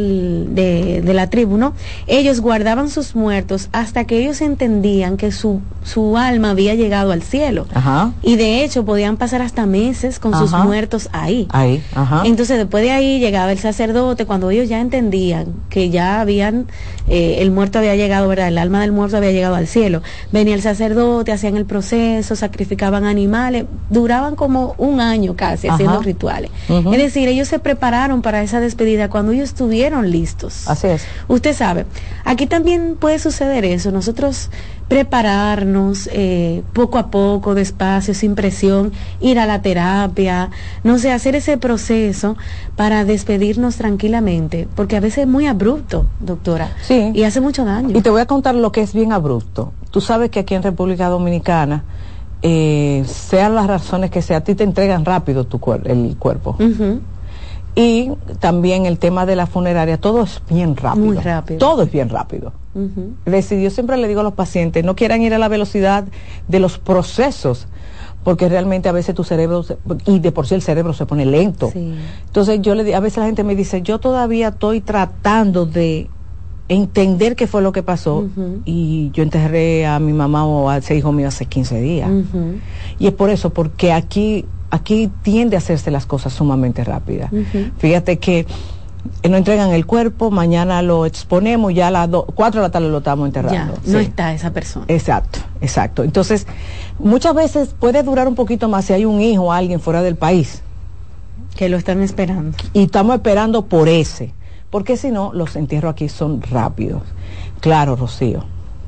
de la tribu, ¿no? Ellos guardaban sus muertos hasta que ellos entendían que su alma había llegado al cielo. Y de hecho podían pasar hasta meses con sus muertos ahí. Entonces después de ahí llegaba el sacerdote, cuando ellos ya entendían que ya habían, el muerto había llegado, ¿verdad? El alma del muerto había llegado al cielo. Venía el sacerdote, hacían el proceso, sacrificaban animales, duraban como un año casi haciendo rituales. Es decir, ellos se prepararon para esa despedida cuando ellos estuvieron listos. Así es. Usted sabe, aquí también puede suceder eso, nosotros prepararnos poco a poco, despacio, sin presión, ir a la terapia, no sé, hacer ese proceso para despedirnos tranquilamente, porque a veces es muy abrupto, doctora, y hace mucho daño. Y te voy a contar lo que es bien abrupto. Tú sabes que aquí en República Dominicana, sean las razones que sea, a ti te entregan rápido el cuerpo. Y también el tema de la funeraria, todo es bien rápido. Muy rápido. Todo es bien rápido. Es decir, yo siempre le digo a los pacientes, no quieran ir a la velocidad de los procesos, porque realmente a veces tu cerebro, y de por sí el cerebro se pone lento. Sí. Entonces a veces la gente me dice, yo todavía estoy tratando de entender qué fue lo que pasó, y yo enterré a mi mamá o a ese hijo mío hace 15 días. Y es por eso, porque aquí tiende a hacerse las cosas sumamente rápidas. Fíjate que no entregan el cuerpo, mañana lo exponemos, ya a las 4 de la tarde lo estamos enterrando. Ya, no está esa persona. Exacto. Entonces, muchas veces puede durar un poquito más si hay un hijo o alguien fuera del país. Que lo están esperando. Y estamos esperando por ese, porque si no, los entierros aquí son rápidos. Claro, Rocío.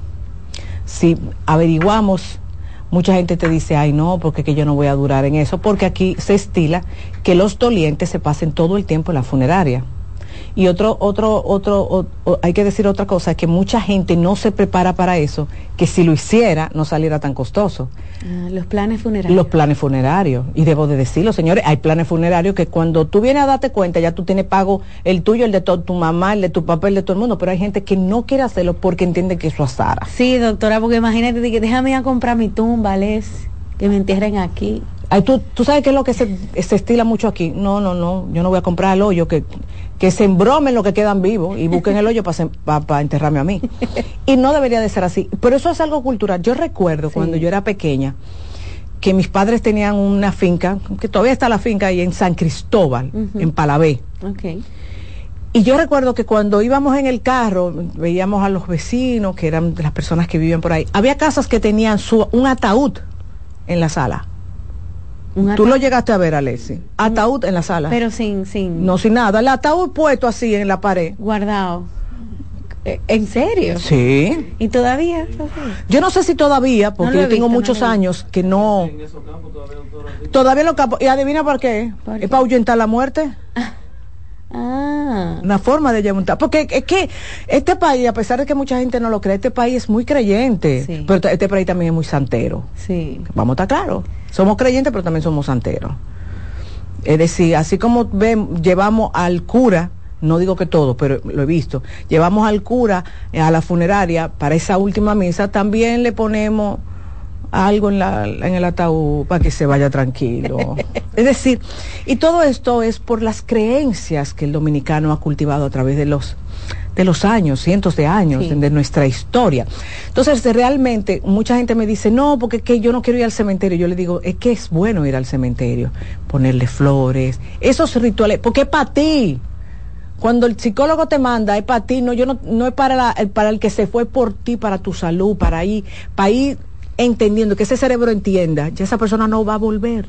Si averiguamos, mucha gente te dice, ay no, porque que yo no voy a durar en eso, porque aquí se estila que los dolientes se pasen todo el tiempo en la funeraria. Y hay que decir otra cosa, que mucha gente no se prepara para eso, que si lo hiciera no saliera tan costoso. Los planes funerarios. Los planes funerarios, y debo de decirlo, señores, hay planes funerarios que cuando tú vienes a darte cuenta, ya tú tienes pago el tuyo, el de tu mamá, el de tu papá, el de todo el mundo, pero hay gente que no quiere hacerlo porque entiende que eso azara. Sí, doctora, porque imagínate que déjame ir a comprar mi tumba, que me entierren aquí. Ay, tú sabes qué es lo que se estila mucho aquí. No, yo no voy a comprar el hoyo, que se embromen los que quedan vivos y busquen el hoyo para enterrarme a mí. Y no debería de ser así. Pero eso es algo cultural. Yo recuerdo cuando yo era pequeña que mis padres tenían una finca, que todavía está la finca ahí en San Cristóbal, en Palabé. Okay. Y yo recuerdo que cuando íbamos en el carro, veíamos a los vecinos, que eran las personas que vivían por ahí. Había casas que tenían un ataúd en la sala. Tú lo llegaste a ver, Alexi. Ataúd en la sala. Pero sin no, sin nada. El ataúd puesto así en la pared. Guardado. ¿En serio? Sí. ¿Y todavía? Yo no sé si todavía, porque yo tengo muchos años que no. Todavía los campos. ¿Y adivina por qué? ¿Es para ahuyentar la muerte? Una forma de ahuyentar. Porque es que este país, a pesar de que mucha gente no lo cree, este país es muy creyente. Sí. Pero este país también es muy santero. Sí. Vamos a estar claros. Somos creyentes, pero también somos santeros. Es decir, así como llevamos al cura, no digo que todo, pero lo he visto, llevamos al cura a la funeraria para esa última misa, también le ponemos algo en el ataúd para que se vaya tranquilo. Es decir, y todo esto es por las creencias que el dominicano ha cultivado a través de los años, cientos de años, sí, de nuestra historia. Entonces, realmente, mucha gente me dice, no, porque es que yo no quiero ir al cementerio. Yo le digo, es que es bueno ir al cementerio, ponerle flores, esos rituales, porque es para ti. Cuando el psicólogo te manda, es para ti, no es para el que se fue por ti, para tu salud, para ir entendiendo, que ese cerebro entienda, ya esa persona no va a volver.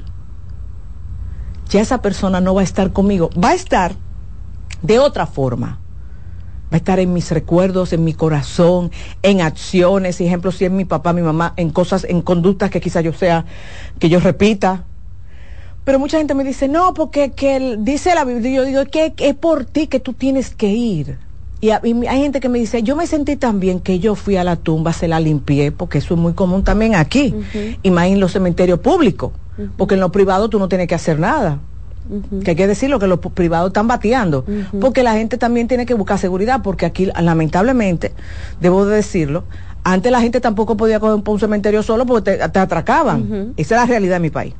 Ya esa persona no va a estar conmigo, va a estar de otra forma. Va a estar en mis recuerdos, en mi corazón, en acciones, ejemplo, si es mi papá, mi mamá, en cosas, en conductas que quizá que yo repita. Pero mucha gente me dice, no, porque dice la Biblia, yo digo, que es por ti que tú tienes que ir. Y hay gente que me dice, yo me sentí tan bien que yo fui a la tumba, se la limpié, porque eso es muy común también aquí, y más en los cementerios públicos, porque en los privados tú no tienes que hacer nada. Que hay que decirlo, que los privados están bateando, porque la gente también tiene que buscar seguridad, porque aquí lamentablemente, debo de decirlo, antes la gente tampoco podía coger un cementerio solo porque te atracaban. Esa es la realidad de mi país.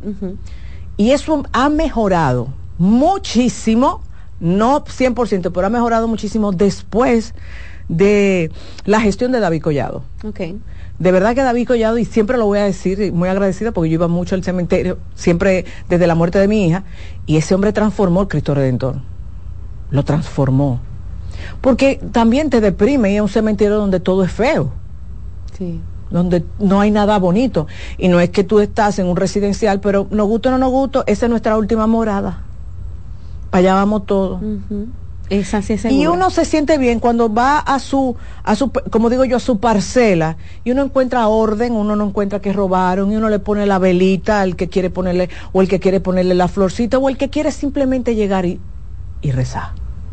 Y eso ha mejorado muchísimo, no 100%, pero ha mejorado muchísimo después de la gestión de David Collado. De verdad que David Collado, y siempre lo voy a decir, muy agradecida porque yo iba mucho al cementerio, siempre desde la muerte de mi hija, y ese hombre transformó el Cristo Redentor. Lo transformó. Porque también te deprime ir a un cementerio donde todo es feo. Sí. Donde no hay nada bonito. Y no es que tú estás en un residencial, pero nos gusta o no nos gusta, esa es nuestra última morada. Para allá vamos todos. Esa sí es segura. Y uno se siente bien cuando va a su, como digo yo, a su parcela, y uno encuentra orden, uno no encuentra que robaron, y uno le pone la velita al que quiere ponerle, o el que quiere ponerle la florcita, o el que quiere simplemente llegar y rezar.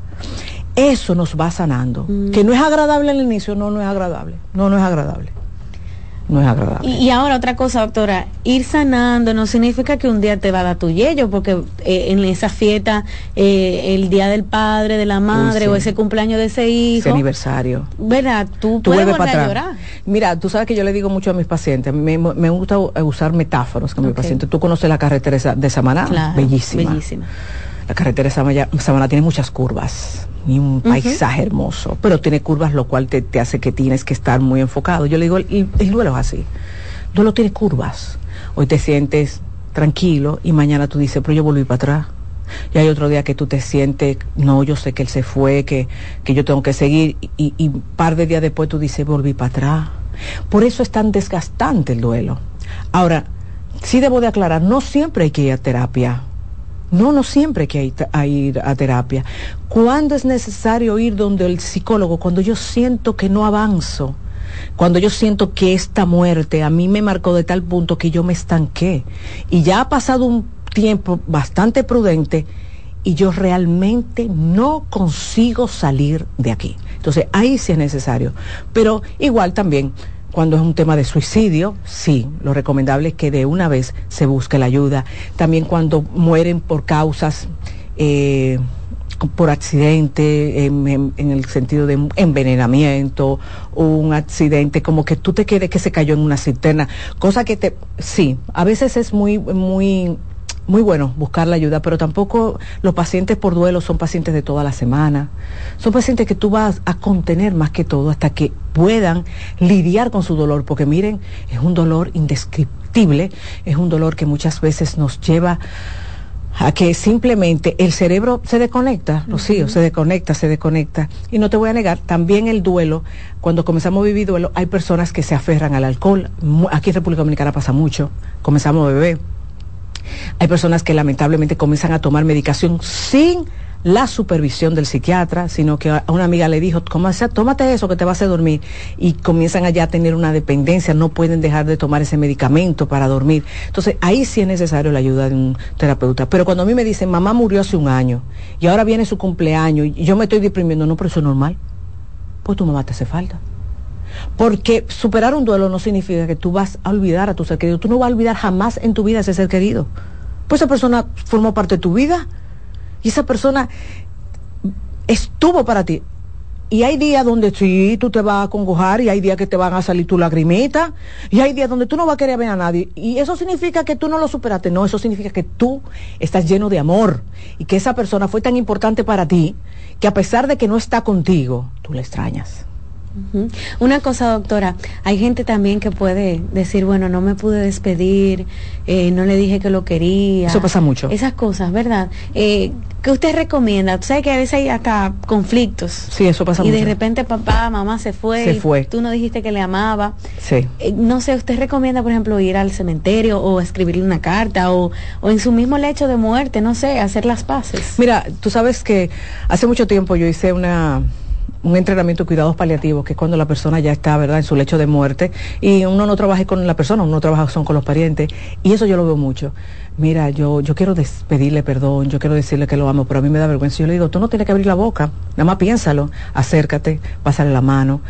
Eso nos va sanando. Que no es agradable al inicio, no es agradable. No es agradable. no es agradable. Y ahora otra cosa, doctora, ir sanando no significa que un día te va a dar tu yello, porque en esa fiesta, el día del padre, de la madre, o ese cumpleaños de ese hijo, ese aniversario, ¿verdad? Tú puedes volver a llorar. Mira, tú sabes que yo le digo mucho a mis pacientes, me gusta usar metáforas con mis pacientes. Tú conoces la carretera de Samaná, claro, bellísima. La carretera de Samaná tiene muchas curvas y un paisaje hermoso, pero tiene curvas, lo cual te hace que tienes que estar muy enfocado. Yo le digo, el duelo es así. El duelo tiene curvas. Hoy te sientes tranquilo y mañana tú dices, pero yo volví para atrás. Y hay otro día que tú te sientes, no, yo sé que él se fue, que yo tengo que seguir, y un par de días después tú dices, volví para atrás. Por eso es tan desgastante el duelo. Ahora, sí debo de aclarar, no siempre hay que ir a terapia. No siempre hay que ir a terapia. ¿Cuándo es necesario ir donde el psicólogo? Cuando yo siento que no avanzo, cuando yo siento que esta muerte a mí me marcó de tal punto que yo me estanqué y ya ha pasado un tiempo bastante prudente y yo realmente no consigo salir de aquí. Entonces ahí sí es necesario. Pero igual también, cuando es un tema de suicidio, sí, lo recomendable es que de una vez se busque la ayuda. También cuando mueren por causas, por accidente, en el sentido de envenenamiento, un accidente, como que tú te quedes que se cayó en una cisterna, cosa que sí, a veces es muy bueno buscar la ayuda, pero tampoco los pacientes por duelo son pacientes de toda la semana. Son pacientes que tú vas a contener más que todo hasta que puedan lidiar con su dolor, porque miren, es un dolor indescriptible, es un dolor que muchas veces nos lleva a que simplemente el cerebro se desconecta, Rocío, se desconecta. Y no te voy a negar, también el duelo, cuando comenzamos a vivir duelo, hay personas que se aferran al alcohol. Aquí en República Dominicana pasa mucho, comenzamos a beber. Hay personas que lamentablemente comienzan a tomar medicación sin la supervisión del psiquiatra, sino que a una amiga le dijo, tómate eso que te va a hacer dormir, y comienzan allá a tener una dependencia, no pueden dejar de tomar ese medicamento para dormir. Entonces ahí sí es necesario la ayuda de un terapeuta. Pero cuando a mí me dicen, mamá murió hace un año y ahora viene su cumpleaños y yo me estoy deprimiendo, no, pero eso es normal, pues tu mamá te hace falta. Porque superar un duelo no significa que tú vas a olvidar a tu ser querido. Tú no vas a olvidar jamás en tu vida a ese ser querido. Pues esa persona formó parte de tu vida y esa persona estuvo para ti. Y hay días donde sí, tú te vas a acongojar, y hay días que te van a salir tu lagrimita, y hay días donde tú no vas a querer ver a nadie. Y eso significa que tú no lo superaste. No, eso significa que tú estás lleno de amor y que esa persona fue tan importante para ti que a pesar de que no está contigo, tú la extrañas. Una cosa, doctora, hay gente también que puede decir, bueno, no me pude despedir, no le dije que lo quería. Eso pasa mucho. Esas cosas, ¿verdad? ¿Qué usted recomienda? Tú sabes que a veces hay hasta conflictos. Sí, eso pasa mucho. Y de repente papá, mamá se fue. Tú no dijiste que le amaba. Sí. No sé, ¿usted recomienda, por ejemplo, ir al cementerio o escribirle una carta o en su mismo lecho de muerte, no sé, hacer las paces? Mira, tú sabes que hace mucho tiempo yo hice un entrenamiento de cuidados paliativos, que es cuando la persona ya está, ¿verdad?, en su lecho de muerte, y uno no trabaja con la persona, uno trabaja con los parientes, y eso yo lo veo mucho. Mira, yo quiero pedirle perdón, yo quiero decirle que lo amo, pero a mí me da vergüenza. Yo le digo, tú no tienes que abrir la boca, nada más piénsalo, acércate, pásale la mano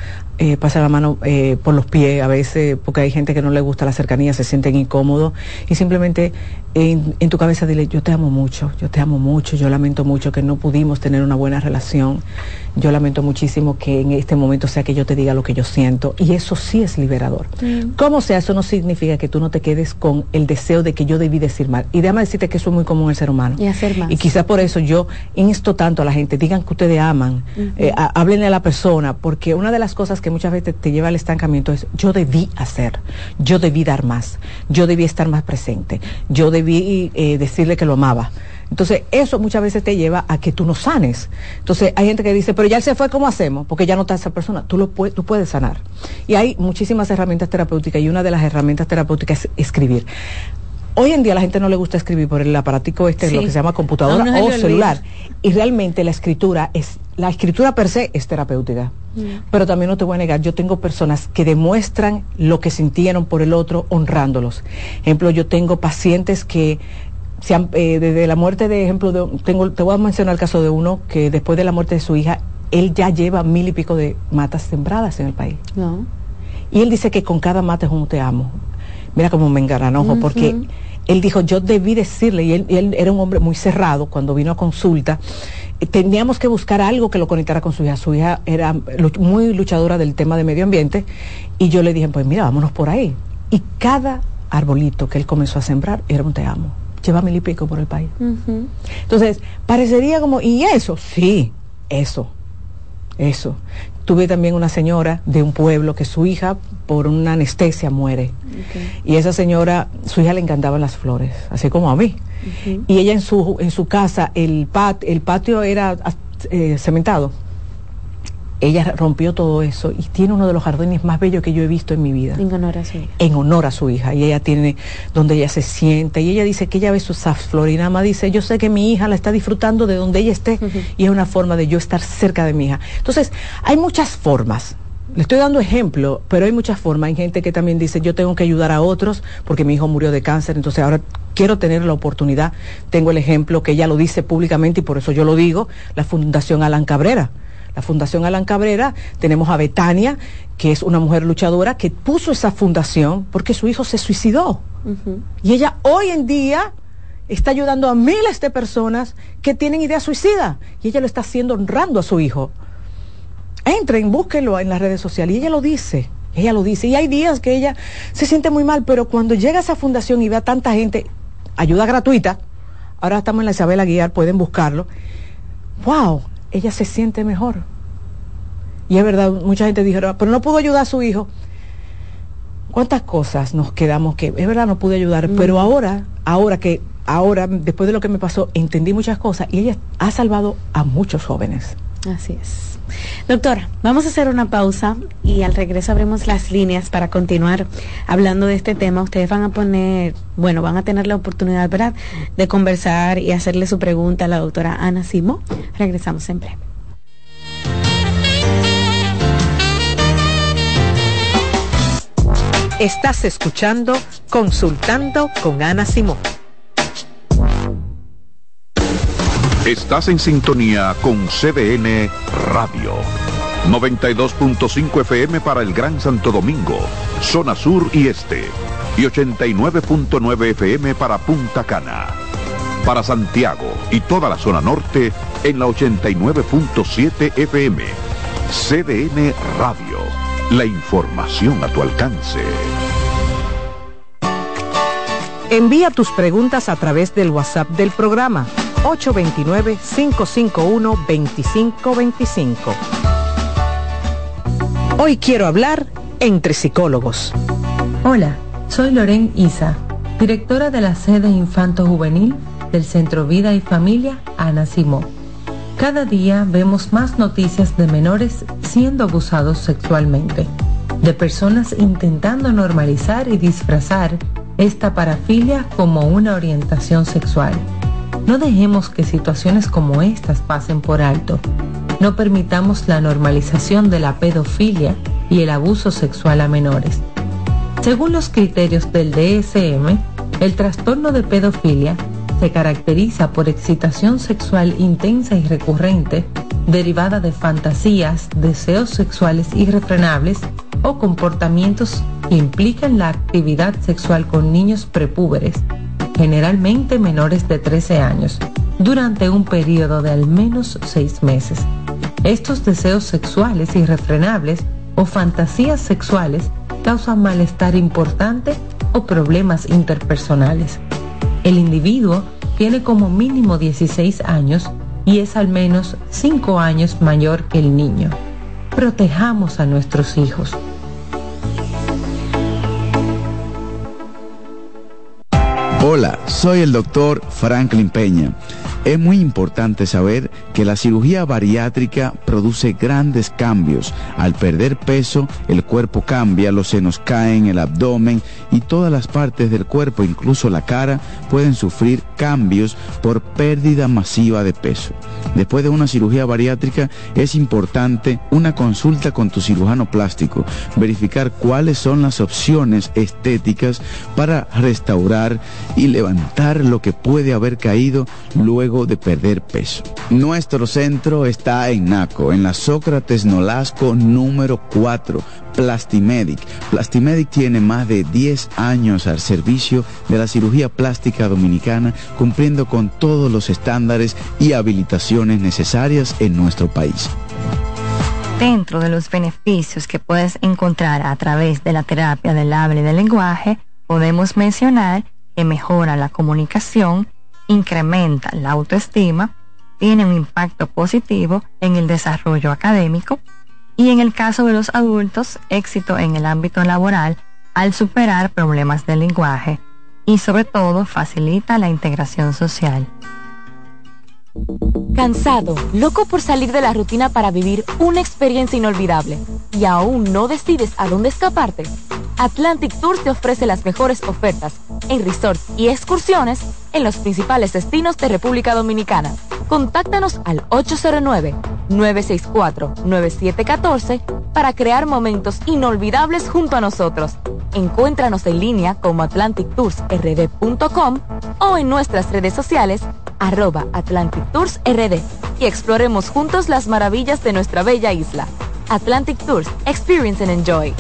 por los pies a veces, porque hay gente que no le gusta la cercanía, se sienten incómodos, y simplemente en tu cabeza dile, yo te amo mucho, yo lamento mucho que no pudimos tener una buena relación, yo lamento muchísimo que en este momento sea que yo te diga lo que yo siento, y eso sí es liberador. Como sea, eso no significa que tú no te quedes con el deseo de que yo debí decir mal, y déjame decirte que eso es muy común en el ser humano, y hacer más. Y quizás por eso yo insto tanto a la gente, digan que ustedes aman, háblenle a la persona, porque una de las cosas que muchas veces te lleva al estancamiento es, yo debí hacer, yo debí dar más, yo debí estar más presente, yo debí decirle que lo amaba. Entonces eso muchas veces te lleva a que tú no sanes. Entonces hay gente que dice, pero ya él se fue, ¿cómo hacemos? Porque ya no está esa persona. Tú puedes sanar. Y hay muchísimas herramientas terapéuticas, y una de las herramientas terapéuticas es escribir. Hoy en día a la gente no le gusta escribir por el aparatico lo que se llama computadora o celular. Y realmente la escritura per se es terapéutica. Pero también no te voy a negar, yo tengo personas que demuestran lo que sintieron por el otro honrándolos. Ejemplo, yo tengo pacientes que desde la muerte, de ejemplo, te voy a mencionar el caso de uno que después de la muerte de su hija, él ya lleva 1000 y pico de matas sembradas en el país. Y él dice que con cada mate es un te amo. Mira cómo me engaranojo, porque él dijo, yo debí decirle, y él era un hombre muy cerrado cuando vino a consulta, teníamos que buscar algo que lo conectara con su hija. Su hija era muy luchadora del tema de medio ambiente, y yo le dije, pues mira, vámonos por ahí. Y cada arbolito que él comenzó a sembrar era un te amo. Lleva 1,000 y pico por el país. Entonces, parecería como, ¿y eso? Sí, eso. Tuve también una señora de un pueblo que su hija por una anestesia muere. Y esa señora, su hija le encantaban las flores, así como a mí. Y ella en su casa, el patio era cementado. Ella rompió todo eso y tiene uno de los jardines más bellos que yo he visto en mi vida. En honor a su hija. En honor a su hija. Y ella tiene donde ella se sienta. Y ella dice que ella ve sus flores y nada más dice, yo sé que mi hija la está disfrutando de donde ella esté. Y es una forma de yo estar cerca de mi hija. Entonces, hay muchas formas. Le estoy dando ejemplo, pero hay muchas formas. Hay gente que también dice, yo tengo que ayudar a otros porque mi hijo murió de cáncer, entonces ahora quiero tener la oportunidad. Tengo el ejemplo que ella lo dice públicamente y por eso yo lo digo, la Fundación Alan Cabrera. La Fundación Alan Cabrera, tenemos a Betania, que es una mujer luchadora, que puso esa fundación porque su hijo se suicidó. Y ella hoy en día está ayudando a miles de personas que tienen ideas suicidas. Y ella lo está haciendo honrando a su hijo. Entren, búsquenlo en las redes sociales. Y ella lo dice. Y hay días que ella se siente muy mal, pero cuando llega a esa fundación y ve a tanta gente, ayuda gratuita, ahora estamos en la Isabel Aguiar, pueden buscarlo. ¡Wow! Ella se siente mejor. Y es verdad, mucha gente dijo, pero no pudo ayudar a su hijo. ¿Cuántas cosas nos quedamos que, es verdad, no pude ayudar, pero ahora, después de lo que me pasó, entendí muchas cosas y ella ha salvado a muchos jóvenes. Así es. Doctora, vamos a hacer una pausa y al regreso abrimos las líneas para continuar hablando de este tema. Ustedes van a tener la oportunidad, ¿verdad?, de conversar y hacerle su pregunta a la doctora Ana Simó. Regresamos en breve. Estás escuchando Consultando con Ana Simó. Estás en sintonía con CDN Radio. 92.5 FM para el Gran Santo Domingo, zona sur y este. Y 89.9 FM para Punta Cana. Para Santiago y toda la zona norte en la 89.7 FM. CDN Radio. La información a tu alcance. Envía tus preguntas a través del WhatsApp del programa 829-551-2525. Hoy quiero hablar entre psicólogos. Hola, soy Loren Isa, directora de la sede Infanto Juvenil del Centro Vida y Familia Ana Simó. Cada día vemos más noticias de menores siendo abusados sexualmente, de personas intentando normalizar y disfrazar esta parafilia como una orientación sexual. No dejemos que situaciones como estas pasen por alto. No permitamos la normalización de la pedofilia y el abuso sexual a menores. Según los criterios del DSM, el trastorno de pedofilia se caracteriza por excitación sexual intensa y recurrente, derivada de fantasías, deseos sexuales irrefrenables o comportamientos que implican la actividad sexual con niños prepúberes, generalmente menores de 13 años, durante un periodo de al menos 6 meses. Estos deseos sexuales irrefrenables o fantasías sexuales causan malestar importante o problemas interpersonales. El individuo tiene como mínimo 16 años y es al menos 5 años mayor que el niño. Protejamos a nuestros hijos. Hola, soy el doctor Franklin Peña. Es muy importante saber que la cirugía bariátrica produce grandes cambios. Al perder peso, el cuerpo cambia, los senos caen, el abdomen y todas las partes del cuerpo, incluso la cara, pueden sufrir cambios por pérdida masiva de peso. Después de una cirugía bariátrica es importante una consulta con tu cirujano plástico, verificar cuáles son las opciones estéticas para restaurar y levantar lo que puede haber caído luego de perder peso. No Nuestro centro está en Naco, en la Sócrates Nolasco número 4, Plastimedic. Plastimedic tiene más de 10 años al servicio de la cirugía plástica dominicana, cumpliendo con todos los estándares y habilitaciones necesarias en nuestro país. Dentro de los beneficios que puedes encontrar a través de la terapia del habla y del lenguaje, podemos mencionar que mejora la comunicación, incrementa la autoestima, tiene un impacto positivo en el desarrollo académico y en el caso de los adultos, éxito en el ámbito laboral al superar problemas del lenguaje y sobre todo facilita la integración social. ¿Cansado, loco por salir de la rutina para vivir una experiencia inolvidable y aún no decides a dónde escaparte? Atlantic Tours te ofrece las mejores ofertas en resorts y excursiones en los principales destinos de República Dominicana. Contáctanos al 809-964-9714 para crear momentos inolvidables junto a nosotros. Encuéntranos en línea como atlantictoursrd.com o en nuestras redes sociales @AtlanticToursRD y exploremos juntos las maravillas de nuestra bella isla. Atlantic Tours, experience and enjoy.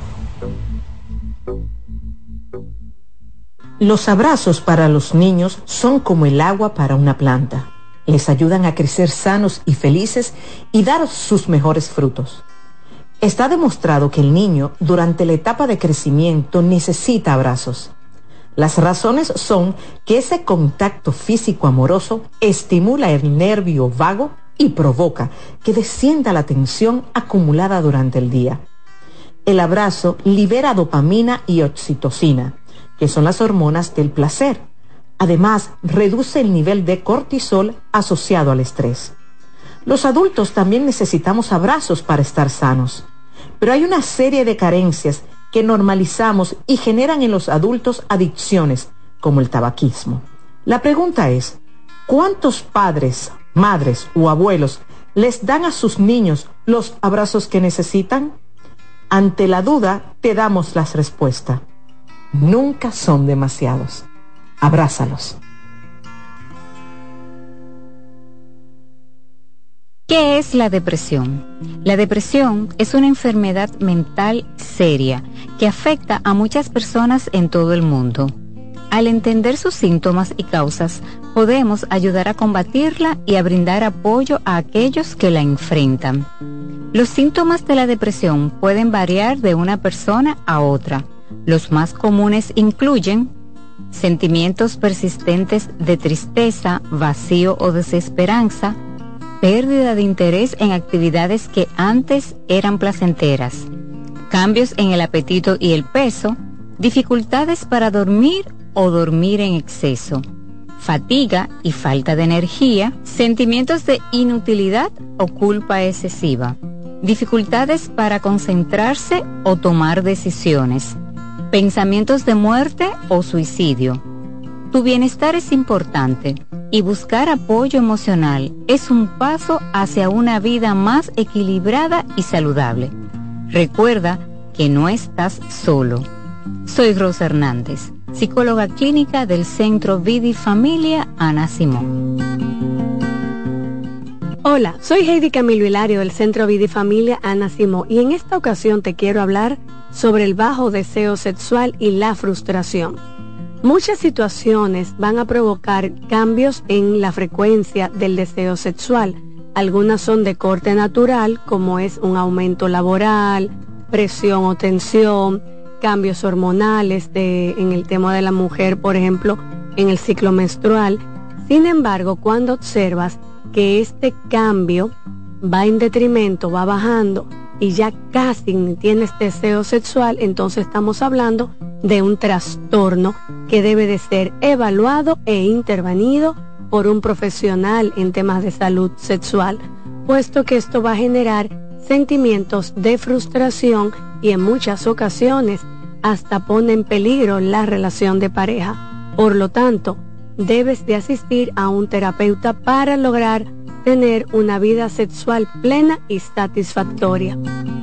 Los abrazos para los niños son como el agua para una planta. Les ayudan a crecer sanos y felices y dar sus mejores frutos. Está demostrado que el niño, durante la etapa de crecimiento, necesita abrazos. Las razones son que ese contacto físico amoroso estimula el nervio vago y provoca que descienda la tensión acumulada durante el día. El abrazo libera dopamina y oxitocina, que son las hormonas del placer. Además, reduce el nivel de cortisol asociado al estrés. Los adultos también necesitamos abrazos para estar sanos, pero hay una serie de carencias que normalizamos y generan en los adultos adicciones, como el tabaquismo. La pregunta es, ¿cuántos padres, madres o abuelos les dan a sus niños los abrazos que necesitan? Ante la duda, te damos la respuesta. Nunca son demasiados. Abrázalos. ¿Qué es la depresión? La depresión es una enfermedad mental seria que afecta a muchas personas en todo el mundo. Al entender sus síntomas y causas, podemos ayudar a combatirla y a brindar apoyo a aquellos que la enfrentan. Los síntomas de la depresión pueden variar de una persona a otra. Los más comunes incluyen sentimientos persistentes de tristeza, vacío o desesperanza, pérdida de interés en actividades que antes eran placenteras, cambios en el apetito y el peso, dificultades para dormir o dormir en exceso, fatiga y falta de energía, sentimientos de inutilidad o culpa excesiva, dificultades para concentrarse o tomar decisiones, pensamientos de muerte o suicidio. Tu bienestar es importante y buscar apoyo emocional es un paso hacia una vida más equilibrada y saludable. Recuerda que no estás solo. Soy Rosa Hernández, psicóloga clínica del Centro Vida y Familia Ana Simón. Hola, soy Heidi Camilo Hilario del Centro Vida y Familia Ana Simón y en esta ocasión te quiero hablar sobre el bajo deseo sexual y la frustración. Muchas situaciones van a provocar cambios en la frecuencia del deseo sexual. Algunas son de corte natural, como es un aumento laboral, presión o tensión, cambios hormonales en el tema de la mujer, por ejemplo, en el ciclo menstrual. Sin embargo, cuando observas que este cambio va en detrimento, va bajando y ya casi ni tienes deseo sexual, entonces estamos hablando de un trastorno que debe de ser evaluado e intervenido por un profesional en temas de salud sexual, puesto que esto va a generar sentimientos de frustración y en muchas ocasiones hasta pone en peligro la relación de pareja. Por lo tanto, debes de asistir a un terapeuta para lograr tener una vida sexual plena y satisfactoria.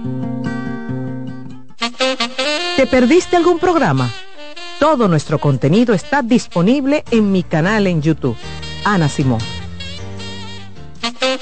¿Te perdiste algún programa? Todo nuestro contenido está disponible en mi canal en YouTube, Ana Simón.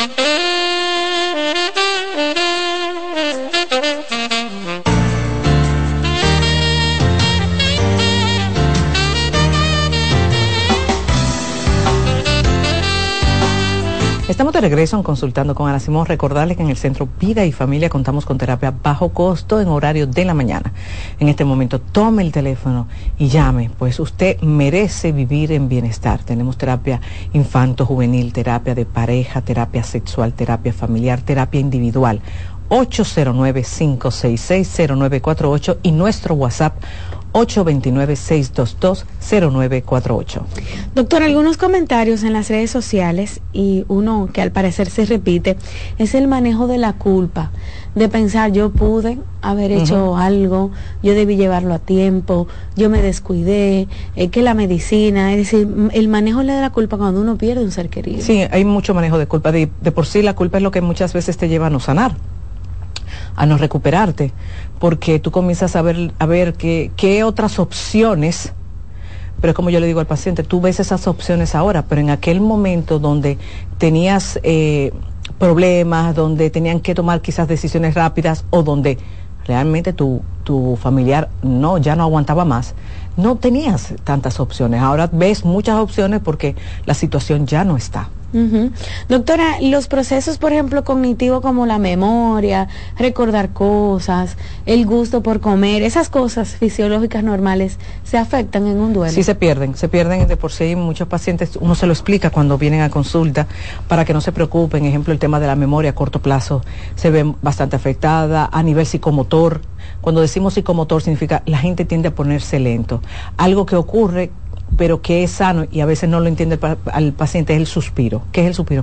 Estamos de regreso en Consultando con Ana Simón. Recordarles que en el Centro Vida y Familia contamos con terapia bajo costo en horario de la mañana. En este momento tome el teléfono y llame, pues usted merece vivir en bienestar. Tenemos terapia infanto-juvenil, terapia de pareja, terapia sexual, terapia familiar, terapia individual. 809-566-0948 y nuestro WhatsApp 829-622-0948. Doctor, algunos comentarios en las redes sociales, y uno que al parecer se repite, es el manejo de la culpa, de pensar yo pude haber hecho algo, yo debí llevarlo a tiempo, yo me descuidé, que la medicina, es decir, el manejo de la culpa cuando uno pierde un ser querido. Sí, hay mucho manejo de culpa, de por sí la culpa es lo que muchas veces te lleva a no sanar, a no recuperarte, porque tú comienzas a ver qué otras opciones, pero como yo le digo al paciente, tú ves esas opciones ahora, pero en aquel momento donde tenías problemas, donde tenían que tomar quizás decisiones rápidas o donde realmente tu familiar ya no aguantaba más, no tenías tantas opciones. Ahora ves muchas opciones porque la situación ya no está. Doctora, los procesos, por ejemplo, cognitivos como la memoria, recordar cosas, el gusto por comer, esas cosas fisiológicas normales, ¿se afectan en un duelo? Sí, se pierden de por sí. Muchos pacientes, uno se lo explica cuando vienen a consulta para que no se preocupen. Ejemplo, el tema de la memoria a corto plazo se ve bastante afectada. A nivel psicomotor, cuando decimos psicomotor significa la gente tiende a ponerse lento. Algo que ocurre pero que es sano y a veces no lo entiende al paciente, es el suspiro. ¿Qué es el suspiro?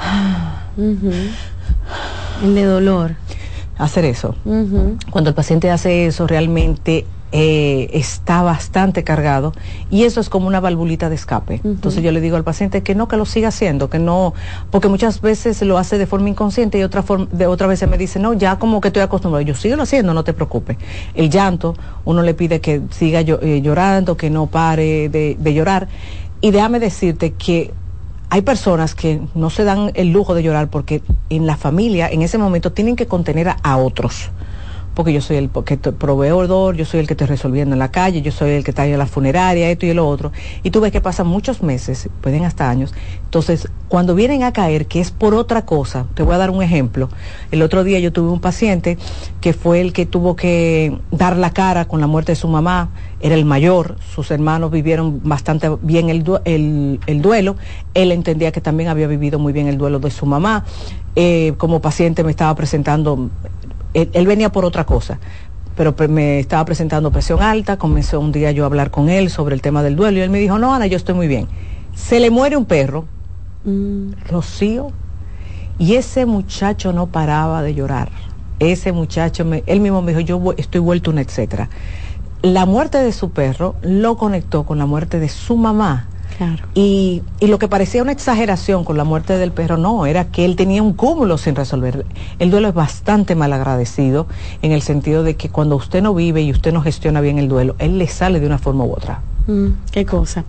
El de dolor. Hacer eso. Cuando el paciente hace eso, realmente está bastante cargado y eso es como una valvulita de escape. Entonces yo le digo al paciente que no, que lo siga haciendo, que no, porque muchas veces lo hace de forma inconsciente y otra vez me dice, no, ya como que estoy acostumbrado. Yo síguelo haciendo, no te preocupes. El llanto, uno le pide que siga llorando, que no pare de llorar. Y déjame decirte que hay personas que no se dan el lujo de llorar porque en la familia, en ese momento, tienen que contener a otros. Porque yo soy el proveedor, yo soy el que estoy resolviendo en la calle, yo soy el que está en la funeraria, esto y lo otro. Y tú ves que pasan muchos meses, pueden hasta años. Entonces, cuando vienen a caer, que es por otra cosa, te voy a dar un ejemplo. El otro día yo tuve un paciente que fue el que tuvo que dar la cara con la muerte de su mamá, era el mayor, sus hermanos vivieron bastante bien el duelo, él entendía que también había vivido muy bien el duelo de su mamá. Como paciente me estaba presentando... Él venía por otra cosa, pero me estaba presentando presión alta. Comenzó un día yo a hablar con él sobre el tema del duelo y él me dijo, no, Ana, yo estoy muy bien. Se le muere un perro, Rocío, y ese muchacho no paraba de llorar. Ese muchacho, él mismo me dijo, yo estoy vuelto una etcétera. La muerte de su perro lo conectó con la muerte de su mamá. Claro. Y lo que parecía una exageración con la muerte del perro, no, era que él tenía un cúmulo sin resolver. El duelo es bastante malagradecido en el sentido de que cuando usted no vive y usted no gestiona bien el duelo, él le sale de una forma u otra. Qué cosa.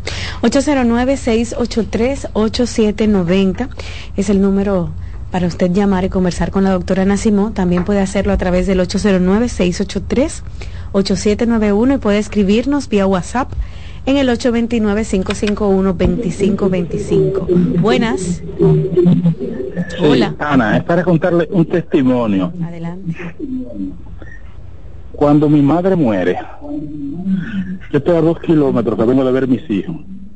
809-683-8790 es el número para usted llamar y conversar con la doctora Ana Simón. También puede hacerlo a través del 809-683-8791 y puede escribirnos vía WhatsApp en el 829-551-2525. Buenas. Sí, hola. Ana, es para contarle un testimonio. Adelante. Cuando mi madre muere, yo estoy a 2 kilómetros que vengo de ver mis hijos.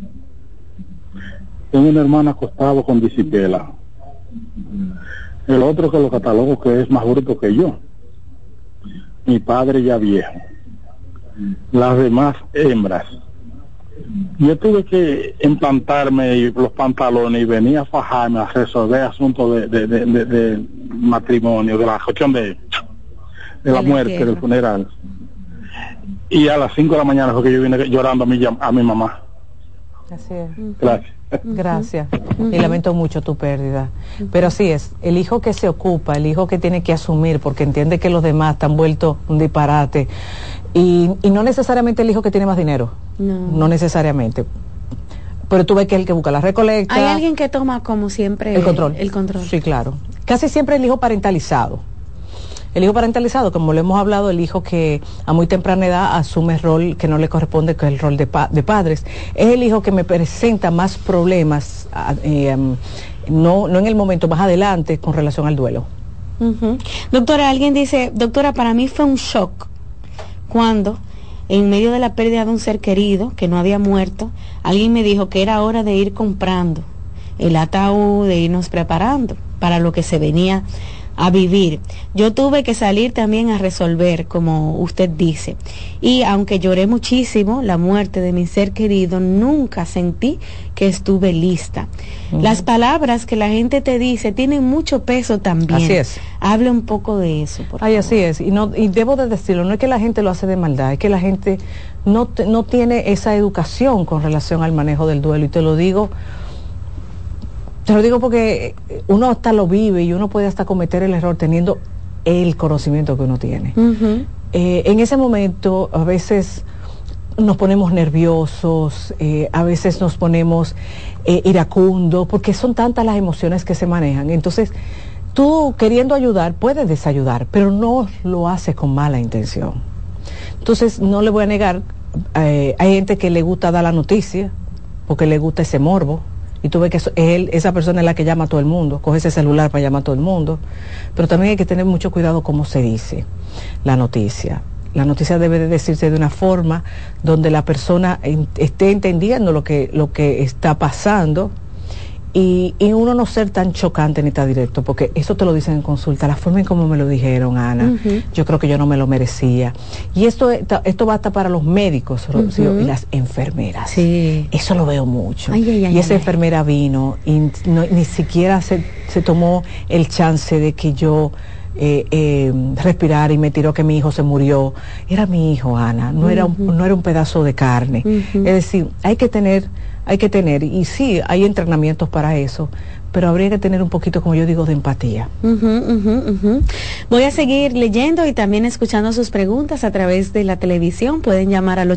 Tengo un hermano acostado con disipela. El otro que lo catalogo que es más bruto que yo. Mi padre ya viejo. Las demás hembras. Yo tuve que emplantarme los pantalones y venía a fajarme a resolver asuntos de matrimonio, de la cuestión de la muerte, del funeral. Y a las 5 de la mañana fue que yo vine llorando a mi mamá. Así es. Gracias. Gracias. Y lamento mucho tu pérdida. Pero así es, el hijo que se ocupa, el hijo que tiene que asumir, porque entiende que los demás están vueltos un disparate. Y no necesariamente el hijo que tiene más dinero. No necesariamente. Pero tú ves que es el que busca la recolecta. Hay alguien que toma como siempre el control. Sí, claro. Casi siempre el hijo parentalizado. El hijo parentalizado, como lo hemos hablado, el hijo que a muy temprana edad asume el rol que no le corresponde, que es el rol de padres, es el hijo que me presenta más problemas no en el momento, más adelante con relación al duelo. Doctora, alguien dice, doctora, para mí fue un shock cuando en medio de la pérdida de un ser querido que no había muerto, alguien me dijo que era hora de ir comprando el ataúd, de irnos preparando para lo que se venía a vivir. Yo tuve que salir también a resolver, como usted dice, y aunque lloré muchísimo la muerte de mi ser querido, nunca sentí que estuve lista. Las palabras que la gente te dice tienen mucho peso también. Así es. Hable un poco de eso, por favor. Así es, y debo de decirlo, no es que la gente lo hace de maldad, es que la gente no tiene esa educación con relación al manejo del duelo, y te lo digo porque uno hasta lo vive y uno puede hasta cometer el error teniendo el conocimiento que uno tiene. En ese momento a veces nos ponemos nerviosos, a veces nos ponemos iracundos, porque son tantas las emociones que se manejan. Entonces, tú queriendo ayudar, puedes desayudar, pero no lo haces con mala intención. Entonces, no le voy a negar, hay gente que le gusta dar la noticia, porque le gusta ese morbo. Y tú ves que esa persona es la que llama a todo el mundo, coge ese celular para llamar a todo el mundo. Pero también hay que tener mucho cuidado cómo se dice la noticia. La noticia debe de decirse de una forma donde la persona esté entendiendo lo que está pasando, y uno no ser tan chocante ni tan directo, porque eso te lo dicen en consulta, la forma en cómo me lo dijeron, Ana, yo creo que yo no me lo merecía. Y esto va hasta para los médicos, Rocío, y las enfermeras. Sí. Eso lo veo mucho. Y esa enfermera vino y ni siquiera se tomó el chance de que yo respirar, y me tiró que mi hijo se murió. Era mi hijo, Ana, no era un pedazo de carne. Es decir, hay que tener, y sí, hay entrenamientos para eso, pero habría que tener un poquito, como yo digo, de empatía. Voy a seguir leyendo y también escuchando sus preguntas a través de la televisión. Pueden llamar al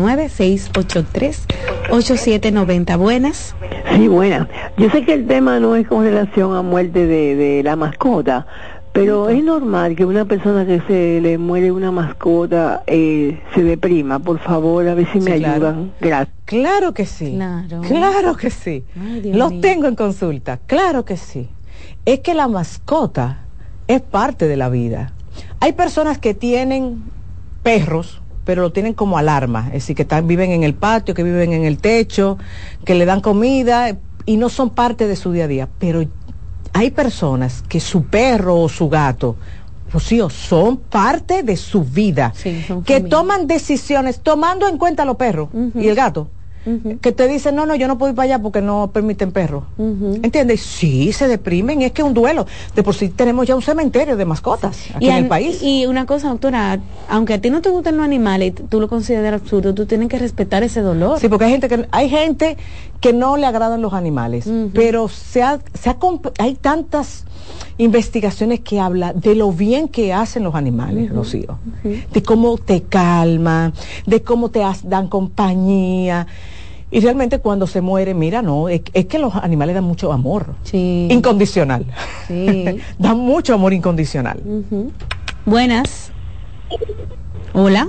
809-683-8790. Buenas. Sí, buenas. Yo sé que el tema no es con relación a muerte de la mascota, pero es normal que una persona que se le muere una mascota se deprima. Por favor, a ver si me ayudan. Gracias. Claro que sí. Claro que sí. Los tengo en consulta. Claro que sí. Es que la mascota es parte de la vida. Hay personas que tienen perros, pero lo tienen como alarma, es decir, que viven en el patio, que viven en el techo, que le dan comida y no son parte de su día a día. Pero hay personas que su perro o su gato, Rocío, son parte de su vida, que toman decisiones tomando en cuenta los perros y el gato, que te dicen, no, yo no puedo ir para allá porque no permiten perros. ¿Entiendes? Sí, se deprimen, es que es un duelo. De por sí tenemos ya un cementerio de mascotas aquí en el país. Y una cosa, doctora, aunque a ti no te gustan los animales, tú lo consideras absurdo, tú tienes que respetar ese dolor. Sí, porque hay gente que no le agradan los animales, pero hay tantas investigaciones que hablan de lo bien que hacen los animales, Rocío, de cómo te calman, de cómo te dan compañía. Y realmente cuando se muere, mira, no, es que los animales dan mucho amor incondicional. Dan mucho amor incondicional. Buenas. Hola.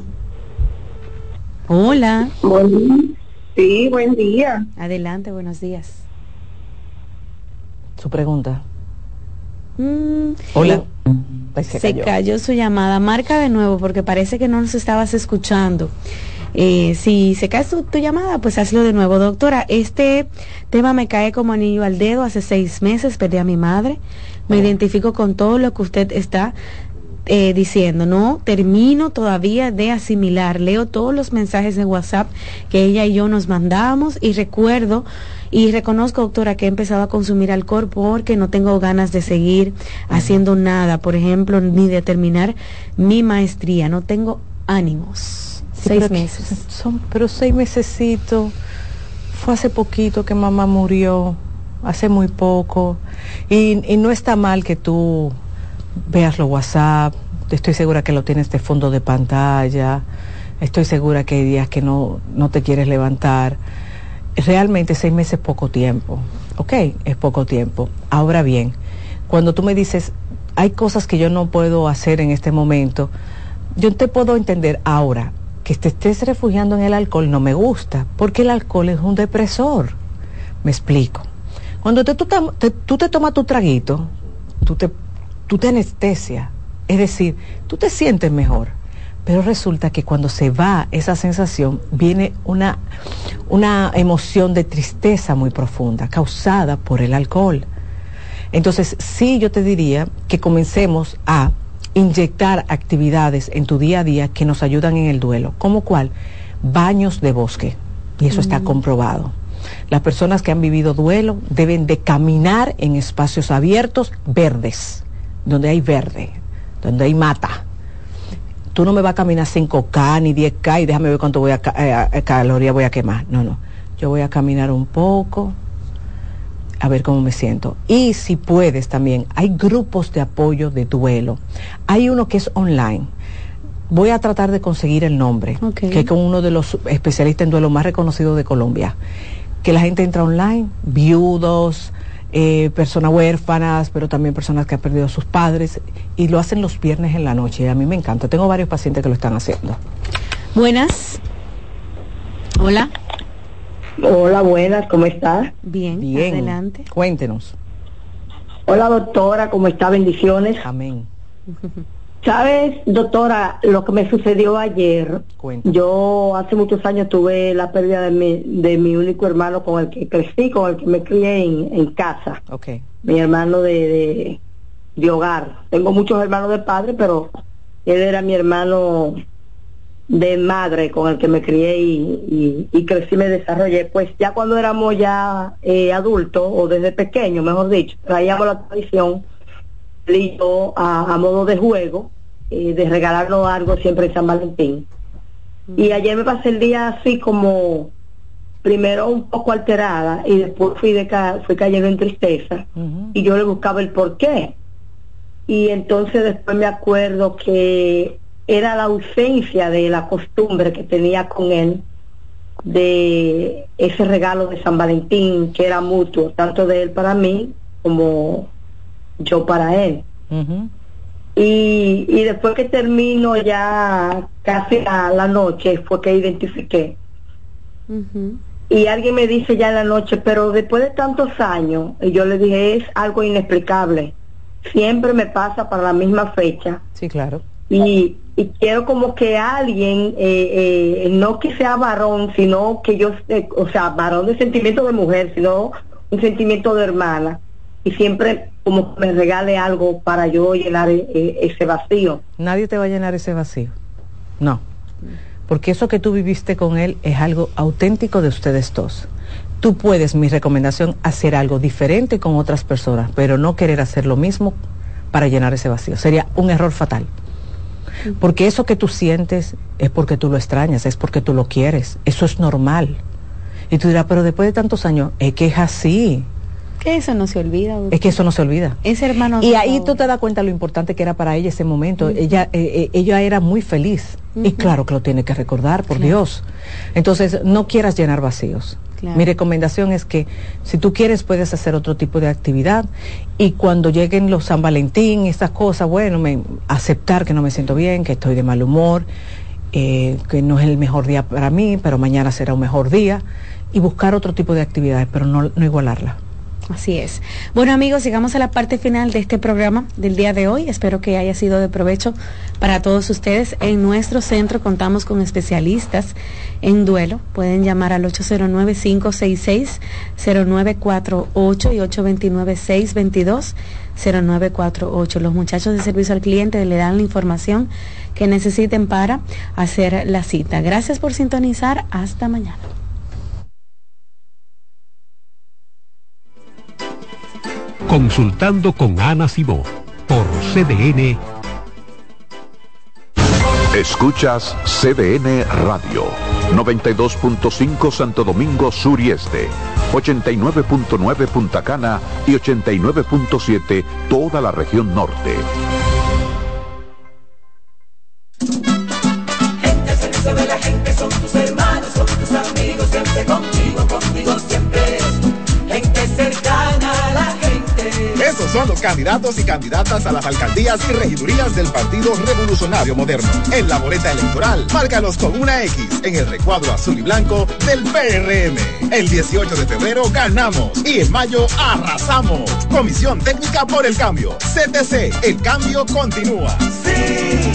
Hola. Sí, buen día. Adelante, buenos días. Su pregunta. Hola. Se cayó su llamada. Marca de nuevo porque parece que no nos estabas escuchando. Si se cae tu llamada, pues hazlo de nuevo. Doctora, este tema me cae como anillo al dedo. Hace 6 meses perdí a mi madre. Me identifico con todo lo que usted está diciendo. No termino todavía de asimilar. Leo todos los mensajes de WhatsApp que ella y yo nos mandamos y recuerdo y reconozco, doctora, que he empezado a consumir alcohol porque no tengo ganas de seguir haciendo nada, por ejemplo, ni de terminar mi maestría. No tengo ánimos. 6 meses. Pero 6 mesecitos. Fue hace poquito que mamá murió, hace muy poco. Y no está mal que tú veas los WhatsApp. Estoy segura que lo tienes de fondo de pantalla. Estoy segura que hay días que no te quieres levantar. Realmente 6 meses es poco tiempo. Ok, es poco tiempo. Ahora bien, cuando tú me dices, hay cosas que yo no puedo hacer en este momento, yo te puedo entender ahora. Que te estés refugiando en el alcohol no me gusta, porque el alcohol es un depresor. Me explico. Cuando tú te tomas tu traguito, tú te anestesias, es decir, tú te sientes mejor, pero resulta que cuando se va esa sensación, viene una emoción de tristeza muy profunda, causada por el alcohol. Entonces, sí, yo te diría que comencemos a inyectar actividades en tu día a día que nos ayudan en el duelo, como cuál, baños de bosque, y eso está comprobado. Las personas que han vivido duelo deben de caminar en espacios abiertos, verdes, donde hay verde, donde hay mata. Tú no me vas a caminar 5K ni 10K y déjame ver cuánto calorías voy a quemar. No, yo voy a caminar un poco, a ver cómo me siento. Y si puedes también, hay grupos de apoyo de duelo. Hay uno que es online. Voy a tratar de conseguir el nombre, que es con uno de los especialistas en duelo más reconocidos de Colombia. Que la gente entra online, viudos, personas huérfanas, pero también personas que han perdido a sus padres, y lo hacen los viernes en la noche. Y a mí me encanta. Tengo varios pacientes que lo están haciendo. Buenas. Hola. Hola, buenas, ¿cómo estás? Bien, adelante. Cuéntenos. Hola, doctora, ¿cómo está? Bendiciones. Amén. ¿Sabes, doctora, lo que me sucedió ayer? Cuéntame. Yo hace muchos años tuve la pérdida de mi único hermano con el que crecí, con el que me crié en casa. Okay. Mi hermano de hogar. Tengo muchos hermanos de padre, pero él era mi hermano de madre con el que me crié y crecí, me desarrollé. Pues ya cuando éramos ya adultos, o desde pequeño, mejor dicho, traíamos la tradición, él y yo, a modo de juego, de regalarnos algo siempre en San Valentín. Y ayer me pasé el día así como, primero un poco alterada, y después fui cayendo en tristeza, y yo le buscaba el porqué. Y entonces después me acuerdo que era la ausencia de la costumbre que tenía con él, de ese regalo de San Valentín, que era mutuo, tanto de él para mí, como yo para él. Y después que termino ya casi a la noche, fue que identifiqué. Y alguien me dice ya en la noche, pero después de tantos años, y yo le dije, es algo inexplicable, siempre me pasa para la misma fecha. Sí, claro. Y quiero como que alguien, no que sea varón, sino que yo, o sea, varón de sentimiento de mujer, sino un sentimiento de hermana, y siempre como que me regale algo para yo llenar ese vacío. Nadie te va a llenar ese vacío, no, porque eso que tú viviste con él es algo auténtico de ustedes dos. Tú puedes, mi recomendación, hacer algo diferente con otras personas, pero no querer hacer lo mismo para llenar ese vacío. Sería un error fatal. Porque eso que tú sientes es porque tú lo extrañas, es porque tú lo quieres, eso es normal. Y tú dirás, pero después de tantos años, es que es así. Que eso no se olvida. Es que eso no se olvida. Ese hermano. Y ahí tú te das cuenta lo importante que era para ella ese momento. Ella era muy feliz. Y claro que lo tiene que recordar, por Dios. Entonces, no quieras llenar vacíos. Claro. Mi recomendación es que si tú quieres puedes hacer otro tipo de actividad, y cuando lleguen los San Valentín, estas cosas, bueno, aceptar que no me siento bien, que estoy de mal humor, que no es el mejor día para mí, pero mañana será un mejor día, y buscar otro tipo de actividades, pero no igualarla. Así es. Bueno, amigos, llegamos a la parte final de este programa del día de hoy. Espero que haya sido de provecho para todos ustedes. En nuestro centro contamos con especialistas en duelo. Pueden llamar al 809-566-0948 y 829-622-0948. Los muchachos de servicio al cliente le dan la información que necesiten para hacer la cita. Gracias por sintonizar. Hasta mañana. Consultando con Ana Simó por CDN. Escuchas CDN Radio, 92.5 Santo Domingo Sur y Este, 89.9 Punta Cana y 89.7 toda la región norte. Gente al servicio de la gente, son tus hermanos, son tus amigos, siempre contigo siempre. Gente cercana a la gente. Esos son los candidatos y candidatas a las alcaldías y regidurías del Partido Revolucionario Moderno. En la boleta electoral, márcalos con una X en el recuadro azul y blanco del PRM. El 18 de febrero ganamos y en mayo arrasamos. Comisión Técnica por el Cambio. CTC, el cambio continúa. Sí.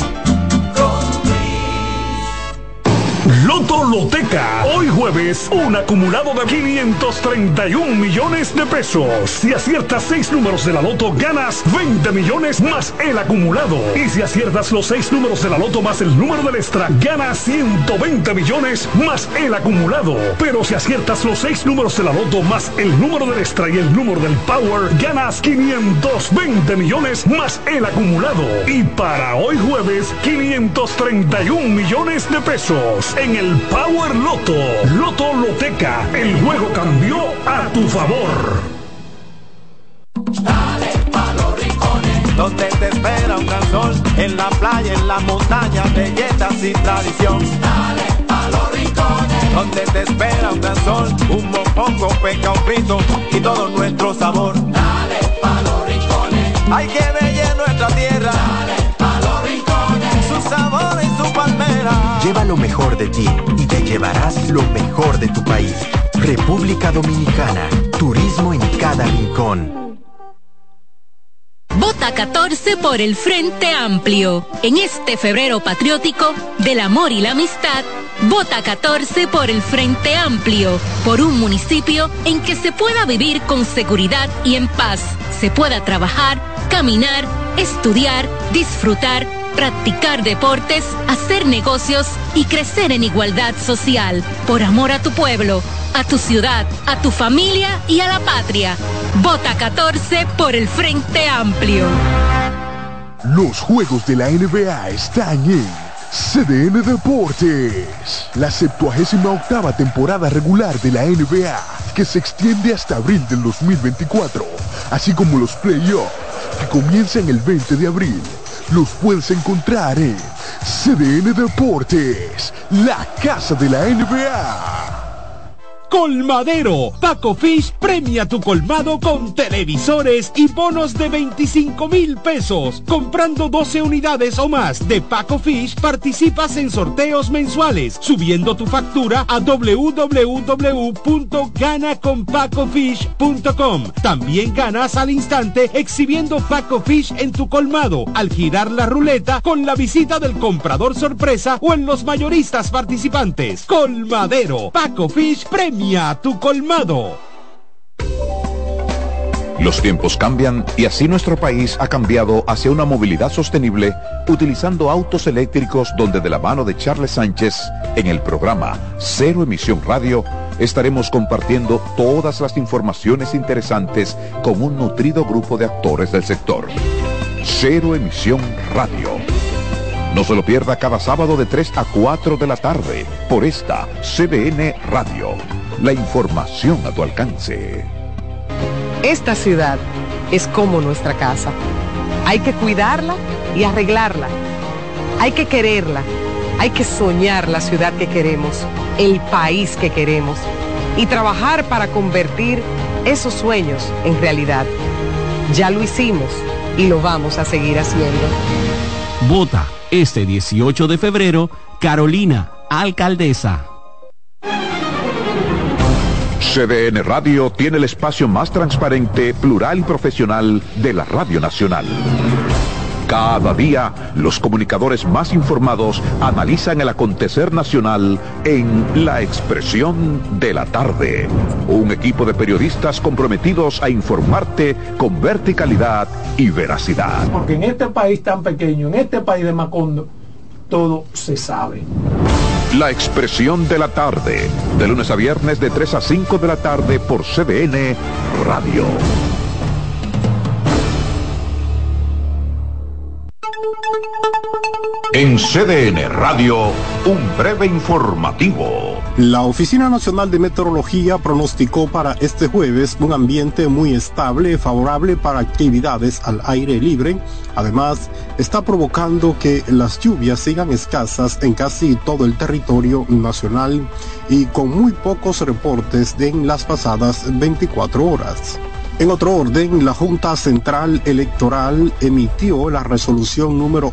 Loto Loteca, hoy jueves, un acumulado de 531 millones de pesos. Si aciertas 6 números de la Loto, ganas 20 millones más el acumulado. Y si aciertas los 6 números de la Loto más el número del extra, ganas 120 millones más el acumulado. Pero si aciertas los 6 números de la Loto más el número del extra y el número del Power, ganas 520 millones más el acumulado. Y para hoy jueves, 531 millones de pesos. En el Power Loto, Loto Loteca, el juego cambió a tu favor. Dale pa' los rincones, donde te espera un gran sol, en la playa, en la montaña, belletas y tradición. Dale pa' los rincones, donde te espera un gran sol, un mopongo, peca, un frito y todo nuestro sabor. Dale pa' los rincones, hay que ver nuestra tierra. Dale pa' los rincones, su sabor y su palmera. Lleva lo mejor de ti y te llevarás lo mejor de tu país. República Dominicana. Turismo en cada rincón. Vota 14 por el Frente Amplio. En este febrero patriótico del amor y la amistad, vota 14 por el Frente Amplio. Por un municipio en que se pueda vivir con seguridad y en paz. Se pueda trabajar, caminar, estudiar, disfrutar, practicar deportes, hacer negocios y crecer en igualdad social. Por amor a tu pueblo, a tu ciudad, a tu familia y a la patria. Vota 14 por el Frente Amplio. Los juegos de la NBA están en CDN Deportes. La 78ª temporada regular de la NBA, que se extiende hasta abril del 2024, así como los playoffs, que comienzan el 20 de abril. Los puedes encontrar en CDN Deportes, la casa de la NBA. Colmadero. Paco Fish premia tu colmado con televisores y bonos de 25,000 pesos. Comprando 12 unidades o más de Paco Fish, participas en sorteos mensuales, subiendo tu factura a www.ganaconpacofish.com. También ganas al instante exhibiendo Paco Fish en tu colmado, al girar la ruleta con la visita del comprador sorpresa o en los mayoristas participantes. Colmadero. Paco Fish premia a tu colmado. Los tiempos cambian y así nuestro país ha cambiado hacia una movilidad sostenible utilizando autos eléctricos, donde de la mano de Charles Sánchez en el programa Cero Emisión Radio estaremos compartiendo todas las informaciones interesantes con un nutrido grupo de actores del sector. Cero Emisión Radio. No se lo pierda cada sábado de 3 a 4 de la tarde por esta CDN Radio. La información a tu alcance. Esta ciudad es como nuestra casa. Hay que cuidarla y arreglarla. Hay que quererla. Hay que soñar la ciudad que queremos, el país que queremos y trabajar para convertir esos sueños en realidad. Ya lo hicimos y lo vamos a seguir haciendo. Vota este 18 de febrero, Carolina, alcaldesa. CDN Radio tiene el espacio más transparente, plural y profesional de la Radio Nacional. Cada día, los comunicadores más informados analizan el acontecer nacional en La Expresión de la Tarde. Un equipo de periodistas comprometidos a informarte con verticalidad y veracidad. Porque en este país tan pequeño, en este país de Macondo, todo se sabe. La Expresión de la Tarde, de lunes a viernes de 3 a 5 de la tarde por CDN Radio. En CDN Radio, un breve informativo. La Oficina Nacional de Meteorología pronosticó para este jueves un ambiente muy estable, favorable para actividades al aire libre. Además, está provocando que las lluvias sigan escasas en casi todo el territorio nacional y con muy pocos reportes en las pasadas 24 horas. En otro orden, la Junta Central Electoral emitió la resolución número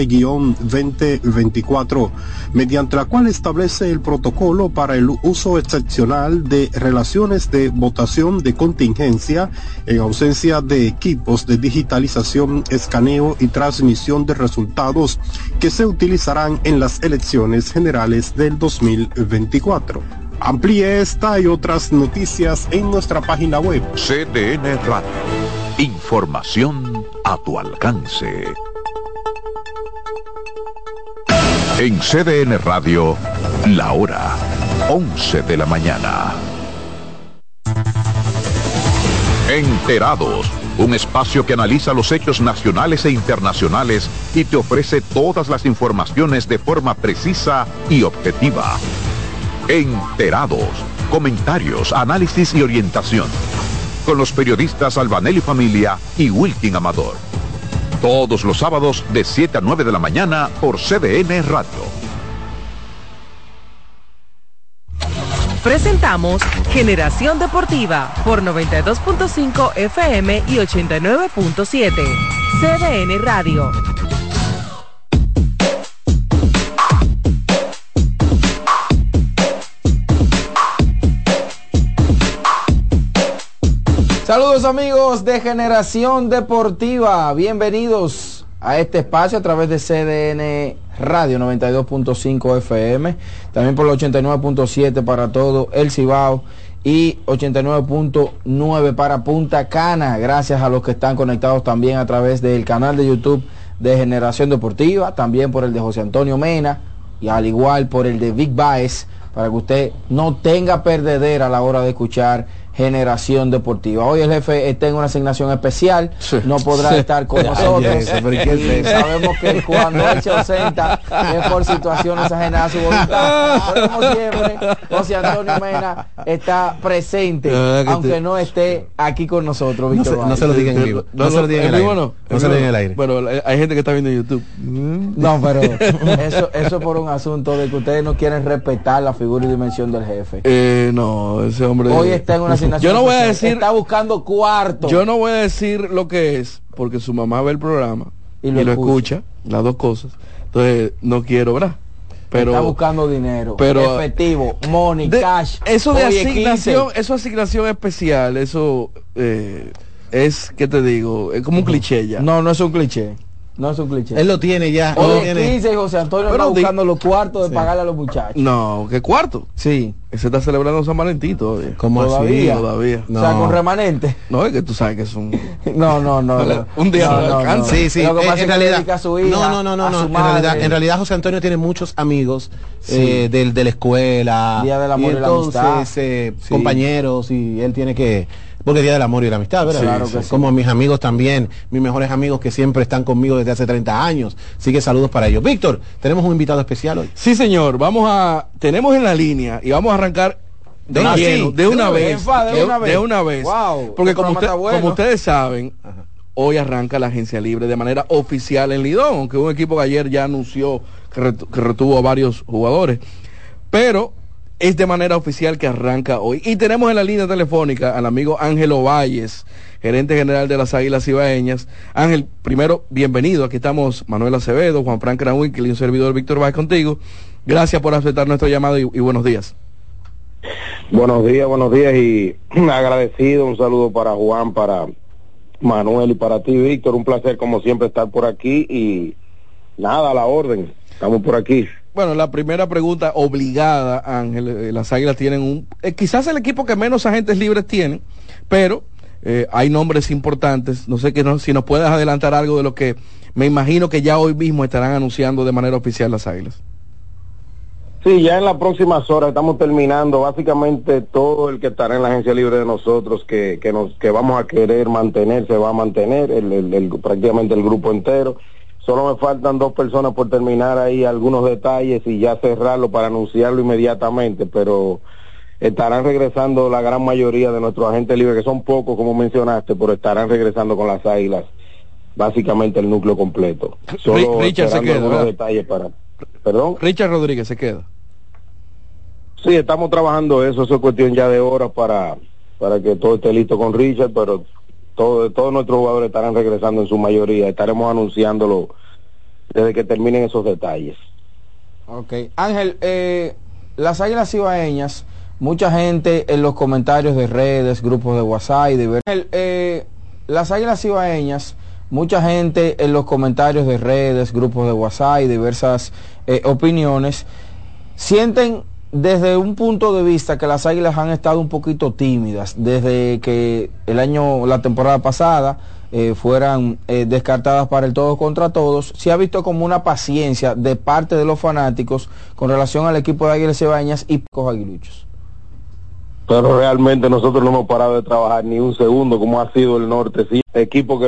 11-2024, mediante la cual establece el protocolo para el uso excepcional de relaciones de votación de contingencia en ausencia de equipos de digitalización, escaneo y transmisión de resultados que se utilizarán en las elecciones generales del 2024. Amplíe esta y otras noticias en nuestra página web. CDN Radio. Información a tu alcance. En CDN Radio, la hora 11 de la mañana. Enterados, un espacio que analiza los hechos nacionales e internacionales y te ofrece todas las informaciones de forma precisa y objetiva. Enterados, comentarios, análisis y orientación. Con los periodistas Albanelli Familia y Wilkin Amador. Todos los sábados de 7 a 9 de la mañana por CDN Radio. Presentamos Generación Deportiva por 92.5 FM y 89.7. CDN Radio. Saludos amigos de Generación Deportiva, bienvenidos a este espacio a través de CDN Radio 92.5 FM, también por el 89.7 para todo el Cibao y 89.9 para Punta Cana, gracias a los que están conectados también a través del canal de YouTube de Generación Deportiva, también por el de José Antonio Mena y al igual por el de Big Baez, para que usted no tenga perdedera a la hora de escuchar Generación Deportiva. Hoy el jefe está en una asignación especial, no podrá estar con nosotros. Y sabemos que cuando él se ausenta es por situaciones ajenas a su voluntad. Pero como siempre, José Antonio Mena está presente, aunque no esté aquí con nosotros, Víctor. No se lo digan en vivo. No se lo digan en el aire. No se lo digan en el aire. Bueno, hay gente que está viendo en YouTube. No, pero eso es por un asunto de que ustedes no quieren respetar la figura y dimensión del jefe. No, ese hombre hoy está en una yo no voy a decir, está buscando cuarto. Yo no voy a decir lo que es, porque su mamá ve el programa y lo escucha, las dos cosas. Entonces no quiero, ¿verdad? Pero está buscando dinero, pero efectivo, money, cash. Eso de asignación, eso asignación especial, eso es, ¿qué te digo? Es como un cliché ya. No es un cliché. No es un cliché. Él lo tiene ya. Hoy 15 José Antonio está buscando los cuartos de pagarle a los muchachos. No, ¿qué cuarto? Sí. Ese está celebrando San Valentín todavía. ¿Cómo así? Todavía. No. O sea, con remanente. No, es que tú sabes que es un... No. Un día no alcanza. Sí. En realidad, a su hija, en realidad José Antonio tiene muchos amigos de la escuela. Día del amor y la amistad. Compañeros, y él tiene que... Porque es Día del Amor y la Amistad, ¿verdad? Claro que sí. Como mis amigos también, mis mejores amigos que siempre están conmigo desde hace 30 años. Así que saludos para ellos. Víctor, tenemos un invitado especial hoy. Sí, señor. Tenemos en la línea y vamos a arrancar de una vez. Wow, porque como ustedes saben, hoy arranca la agencia libre de manera oficial en Lidón, aunque un equipo que ayer ya anunció que retuvo a varios jugadores. Pero es de manera oficial que arranca hoy. Y tenemos en la línea telefónica al amigo Ángelo Valles, gerente general de las Águilas Cibaeñas. Ángel, primero, bienvenido. Aquí estamos Manuel Acevedo, Juan Frank Cranwinkel y un servidor Víctor Vázquez contigo. Gracias por aceptar nuestro llamado y buenos días. Buenos días y agradecido. Un saludo para Juan, para Manuel y para ti, Víctor. Un placer como siempre estar por aquí y nada, a la orden. Estamos por aquí. Bueno, la primera pregunta obligada, Ángel, las Águilas tienen quizás el equipo que menos agentes libres tienen, pero hay nombres importantes. No sé si nos puedes adelantar algo de lo que me imagino que ya hoy mismo estarán anunciando de manera oficial las Águilas. Sí, ya en las próximas horas estamos terminando básicamente todo el que estará en la agencia libre de nosotros que vamos a querer mantener, se va a mantener prácticamente el grupo entero. Solo me faltan 2 personas por terminar ahí algunos detalles y ya cerrarlo para anunciarlo inmediatamente, pero estarán regresando la gran mayoría de nuestros agentes libres, que son pocos como mencionaste, pero estarán regresando con las Águilas, básicamente el núcleo completo. Solo Richard se queda, algunos detalles ¿Perdón? Richard Rodríguez se queda. Sí, estamos trabajando eso es cuestión ya de horas para que todo esté listo con Richard, pero todos nuestros jugadores estarán regresando en su mayoría. Estaremos anunciándolo desde que terminen esos detalles. Ok. Ángel, las Águilas Cibaeñas, mucha gente en los comentarios de redes, grupos de WhatsApp y las Águilas Cibaeñas, mucha gente en los comentarios de redes, grupos de WhatsApp y diversas opiniones, sienten desde un punto de vista que las Águilas han estado un poquito tímidas desde que la temporada pasada fueran descartadas para el todos contra todos. Se ha visto como una paciencia de parte de los fanáticos con relación al equipo de Águilas Cibaeñas y los aguiluchos. Pero realmente nosotros no hemos parado de trabajar ni un segundo, como ha sido el norte, sí, equipo que